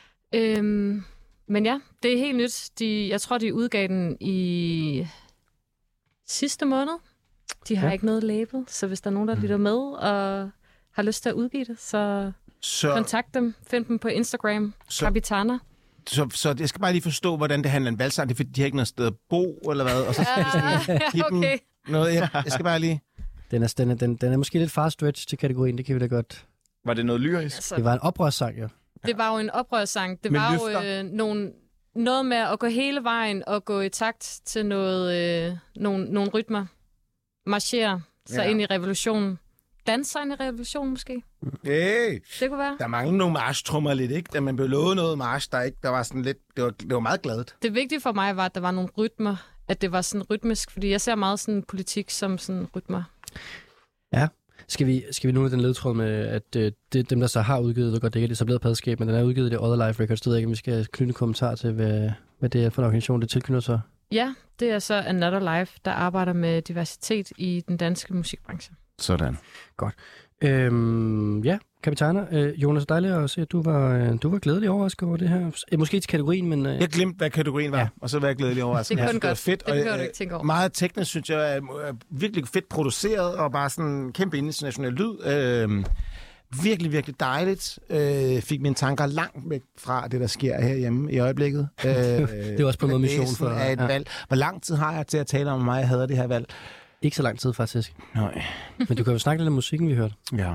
Men ja, det er helt nyt. Jeg tror, de udgav den i sidste måned. De har ikke noget label, så hvis der er nogen, der lytter med og har lyst til at udgive det, så kontakt dem. Find dem på Instagram. Capitana. Så jeg skal bare lige forstå, hvordan det handler om valgsang. Det er fordi, de har ikke noget sted at bo, eller hvad? Og så skal de sådan okay. noget. Jeg skal bare lige... Den er måske lidt far stretch til kategorien, det kan vi da godt... Var det noget lyrisk? Altså, det var en oprørssang, ja. Det var jo en oprørssang. Det var jo noget med at gå hele vejen og gå i takt til nogle rytmer. Marchere sig ind i revolutionen. Danser ind i revolutionen måske? Hey. Det kunne være. Der manglede nogle marchtrummer lidt, ikke? Da man blev lovet noget march, der var sådan lidt... Det var meget gladt. Det vigtige for mig var, at der var nogle rytmer. At det var sådan rytmisk, fordi jeg ser meget sådan politik som sådan rytmer. Ja. Skal vi nu den ledtråd med, at dem, der så har udgivet, det godt, det ikke er etableret padskab, men den er udgivet i Other Life Records. Det ved jeg ikke, om vi skal knytte en kommentar til, hvad det er for en organisation, det tilknytter sig. Ja, det er så Another Life, der arbejder med diversitet i den danske musikbranche. Sådan. Godt. Ja, Capitana. Jonas, dejligt at se, at du var glædelig overrasket over det her. Måske til kategorien, men... Jeg glemte, hvad kategorien var, og så var jeg glædelig overrasket. Det var fedt. Det behøver du ikke tænke over. Meget teknisk, synes jeg, er virkelig fedt produceret, og bare sådan kæmpe international lyd. Virkelig, virkelig dejligt. Fik mine tanker langt væk fra det, der sker herhjemme i øjeblikket. Det er også på en måde mission for... et valg. Hvor lang tid har jeg til at tale om, mig hader det her valg? Ikke så lang tid, faktisk. Nej. Men du kan jo snakke lidt om musikken, vi hørte. Ja.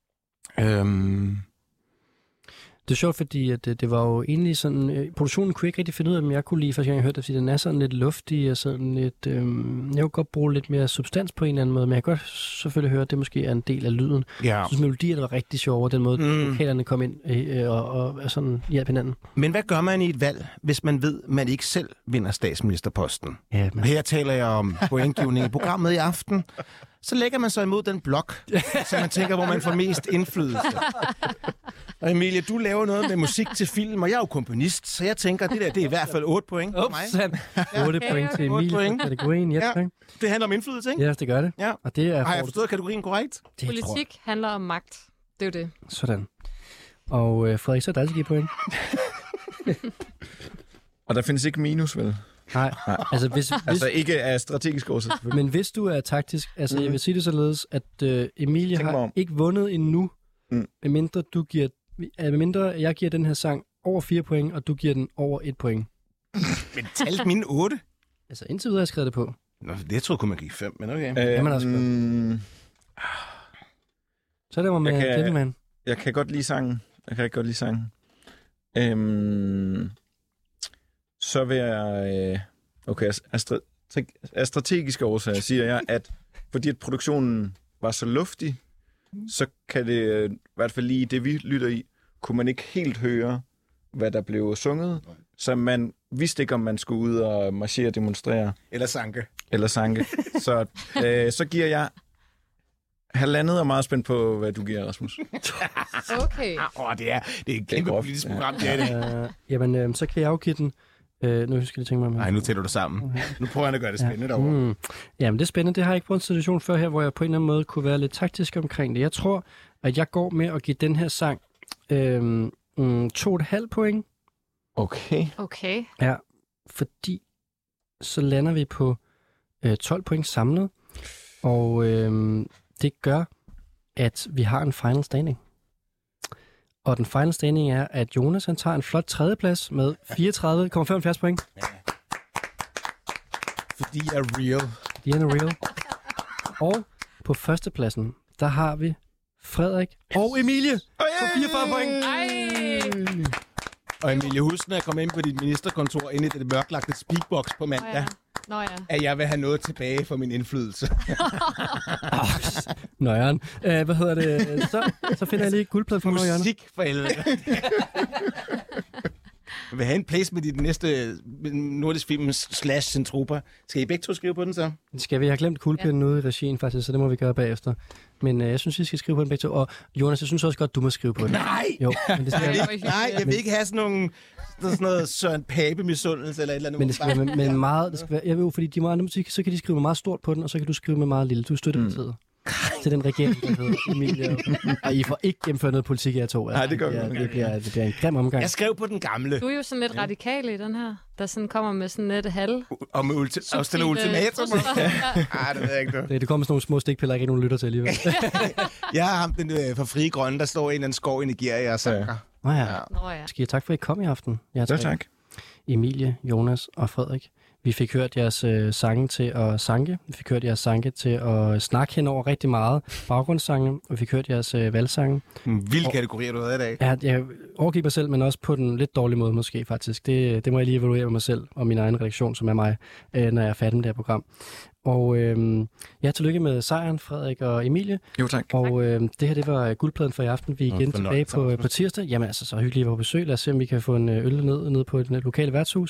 Det er sjovt, fordi at det var jo egentlig sådan... produktionen kunne ikke rigtig finde ud af, om jeg kunne lide, første gang jeg hørte det, fordi den er sådan lidt luftig og sådan lidt... jeg kunne godt bruge lidt mere substans på en eller anden måde, men jeg kan godt selvfølgelig høre, at det måske er en del af lyden. Ja. Jeg synes, melodierne var rigtig sjove, og den måde, vokalerne kom ind og sådan hjælp hinanden. Men hvad gør man i et valg, hvis man ved, at man ikke selv vinder statsministerposten? Ja, men... Her taler jeg om pointgivning i programmet i aften. Så lægger man sig imod den blok, så man tænker, hvor man får mest indflydelse. Og Emilie, du laver noget med musik til film, og jeg er jo komponist, så jeg tænker, det er i hvert fald 8 point for mig. 8 point til Emilie. Kategorien, ja. Det handler om indflydelse, ikke? Ja, det gør det. Ja. Og det er har jeg forstået kategorien korrekt? Politik handler om magt. Det er jo det. Sådan. Og Frederik, så er der altid give point. Og der findes ikke minus, vel? Nej. Altså, hvis, Altså ikke af strategisk årsag. men hvis du er taktisk, altså jeg vil sige det således, at Emilie har ikke vundet endnu, medmindre jeg giver den her sang over 4 point, og du giver den over 1 point. Men talte mine 8? Altså indtil videre har jeg skrevet det på. Nå, det tror jeg kun, man gik 5, men okay. Jamen også så er det med Gentleman. Jeg kan godt lide sangen. Så vil jeg... Okay, af strategiske årsager siger jeg, at fordi at produktionen var så luftig, så kan det, i hvert fald lige det, vi lytter i, kunne man ikke helt høre, hvad der blev sunget. Så man vidste ikke, om man skulle ud og marchere og demonstrere. Eller sanke. Så giver jeg 1,5 og meget spændt på, hvad du giver, Rasmus. Okay. Det er et kæmpe politisk program, det er det. Jamen, så kan jeg jo give den... nu skal jeg tænke mig om... Nej, nu tæller du sammen. Okay. Nu prøver jeg at gøre det spændende derovre. Jamen, det er spændende. Det har jeg ikke prøvet en situation før her, hvor jeg på en eller anden måde kunne være lidt taktisk omkring det. Jeg tror, at jeg går med at give den her sang 2,5 point. Okay. Ja, fordi så lander vi på 12 point samlet, og det gør, at vi har en final standing. Og den final standing er, at Jonas han tager en flot tredjeplads med 34,75 point. Ja. Fordi jeg er real. De er real. Og på førstepladsen, der har vi Frederik og Emilie på 44 point. Og Emilie, husk, når jeg kommer ind på dit ministerkontor inde i det mørklagte speakbox på mandag, at jeg vil have noget tilbage for min indflydelse. Nøjeren. Hvad hedder det? Så finder jeg lige guldplade for mig, Jørgen. Musik for helvede. Jeg vil have en place med dit næste nordisk film / Centropa. Skal I begge to skrive på den så? Skal vi? Jeg har glemt kuglepinden ude i regien faktisk, så det må vi gøre bagefter. Men jeg synes, I skal skrive på den begge to. Og Jonas, jeg synes også godt, du må skrive på den. Nej! Jo, men det skal jeg vil ikke have sådan noget Søren Pape-misundelse eller et eller andet. Men det skal være med meget... Det skal være, jeg ved jo, fordi de meget musik, så kan de skrive med meget stort på den, og så kan du skrive med meget lille. Du støtter partiet. Til den regering, der hedder Emilie. Og I får ikke gennemført noget politik, jeg to. Nej, det gør vi. Det bliver en grim omgang. Jeg skrev på den gamle. Du er jo sådan lidt radikal i den her, der sådan kommer med sådan lidt halv. Og med ultimatum. Det ved jeg ikke. Det kommer med sådan nogle små stikpiller, ikke nogen lytter til alligevel. Jeg har ham den fra Frie Grønne, der står i en eller anden skov i Nigeria og sanger. Nå ja. Skal I tak for, at I kom i aften. Ja, tak. Emilie, Jonas og Frederik. Vi fik hørt jeres sange til at sanke. Vi fik hørt jeres sange til at snakke henover rigtig meget. Baggrundssange. Og vi fik hørt jeres valgsange. Vild kategori, du havde i dag. Ja, jeg overgiver mig selv, men også på den lidt dårlige måde måske faktisk. Det må jeg lige evaluere med mig selv og min egen redaktion, som er mig, når jeg er færdig med det her program. Og tillykke med sejren, Frederik og Emilie. Jo, tak. Og det her, det var guldpladen for i aften. Vi er igen tilbage på tirsdag. Jamen altså, så hyggeligt at være på besøg. Lad os se, om vi kan få en øl ned på et lokale værtshus.